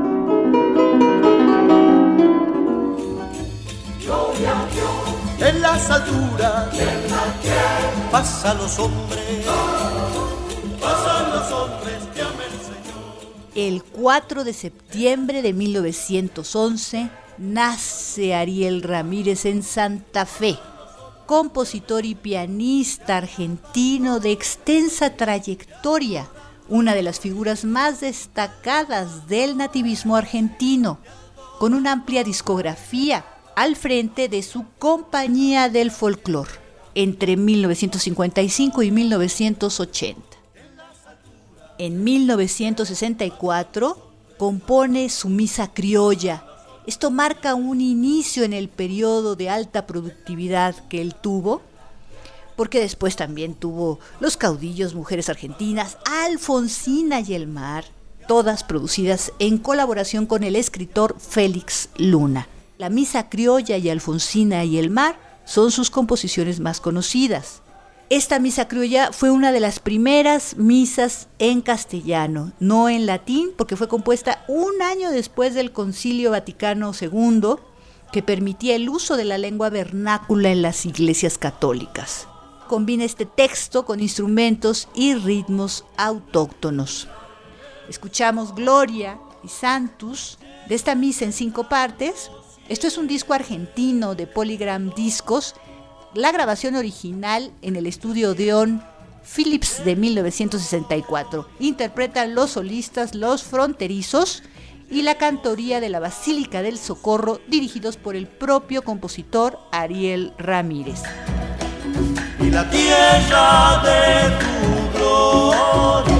Speaker 18: En las alturas pasan los hombres, pasan los hombres que ama el Señor.
Speaker 17: El cuatro de septiembre de mil novecientos once nace Ariel Ramírez en Santa Fe, compositor y pianista argentino de extensa trayectoria, una de las figuras más destacadas del nativismo argentino, con una amplia discografía al frente de su Compañía del Folclor entre mil novecientos cincuenta y cinco y mil novecientos ochenta. En mil novecientos sesenta y cuatro compone su Misa Criolla. Esto marca un inicio en el periodo de alta productividad que él tuvo, porque después también tuvo Los Caudillos, Mujeres Argentinas, Alfonsina y el Mar, todas producidas en colaboración con el escritor Félix Luna. La Misa Criolla y Alfonsina y el Mar son sus composiciones más conocidas. Esta Misa Criolla fue una de las primeras misas en castellano, no en latín, porque fue compuesta un año después del Concilio Vaticano segundo, que permitía el uso de la lengua vernácula en las iglesias católicas. Combina este texto con instrumentos y ritmos autóctonos. Escuchamos Gloria y Santus de esta misa en cinco partes. Esto es un disco argentino de Polygram Discos, la grabación original en el estudio Odeon Philips de mil novecientos sesenta y cuatro. Interpretan los solistas Los Fronterizos y la cantoría de la Basílica del Socorro, dirigidos por el propio compositor Ariel Ramírez.
Speaker 18: Y la tierra de tu gloria.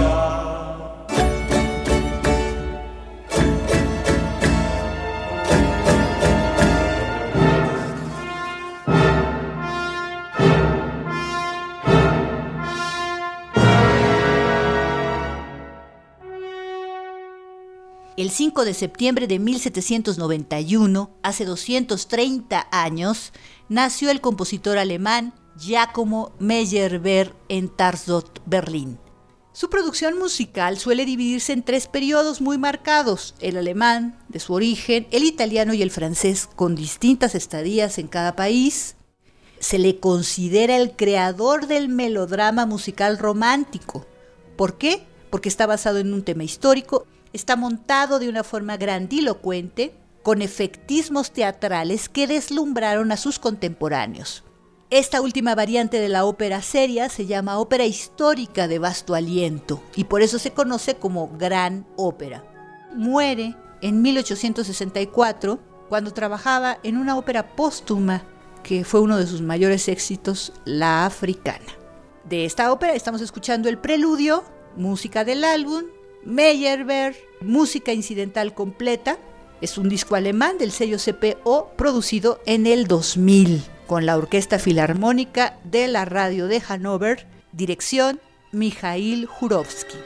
Speaker 17: El cinco de septiembre de mil setecientos noventa y uno, hace doscientos treinta años, nació el compositor alemán Giacomo Meyerbeer en Tarsdorf, Berlín. Su producción musical suele dividirse en tres periodos muy marcados: el alemán, de su origen, el italiano y el francés, con distintas estadías en cada país. Se le considera el creador del melodrama musical romántico. ¿Por qué? Porque está basado en un tema histórico, está montado de una forma grandilocuente, con efectismos teatrales que deslumbraron a sus contemporáneos. Esta última variante de la ópera seria se llama ópera histórica de vasto aliento y por eso se conoce como gran ópera. Muere en mil ochocientos sesenta y cuatro cuando trabajaba en una ópera póstuma que fue uno de sus mayores éxitos, La Africana. De esta ópera estamos escuchando el preludio, música del álbum, Meyerbeer, música incidental completa. Es un disco alemán del sello C P O producido en el dos mil. Con la Orquesta Filarmónica de la Radio de Hannover, dirección Mijail Jurovsky.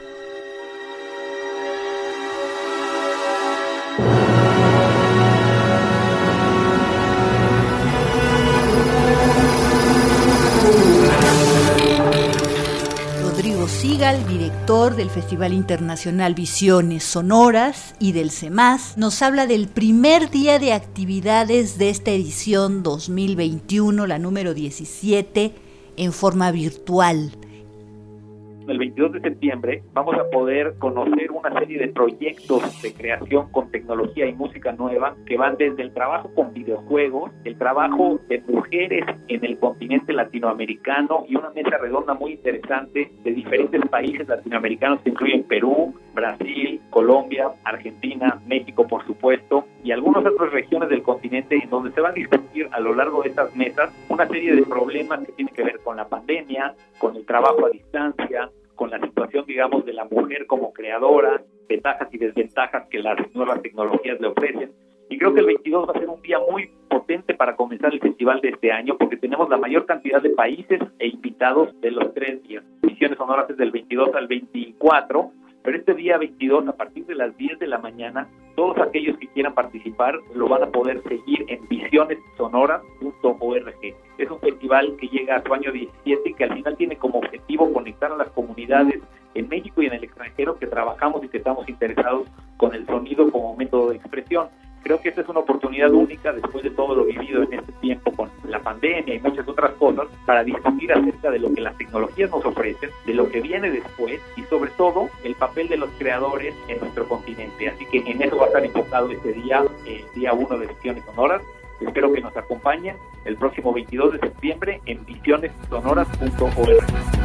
Speaker 17: Rodrigo Sigal, director del Festival Internacional Visiones Sonoras y del CEMAS, nos habla del primer día de actividades de esta edición dos mil veintiuno, la número diecisiete, en forma virtual.
Speaker 19: El veintidós de septiembre vamos a poder conocer una serie de proyectos de creación con tecnología y música nueva que van desde el trabajo con videojuegos, el trabajo de mujeres en el continente latinoamericano y una mesa redonda muy interesante de diferentes países latinoamericanos que incluyen Perú, Brasil, Colombia, Argentina, México por supuesto y algunas otras regiones del continente en donde se van a discutir a lo largo de estas mesas una serie de problemas que tienen que ver con la pandemia, con el trabajo a distancia, con la situación, digamos, de la mujer como creadora, ventajas y desventajas que las nuevas tecnologías le ofrecen. Y creo que el veintidós va a ser un día muy potente para comenzar el festival de este año, porque tenemos la mayor cantidad de países e invitados de los tres días. Visiones Sonoras es del veintidós al veinticuatro, pero este día veintidós, a partir de las diez de la mañana, todos aquellos que quieran participar lo van a poder seguir en visiones sonoras punto org. Es un festival que llega a su año diecisiete y que al final tiene como objetivo conectar a las comunidades en México y en el extranjero que trabajamos y que estamos interesados con el sonido como método de expresión. Creo que esta es una oportunidad única después de todo lo vivido en este tiempo con la pandemia y muchas otras cosas para discutir acerca de lo que las tecnologías nos ofrecen, de lo que viene después y sobre todo el papel de los creadores en nuestro continente. Así que en eso va a estar enfocado este día, el día uno de Visiones Sonoras. Espero que nos acompañen el próximo veintidós de septiembre en visiones sonoras punto org.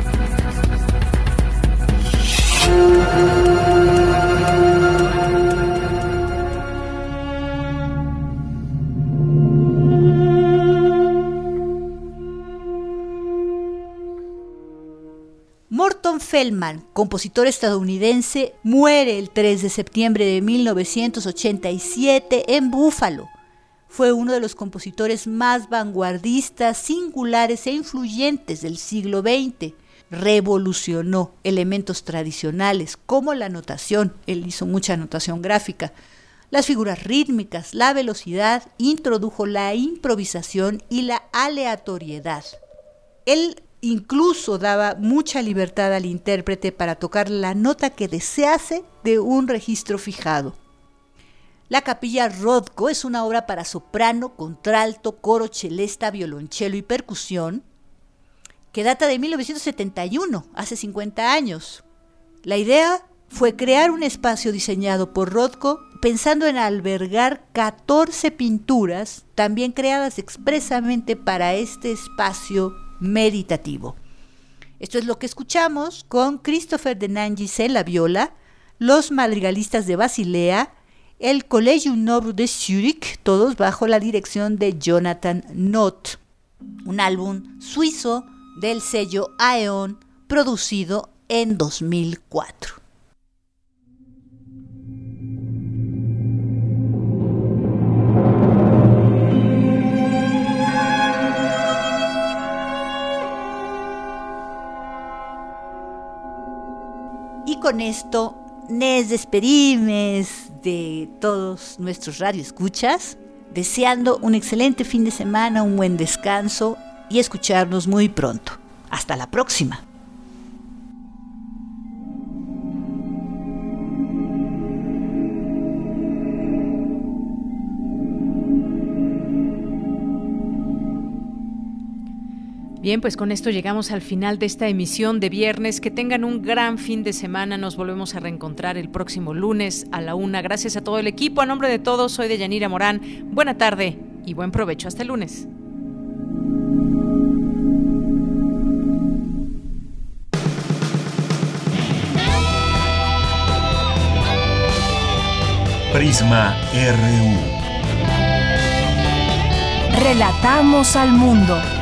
Speaker 17: Morton Feldman, compositor estadounidense, muere el tres de septiembre de mil novecientos ochenta y siete en Búfalo. Fue uno de los compositores más vanguardistas, singulares e influyentes del siglo veinte. Revolucionó elementos tradicionales como la notación, él hizo mucha notación gráfica, las figuras rítmicas, la velocidad, introdujo la improvisación y la aleatoriedad. Él incluso daba mucha libertad al intérprete para tocar la nota que desease de un registro fijado. La Capilla Rothko es una obra para soprano, contralto, coro, celesta, violonchelo y percusión que data de mil novecientos setenta y uno, hace cincuenta años. La idea fue crear un espacio diseñado por Rothko pensando en albergar catorce pinturas también creadas expresamente para este espacio meditativo. Esto es lo que escuchamos con Christopher de Nangis en la viola, los madrigalistas de Basilea, el Collegium Noble de Zurich, todos bajo la dirección de Jonathan Knott. Un álbum suizo del sello Aeon, producido en dos mil cuatro. Y con esto nos despedimos de todos nuestros radioescuchas, deseando un excelente fin de semana, un buen descanso y escucharnos muy pronto. Hasta la próxima.
Speaker 3: Bien, pues con esto llegamos al final de esta emisión de viernes. Que tengan un gran fin de semana. Nos volvemos a reencontrar el próximo lunes a la una. Gracias a todo el equipo. A nombre de todos, soy Deyanira Morán. Buena tarde y buen provecho. Hasta el lunes.
Speaker 6: Prisma R U.
Speaker 1: Relatamos al mundo.